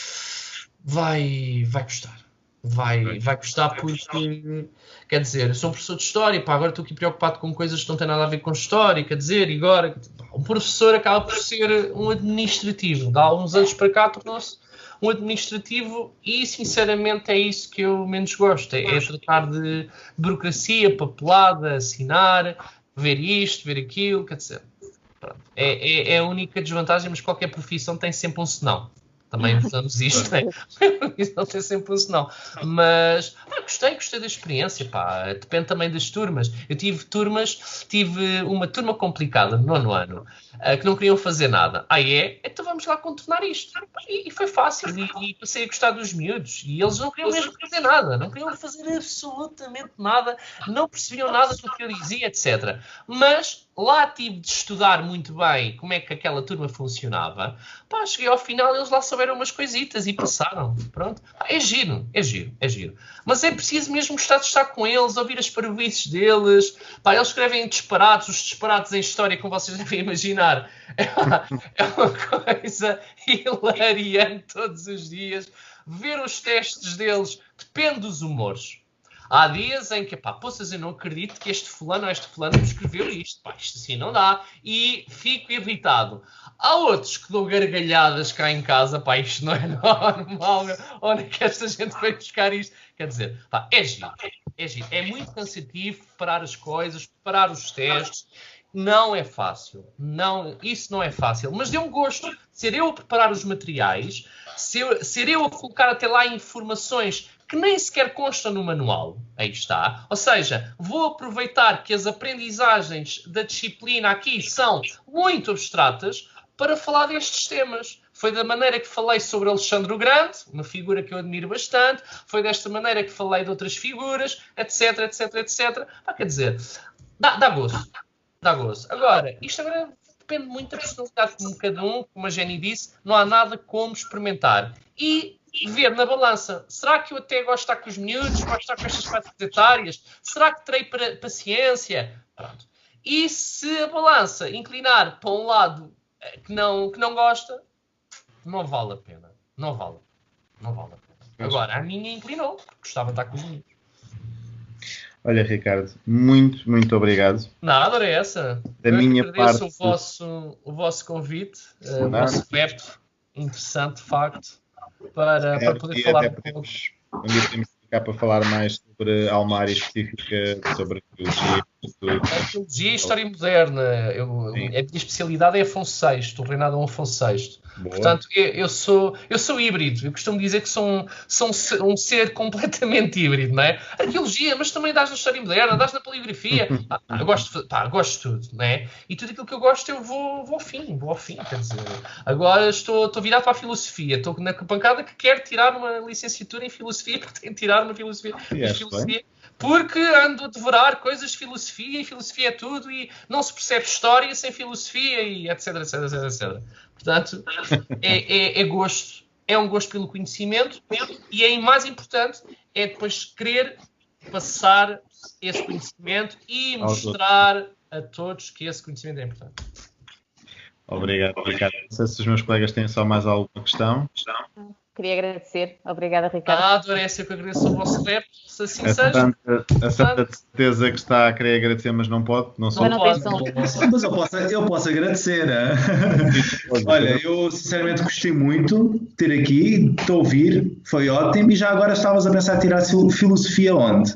vai, vai custar. Vai, vai custar porque, quer dizer, eu sou um professor de História, pá, agora estou aqui preocupado com coisas que não têm nada a ver com História, quer dizer, e agora, pá, um professor acaba por ser um administrativo. De há uns anos para cá tornou-se um administrativo e, sinceramente, é isso que eu menos gosto. É, é tratar de burocracia, papelada, assinar, ver isto, ver aquilo, quer dizer, pronto. É, é, é a única desvantagem, mas qualquer profissão tem sempre um senão. Também usamos isto, né? Não tem sempre um senão. Mas ah, gostei, gostei da experiência, pá. Depende também das turmas. Eu tive turmas, tive uma turma complicada no nono ano, uh, que não queriam fazer nada. Ah, é? Então vamos lá contornar isto. E, e foi fácil. E, e passei a gostar dos miúdos. E eles não queriam mesmo fazer nada. Não queriam fazer absolutamente nada. Não percebiam nada do que eu dizia, etcétera. Mas lá tive de estudar muito bem como é que aquela turma funcionava. Pá, cheguei ao final e eles lá souberam umas coisitas e passaram. Pronto. Pá, é giro, é giro, é giro. Mas é preciso mesmo gostar de estar com eles, ouvir as parvoíces deles. Pá, eles escrevem disparados, os disparados em história, como vocês devem imaginar. É uma, é uma coisa hilariante todos os dias. Ver os testes deles depende dos humores. Há dias em que, pá, poças, eu não acredito que este fulano ou este fulano me escreveu isto. Pá, isto assim não dá. E fico irritado. Há outros que dão gargalhadas cá em casa. Pá, isto não é normal. Meu. Onde é que esta gente vai buscar isto? Quer dizer, pá, é giro. É giro. É muito cansativo preparar as coisas, preparar os testes. Não é fácil. Não, isso não é fácil. Mas deu-me gosto ser eu a preparar os materiais, ser, ser eu a colocar até lá informações que nem sequer constam no manual. Aí está. Ou seja, vou aproveitar que as aprendizagens da disciplina aqui são muito abstratas para falar destes temas. Foi da maneira que falei sobre Alexandre o Grande, uma figura que eu admiro bastante. Foi desta maneira que falei de outras figuras, etc, etc, etcétera. Ah, quer dizer, dá, dá gosto. Dá gosto. Agora, isto agora depende muito da personalidade de cada um. Como a Jenny disse, não há nada como experimentar. E ver na balança, será que eu até gosto de estar com os miúdos, gosto de estar com estas faixas etárias? Será que terei para, paciência? Pronto. E se a balança inclinar para um lado que não, que não gosta, não vale a pena. Não vale. Não vale a pena. Agora, a minha inclinou, porque gostava de estar com os miúdos. Olha, Ricardo, muito, muito obrigado. Nada, era essa. Da eu minha agradeço parte... o vosso, o vosso convite, uh, o vosso rap, interessante, de facto, para, é, para poder falar um podemos, pouco. Um dia podemos ficar para falar mais sobre a uma área específica, sobre arqueologia. Arqueologia e história moderna. Eu, a minha especialidade é Afonso sexto, o reinado de Afonso sexto. Boa. Portanto, eu, eu, sou, eu sou híbrido. Eu costumo dizer que sou um, sou um, um ser completamente híbrido, não é? Arqueologia, mas também dás na história moderna, dás na paleografia. Ah, eu gosto, pá, gosto de tudo, não é? E tudo aquilo que eu gosto eu vou, vou ao fim, vou ao fim, quer dizer. Agora estou, estou virado para a filosofia. Estou na pancada que quero tirar uma licenciatura em filosofia, porque tenho que tirar uma filosofia. Yes, filosofia porque ando a devorar coisas de filosofia, e filosofia é tudo, e não se percebe história sem filosofia, e etc, etc, etc, etcétera. Portanto, é, é, é gosto, é um gosto pelo conhecimento, e é mais importante, é depois querer passar esse conhecimento e mostrar a todos que esse conhecimento é importante. Obrigado, Ricardo. Não sei se os meus colegas têm só mais alguma questão. Queria agradecer. Obrigada, Ricardo. Ah, Dorécia, que eu agradeço o vosso rap, se assim a seja. Santa, a Santa de certeza que está a querer agradecer, mas não pode. Não sou. Não pode. Mas eu posso, eu posso agradecer. Olha, eu sinceramente gostei muito de ter aqui, de ouvir, foi ótimo. E já agora estavas a pensar em tirar filosofia onde?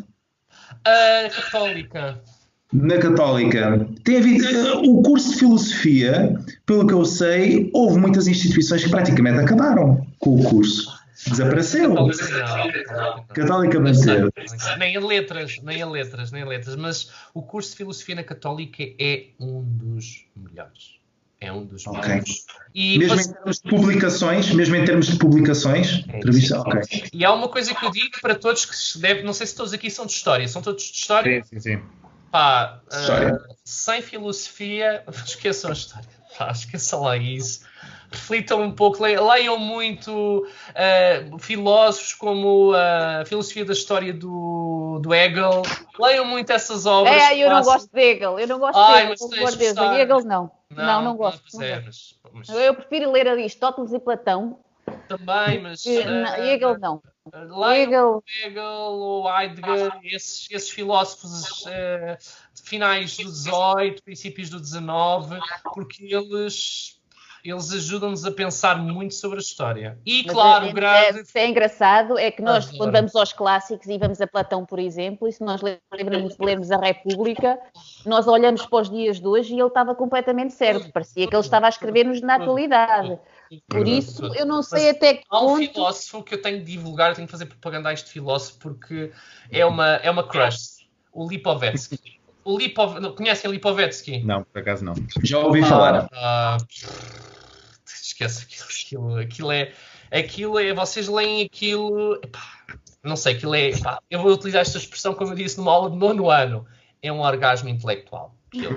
A Católica. Na Católica. Tem havido, o curso de filosofia, pelo que eu sei, houve muitas instituições que praticamente acabaram com o curso. Desapareceu. Católica, Católica manteve. Nem a letras, nem a letras, nem a letras. Mas o curso de filosofia na Católica é um dos melhores. É um dos okay. melhores. E mesmo posso... em termos de publicações, mesmo em termos de publicações, é, revista, okay. E há uma coisa que eu digo para todos que se deve, não sei se todos aqui são de história, são todos de história? Sim, sim, sim. Pá, uh, sem filosofia, esqueçam a história. Pá, esqueçam lá isso. Reflitam um pouco, leiam muito uh, filósofos como a filosofia da história do, do Hegel. Leiam muito essas obras. É, eu não gosto de Hegel. Eu não gosto Ai, de Hegel. Deus, de Hegel não. Não, não, não gosto. Não, é, gosto. Mas, mas... Eu prefiro ler Aristóteles e Platão. Também, mas... Que, uh, Hegel não. Hegel, Hegel ou Heidegger, esses, esses filósofos uh, de finais do dezoito, princípios do dezanove, porque eles, eles ajudam-nos a pensar muito sobre a história. E, mas claro, é, o grande... É, é engraçado, é que nós, ah, quando vamos aos clássicos e vamos a Platão, por exemplo, e se nós lembramos de lermos a República, nós olhamos para os dias de hoje e ele estava completamente certo. Parecia que ele estava a escrever-nos na atualidade. Por isso, eu não sei mas até que há um ponto... filósofo que eu tenho de divulgar, eu tenho que fazer propaganda a este filósofo, porque é uma, é uma crush. O Lipovetsky. O Lipov... Conhecem o Lipovetsky? Não, por acaso não. Já ouvi falar. Ah, esquece aquilo. Aquilo, aquilo é... Aquilo é... Vocês leem aquilo... Epá, não sei, aquilo é... Epá, eu vou utilizar esta expressão, como eu disse, numa aula de nono ano. É um orgasmo intelectual. Aquilo,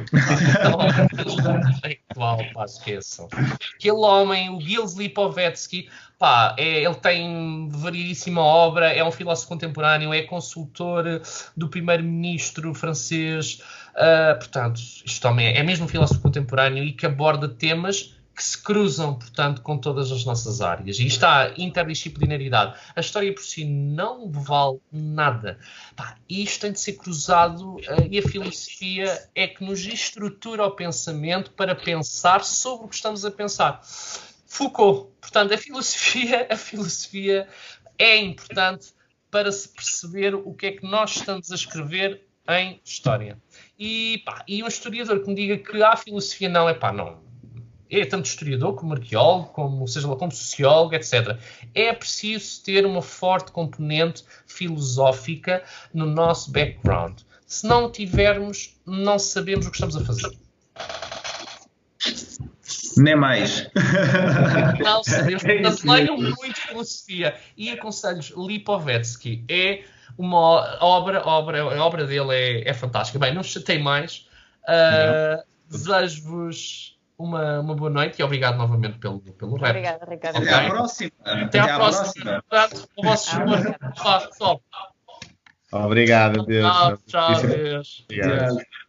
intelectual, pá, esqueçam. Aquele homem, o Gilles Lipovetsky, pá, é, ele tem variedíssima obra, é um filósofo contemporâneo, é consultor do primeiro-ministro francês, uh, portanto, isto também é, é mesmo um filósofo contemporâneo e que aborda temas que se cruzam, portanto, com todas as nossas áreas. E está a interdisciplinaridade. A história por si não vale nada. Pá, isto tem de ser cruzado uh, e a filosofia é que nos estrutura o pensamento para pensar sobre o que estamos a pensar. Foucault. Portanto, a filosofia, a filosofia é importante para se perceber o que é que nós estamos a escrever em história. E, pá, e um historiador que me diga que há filosofia não, é pá, não. é tanto historiador como arqueólogo, como, seja lá, como sociólogo, etcétera. É preciso ter uma forte componente filosófica no nosso background. Se não tivermos, não sabemos o que estamos a fazer. Nem mais. Não sabemos. Portanto, leiam muito filosofia. E aconselho-vos Lipovetsky. É uma obra, obra, a obra dele é, é fantástica. Bem, não vos chatei mais. Uh, desejo-vos uma, uma boa noite e obrigado novamente pelo, pelo rap. Obrigada, Ricardo. Até à próxima. Até à próxima. O vosso Ah, top. Obrigado, Deus. Tchau, tchau, Deus. Obrigado.